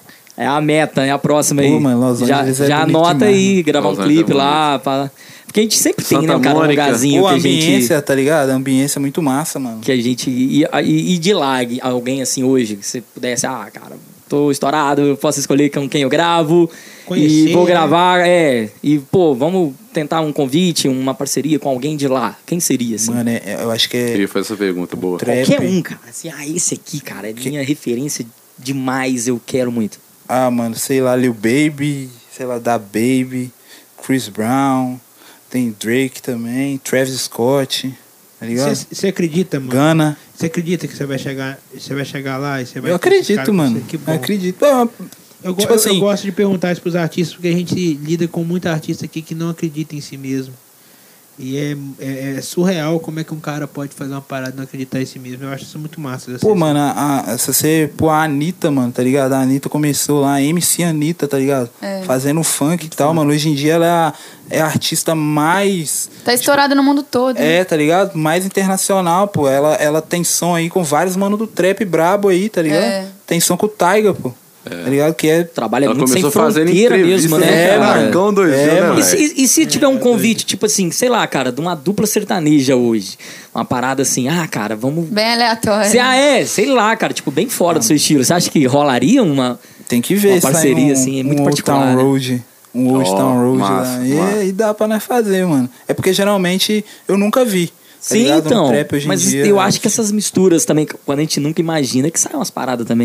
É a meta, é a próxima aí. Pô, mano, Los já Angeles é já bonito anota demais, aí, mano. gravar Los um Angeles clipe é lá. Pra... Porque a gente sempre tem, Santa né, cara, um Mônica. lugarzinho Pô, que a a gente. ambiência, tá ligado? A ambiência é muito massa, mano. Que a gente. E, e, e de lá, alguém assim hoje, que você pudesse, ah, cara, tô estourado, eu posso escolher com quem eu gravo. Conhecer, e vou né? gravar, é. E, pô, vamos tentar um convite, uma parceria com alguém de lá. Quem seria, assim? Mano, é- eu acho que é. E foi essa pergunta boa. Trap. Qualquer um, cara. Assim, ah, esse aqui, cara, é minha referência demais, eu quero muito. Ah, mano, sei lá, Lil Baby, sei lá, Da Baby, Chris Brown, tem Drake também, Travis Scott, tá ligado? Você acredita, mano? Gana. Você acredita que você vai chegar, você vai chegar lá e você vai Eu ter esses acredito, caras com mano. você? Que bom. Eu acredito. É uma- Eu, go- Tipo eu- assim- eu gosto de perguntar isso pros artistas, porque a gente lida com muita artista aqui que não acredita em si mesmo. E é, é, é surreal como é que um cara pode fazer uma parada e não acreditar em si mesmo. Eu acho isso muito massa. Pô, mano, a, a, se você. Pô, a Anitta, mano, tá ligado? A Anitta começou lá, a M C Anitta, tá ligado? É. Fazendo funk e tal, mano. Hoje em dia ela é a, é a artista mais. Tá estourada no mundo todo. né? É, tá ligado? Mais internacional, pô. Ela, ela tem som aí com vários manos do trap brabo aí, tá ligado? É. Tem som com o Taiga, pô. Tá ligado? Que é. Trabalha Ela muito sem começou fazendo fronteira entrevista, mesmo, né, é, cara? Marcão dois É, né, mano. E velho? se, e se tiver um convite, tipo assim, sei lá, cara, de uma dupla sertaneja hoje? Uma parada assim, ah, cara, vamos. Bem aleatório. Cê, ah, é, sei lá, cara, tipo, bem fora do seu estilo. Você acha que rolaria uma. Tem que ver Uma se sai parceria, um, assim, é muito um Old particular, Town né? Road. Um Old Ó, Town Road massa, lá. E, massa. e dá pra nós fazer, mano. É porque geralmente eu nunca vi. Tá Sim, ligado? No então. trap hoje em Mas dia, eu acho que essas misturas também, quando a gente nunca imagina, que saem umas paradas também.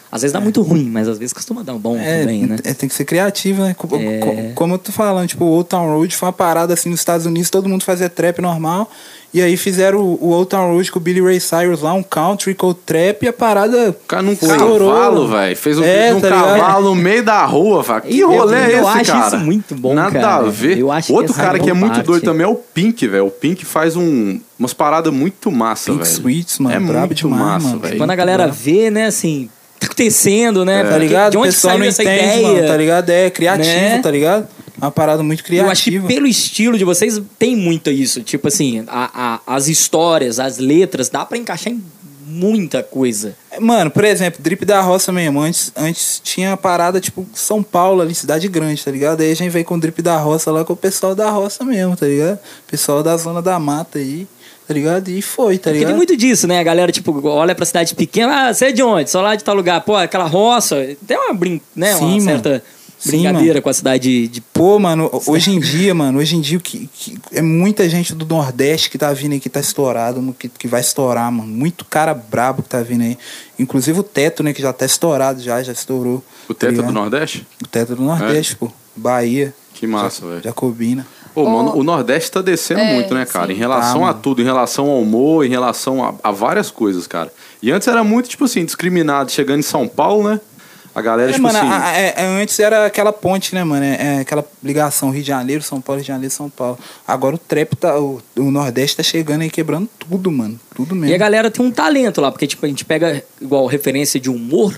Às vezes dá muito ruim, mas às vezes costuma dar um bom É, também, né? é, tem que ser criativo, né? Co- É. co- Como eu tô falando, tipo, o Old Town Road foi uma parada assim nos Estados Unidos, todo mundo fazia trap normal. E aí fizeram o, o Old Town Road com o Billy Ray Cyrus lá, um country com o trap, e a parada. O cara num estourou. cavalo, velho. Fez um É, vídeo de um tá ligado? cavalo no meio da rua, velho. Que Eu- rolê é esse, eu acho cara? isso muito bom, Nada cara. a ver. Eu acho que Outro essa cara é que é uma muito parte. doido também é o Pink, velho. O Pink faz um, umas paradas muito massa, velho. Pink Sweets, mano. É brabo muito demais, massa, mano. velho. Quando a galera vê, né, assim, tá acontecendo, né? Tá Porque ligado? De O onde que pessoal saiu não essa entende, ideia? mano, tá ligado? É criativo, Né? tá ligado? Uma parada muito Eu acho que criativa. pelo estilo de vocês tem muito isso. Tipo assim, a, a- as histórias, as letras, dá pra encaixar em muita coisa. Mano, por exemplo, Drip da Roça mesmo. Antes, antes tinha a parada, tipo, São Paulo ali, cidade grande, tá ligado? Aí a gente veio com o Drip da Roça lá com o pessoal da roça mesmo, tá ligado? Pessoal da zona da mata aí, tá ligado? E foi, tá Porque ligado? tem muito disso, né? A galera, tipo, olha pra cidade pequena, ah, você é de onde? Só lá de tal lugar. Pô, aquela roça. Tem uma, brin né? Sim, uma mano. certa Sim, brincadeira mano. com a cidade de. Pô, mano, hoje em dia, mano, hoje em dia o que, que é muita gente do Nordeste que tá vindo aqui, tá estourado, mano, que, que vai estourar, mano. Muito cara brabo que tá vindo aí. Inclusive o Teto, né, que já tá estourado, já, já estourou. O tá teto do ligado? Nordeste? O Teto do Nordeste, pô. Bahia. Que massa, velho. Jacobina. Pô, Ô, mano, o Nordeste tá descendo é, muito, né, cara? sim. Em relação Tá, a mano. tudo, em relação ao humor, em relação a, a várias coisas, cara. E antes era muito, tipo assim, discriminado. Chegando em São Paulo, né? A galera, É, tipo mano, assim... a- a- é- é, antes era aquela ponte, né, mano? É, é aquela ligação Rio de Janeiro, São Paulo, Rio de Janeiro, São Paulo. Agora o trap tá. O, o Nordeste tá chegando aí quebrando tudo, mano. Tudo mesmo. E a galera tem um talento lá, porque, tipo, a gente pega igual referência de humor.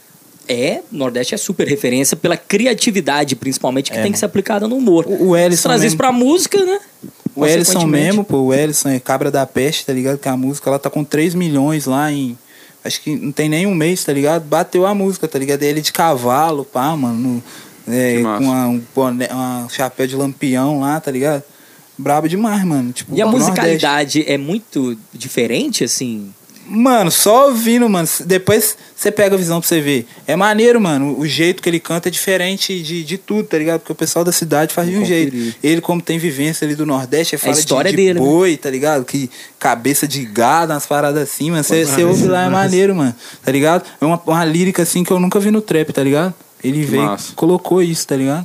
É, Nordeste é super referência pela criatividade, principalmente, que É, tem que ser aplicada no humor. O- o Ellison Trazer isso mesmo. pra música, né? O Ellison Consequentemente. mesmo, pô, o Ellison é Cabra da Peste, tá ligado? Que a música, ela tá com três milhões lá em... Acho que não tem nem um mês, tá ligado? Bateu a música, tá ligado? Ele de cavalo, pá, mano. no- é, Que massa. com uma, um, boné, uma chapéu de lampião lá, tá ligado? Brabo demais, mano. Tipo, E a o Nordeste. musicalidade é muito diferente, assim? Mano, só ouvindo, mano. Depois você pega a visão pra você ver. É maneiro, mano. O jeito que ele canta é diferente de, de tudo, tá ligado? Porque o pessoal da cidade faz de um Conferir. jeito. Ele, como tem vivência ali do Nordeste, ele fala história de, de dele, né? boi, tá ligado? Que cabeça de gado, umas paradas assim, mano. Você você ouve lá, é maneiro, mano. Tá ligado? É uma, uma lírica assim que eu nunca vi no trap, tá ligado? Ele veio, massa. colocou isso, tá ligado?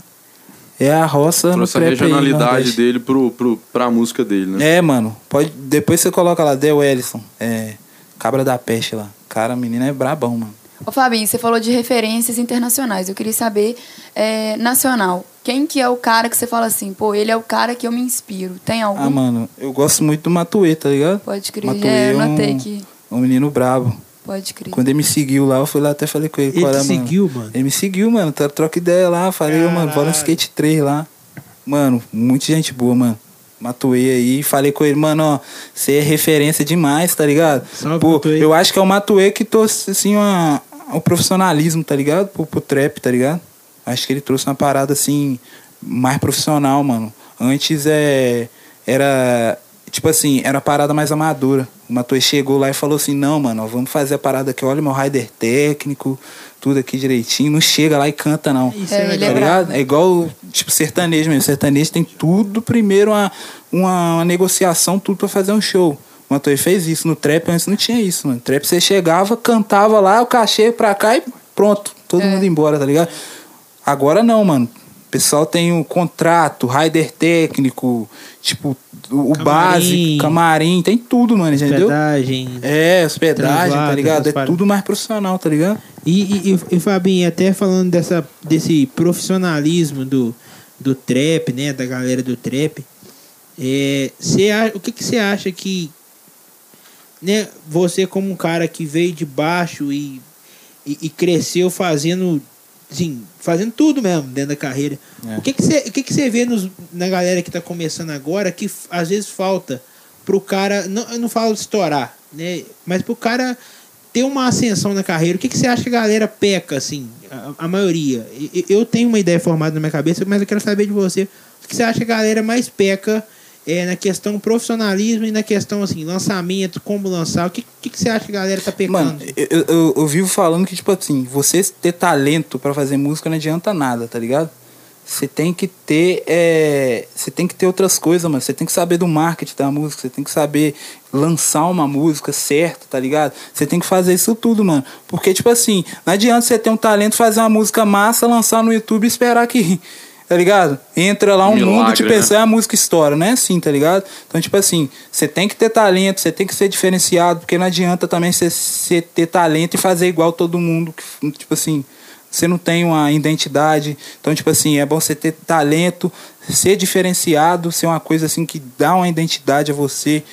É a roça no Trouxe a trap aí, regionalidade Nordeste. dele pro, pro, pra música dele, né? É, mano. Pode, depois você coloca lá, Del Ellison. É, Cabra da Peste lá. Cara, a menina é brabão, mano. Ô, Fabinho, você falou de referências internacionais. Eu queria saber, é, nacional, quem que é o cara que você fala assim, pô, ele é o cara que eu me inspiro? Tem algum? Ah, mano, eu gosto muito do Matuê, tá ligado? Pode crer. Matuê É, eu é notei um, que... um menino brabo. Pode crer. Quando ele me seguiu lá, eu fui lá até falei com ele. Ele qual te é, mano? seguiu, mano? Ele me seguiu, mano. Tá- Troca ideia lá. Falei, ô, mano, bora no Caralho. skate três lá. Mano, muita gente boa, mano. Matuê aí. Falei com ele, mano, ó, você é referência demais, tá ligado? Salve, Pô, Matuê. eu acho que é o Matuê que trouxe, assim, uma, um profissionalismo, tá ligado? Pro, pro trap, tá ligado? Acho que ele trouxe uma parada, assim, mais profissional, mano. Antes é... Era... Tipo assim, era a parada mais amadora. O Matuê chegou lá e falou assim, não, mano, ó, vamos fazer a parada aqui. Olha meu rider técnico, tudo aqui direitinho. Não chega lá e canta, não. Isso É, é, ele legal. é Tá brabo. ligado? É igual, tipo, sertanejo mesmo. Sertanejo tem tudo, primeiro, uma, uma, uma negociação, tudo pra fazer um show. O Matuê fez isso. No trap antes não tinha isso, mano. No trap você chegava, cantava lá, o cachê pra cá e pronto. Todo É. mundo embora, tá ligado? Agora não, mano. O pessoal tem o contrato, rider técnico, tipo, o, o Camarim. básico, camarim, tem tudo, mano, entendeu? Hospedagem. É, hospedagem, Translado, tá ligado? essas É paradas. tudo mais profissional, tá ligado? E, e, e, e, Fabinho, até falando dessa, desse profissionalismo do, do trap, né? Da galera do trap. É, cê, a- o que que você acha que... Né, você como um cara que veio de baixo e, e, e cresceu fazendo... Assim, fazendo tudo mesmo dentro da carreira. É. O que que você o que que você vê nos, na galera que tá começando agora que f- às vezes falta pro cara... Não, eu não falo de estourar, né? Mas pro cara... ter uma ascensão na carreira, o que, que você acha que a galera peca, assim, a, a maioria? E- e- Eu tenho uma ideia formada na minha cabeça, mas eu quero saber de você. O que você acha que a galera mais peca é, na questão profissionalismo e na questão, assim, lançamento, como lançar? O que, que, que você acha que a galera tá pecando? Mano, eu, eu, eu- eu vivo falando que, tipo assim, você ter talento pra fazer música não adianta nada, tá ligado? você tem que ter é, você tem que ter outras coisas, mano. Você tem que saber do marketing da música, você tem que saber lançar uma música certa, tá ligado? Você tem que fazer isso tudo, mano. Porque, tipo assim, não adianta você ter um talento, fazer uma música massa, lançar no YouTube e esperar que... Tá ligado? Entra lá um Milagre, mundo de pessoas, né? e a música estoura, não é assim, tá ligado? Então, tipo assim, você tem que ter talento, você tem que ser diferenciado, porque não adianta também você, você ter talento e fazer igual todo mundo, que, tipo assim, você não tem uma identidade. Então, tipo assim, é bom você ter talento, ser diferenciado, ser uma coisa assim que dá uma identidade a você.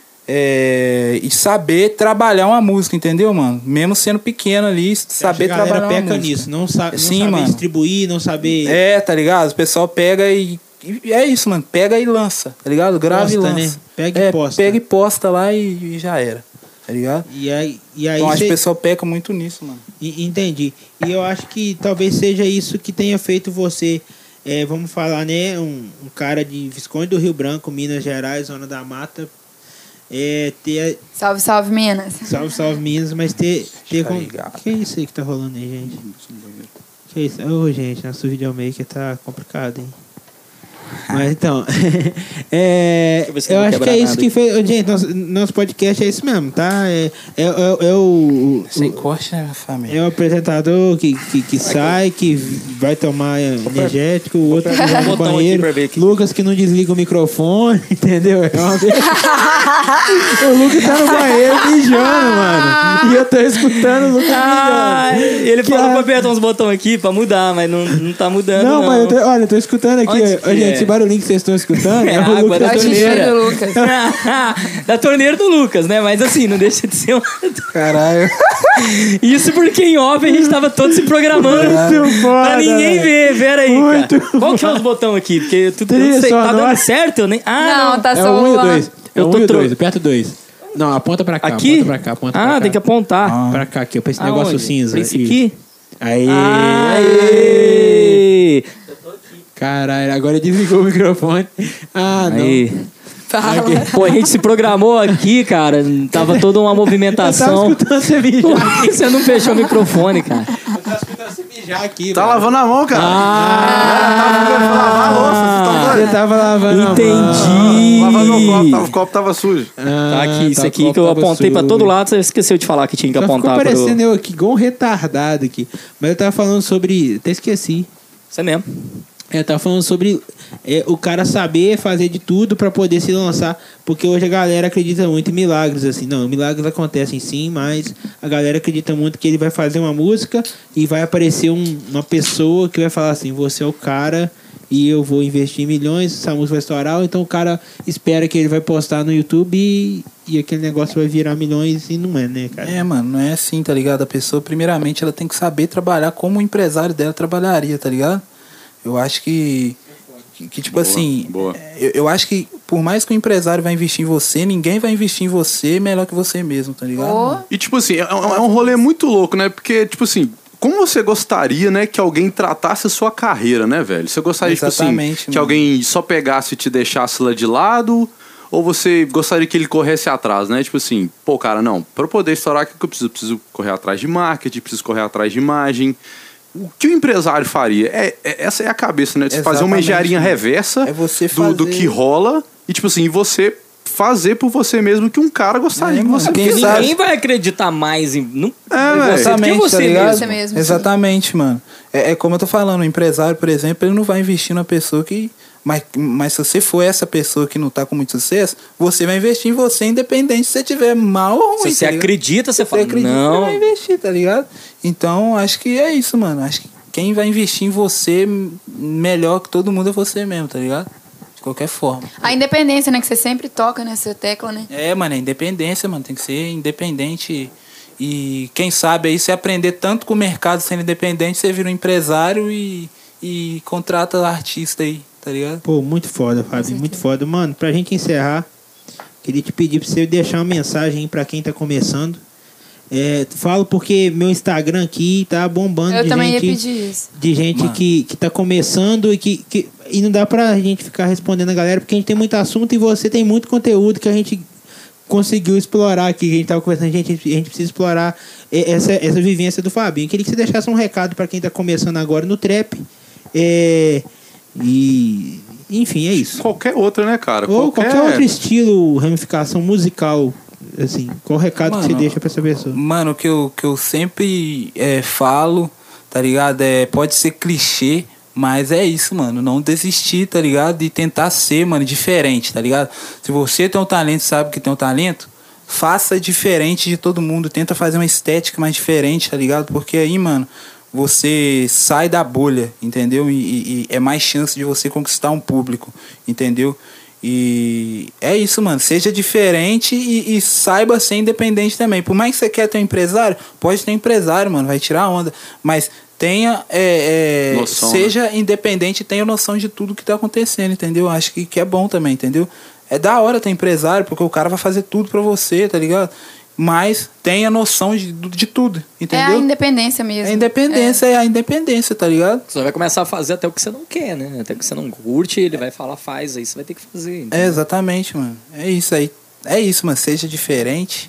É, e saber trabalhar uma música, entendeu, mano? Mesmo sendo pequeno ali, saber a galera trabalhar uma peca música. nisso, não, sa não Sim, saber mano. distribuir, não saber... É, tá ligado? O pessoal pega e, e é isso, mano. Pega e lança, tá ligado? Grava e Posta, lança. né? Pega e é, posta. Pega e posta lá e, e já era, tá ligado? E aí, e aí Então acho que cê- o pessoal peca muito nisso, mano. E- Entendi. E eu acho que talvez seja isso que tenha feito você, é, vamos falar, né? Um, um cara de Visconde do Rio Branco, Minas Gerais, Zona da Mata, é, ter. Salve, salve, Minas. Salve, salve, Minas, mas ter. ter Tá com... ligado. Que é isso aí que tá rolando aí, gente? Que é isso? Ô, gente, nosso videomaker tá complicado, hein? Mas então, é, Deixa eu ver se eu eu vou acho que quebrar é isso nada que fez. Gente, nosso, nosso podcast é isso mesmo, tá? É, é, é, é o, Sem o, corte, né, minha família? é o apresentador que, que, que sai, que vai tomar energético, o outro que vai no botão aqui banheiro. pra ver aqui. Lucas que não desliga o microfone, entendeu? É uma vez- o Lucas tá no banheiro mijando, mano. E eu tô escutando o Lucas Ah, mijando. ele Que falou a- pra apertar uns botões aqui pra mudar, mas não, não tá mudando. Não, Não, mas eu tô, olha, eu tô escutando aqui. Onde ó. que Ô, gente, é? esse barulhinho que vocês estão escutando é, É o água Lucas da da É o xixi torneira. do Lucas. da torneira do Lucas, né? Mas assim, não deixa de ser um... Caralho. Isso porque em off a gente tava todo se programando Muito foda, pra ninguém velho. ver. Pera aí, Muito cara. Qual que é os botões aqui? Porque tu eu não Três sei, só, tá não dando é? certo? Eu nem... Ah, Não, tá É só o um e o a- dois. É Eu o tô um e o tro- dois. Aperta o dois. Não, aponta pra cá. Aqui? Aponta pra cá, aponta pra Ah, cá. tem que apontar. Pra cá, aqui, pra esse negócio Aonde? cinza. Pra esse Isso. aqui? Aí. Aê! Caralho, agora desligou o microfone. Ah, não. Aí. Fala. Pô, a gente se programou aqui, cara. Tava toda uma Eu tava movimentação. escutando você mijar. Por que você não fechou o microfone, cara? Eu tava escutando você mijar aqui. Tá velho. lavando a mão, cara. Ah, lavar a louça, vocês tão Você doidos? tava lavando a mão. entendi. Lavando meu copo, tava- o copo tava sujo. Ah, Tá aqui, isso tá, aqui o copo que eu tava apontei pra sujo. todo lado, você esqueceu de falar que tinha que Só ficou apontar pro... parecendo eu aqui, igual um retardado aqui. Mas eu tava falando sobre... Até esqueci. Você mesmo. Eu tava falando sobre é, o cara saber fazer de tudo pra poder se lançar, porque hoje a galera acredita muito em milagres, assim. Não, milagres acontecem sim, mas a galera acredita muito que ele vai fazer uma música e vai aparecer um- uma pessoa que vai falar assim, você é o cara e eu vou investir milhões, essa música vai estourar, ou então o cara espera que ele vai postar no YouTube e, e aquele negócio vai virar milhões e não é, né, cara? É, mano, não é assim, tá ligado? A pessoa, primeiramente, ela tem que saber trabalhar como o empresário dela trabalharia, tá ligado? Eu acho que, que, que, tipo Boa, assim, boa. Eu, eu acho que por mais que o empresário vai investir em você, ninguém vai investir em você melhor que você mesmo, tá ligado? Ô. mano? E, tipo assim, é, um- é um rolê muito louco, né? Porque, tipo assim, como você gostaria, né, que alguém tratasse a sua carreira, né, velho? Você gostaria, tipo assim, Exatamente, que mano. alguém só pegasse e te deixasse lá de lado? Ou você gostaria que ele corresse atrás, né? Tipo assim, pô, cara, não, pra eu poder estourar, o que que eu preciso? Eu preciso correr atrás de marketing, preciso correr atrás de imagem. O que o empresário faria? É, é- essa é a cabeça, né? De você fazer uma Exatamente, engenharia mano. reversa É você do, do fazer- que rola e, tipo assim, você fazer por você mesmo que um cara gostaria É, que mano, você quem fizesse. sabe- Ninguém vai acreditar mais em... Não, É, velho. você, Exatamente, porque você tá ligado? mesmo. Você mesmo. Exatamente, mano. É, é como eu tô falando, o empresário, por exemplo, ele não vai investir numa pessoa que... Mas, mas se você for essa pessoa que não tá com muito sucesso, você vai investir em você, independente se você tiver mal ou ruim. Se você tá ligado? acredita, você Você fala, acredita, não... você vai investir, tá ligado? Então, acho que é isso, mano. Acho que quem vai investir em você melhor que todo mundo é você mesmo, tá ligado? De qualquer forma. A independência, né? Que você sempre toca nessa tecla, né? É, mano, é independência, mano. Tem que ser independente. E quem sabe aí, você aprender tanto com o mercado sendo independente, você vira um empresário e, e contrata artista aí, tá ligado? Pô, muito foda, Fábio, muito foda. Mano, pra gente encerrar, queria te pedir pra você deixar uma mensagem aí pra quem tá começando. É, falo porque meu Instagram aqui tá bombando Eu de também gente, ia pedir isso. de gente Mano. que, que tá começando e que, que e não dá pra gente ficar respondendo a galera porque a gente tem muito assunto e você tem muito conteúdo que a gente conseguiu explorar aqui, que a gente tava conversando, gente, a gente precisa explorar essa, essa vivência do Fabinho. Queria que você deixasse um recado pra quem tá começando agora no trap. É, E, enfim, é isso. Qualquer outra, né, cara? Ou qualquer... qualquer outro estilo, ramificação musical, assim, qual o recado Mano, que você deixa pra essa pessoa? Mano, o que eu, que eu sempre é, falo, tá ligado? É, pode ser clichê, mas é isso, mano. Não desistir, tá ligado? E tentar ser, mano, diferente, tá ligado? Se você tem um talento, sabe que tem um talento, faça diferente de todo mundo. Tenta fazer uma estética mais diferente, tá ligado? Porque aí, mano, você sai da bolha, entendeu? E, e, e é mais chance de você conquistar um público, entendeu? E é isso, mano. Seja diferente e, e saiba ser independente também. Por mais que você quer ter um empresário, pode ter um empresário, mano. Vai tirar a onda. Mas tenha... É, é, noção, seja né? independente e tenha noção de tudo que tá acontecendo, entendeu? Acho que, que é bom também, entendeu? É da hora ter empresário, porque o cara vai fazer tudo pra você, tá ligado? Mas tenha noção de, de tudo, entendeu? É a independência mesmo. É a independência, é. é a independência, tá ligado? Você vai começar a fazer até o que você não quer, né? Até o que você não curte, ele vai falar, faz, aí você vai ter que fazer. Entendeu? É, exatamente, mano. É isso aí. É isso, mano. Seja diferente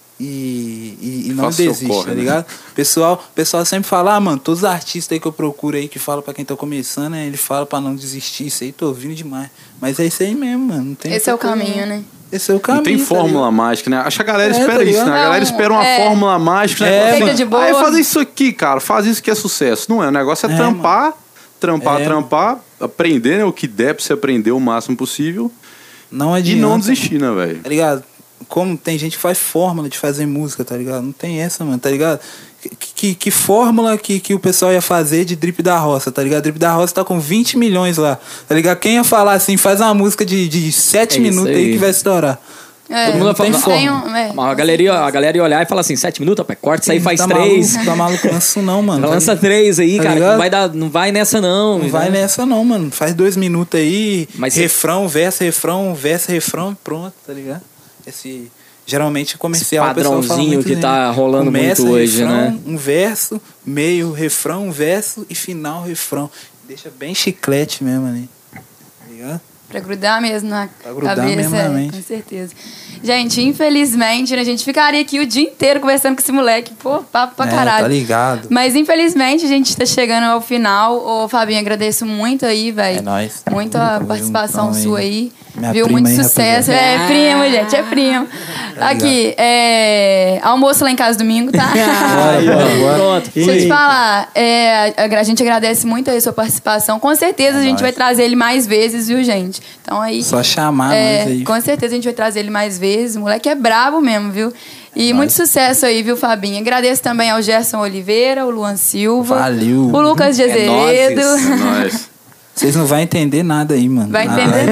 e, e, e não Faça seu desiste, corre, tá né? ligado? Pessoal, pessoal sempre fala, ah, mano, todos os artistas aí que eu procuro aí, que falam pra quem tá começando, né? Ele fala pra não desistir, isso aí, tô ouvindo demais. Mas é isso aí mesmo, mano. Não tem Esse é o outra coisa, caminho, não. né? Esse é o caminho. Não tem tá fórmula ligado? mágica, né? Acho que a galera É, espera tá isso, né? ligado? A galera Não, espera uma é. fórmula mágica, né? É, Fala, Feita de boa. Ah, é fazer isso aqui, cara. Faz isso que é sucesso. Não é. O negócio é, É, trampar, trampar, É, trampar, aprender, né? O que der pra você aprender o máximo possível Não e adianta. não desistir, né, velho? Tá ligado? Como tem gente que faz fórmula de fazer música, tá ligado? Não tem essa, mano, tá ligado? Que, que, que fórmula que, que o pessoal ia fazer de Drip da Roça, tá ligado? Drip da Roça tá com vinte milhões lá, tá ligado? Quem ia falar assim, faz uma música de, de sete É isso minutos aí. aí. que vai estourar. É, Todo mundo vai tem falar, forma. tem um- é. Mas a galera, a galera ia olhar e falar assim, sete minutos, rapaz, corta isso aí, faz tá três. Maluco, tá maluco, lança isso não, mano. Lança tá, três aí, tá cara. ligado? Não vai, dar, não vai nessa, não. Não vai né? nessa não, mano. Faz dois minutos aí, Mas refrão, verso, refrão, verso, refrão e pronto, tá ligado? Esse... Geralmente comercial, Esse o pessoal fala padrãozinho muito que assim, tá rolando começa, muito hoje, refrão, né? Um verso, meio refrão, um verso e final refrão. Deixa bem chiclete mesmo ali. Tá ligado? Pra grudar mesmo na Pra grudar cabeça, mesmo é, na mente. com certeza. Gente, infelizmente, né, a gente ficaria aqui o dia inteiro conversando com esse moleque. Pô, papo pra É, caralho. tá ligado. Mas infelizmente a gente tá chegando ao final. Ô, Fabinho, agradeço muito aí, velho. É nóis. Muito a participação juntão aí. sua aí. Minha Viu? prima Muito aí, sucesso. rapaziada. É primo, gente, é primo. Tá Aqui, é... almoço lá em casa domingo, tá? Aí, ó, Bora, bora. pronto. Deixa eu te Eita. falar, é, a, a gente agradece muito aí a sua participação. Com certeza É a gente nóis. vai trazer ele mais vezes, viu, gente? Então aí. Só chamar é, nós aí. com certeza a gente vai trazer ele mais vezes. O moleque é brabo mesmo, viu? E muito sucesso aí, viu, Fabinho? Agradeço também ao Gerson Oliveira, o Luan Silva, Valeu. o Lucas de É nóis, Azevedo. É nóis. Vocês não vão entender nada aí, mano. Vai Ah, entender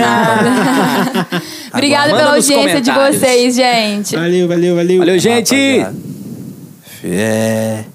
nada. Obrigada Manda pela nos audiência de comentários. vocês, gente. Valeu, valeu, valeu. Valeu, gente! rapaziada. É.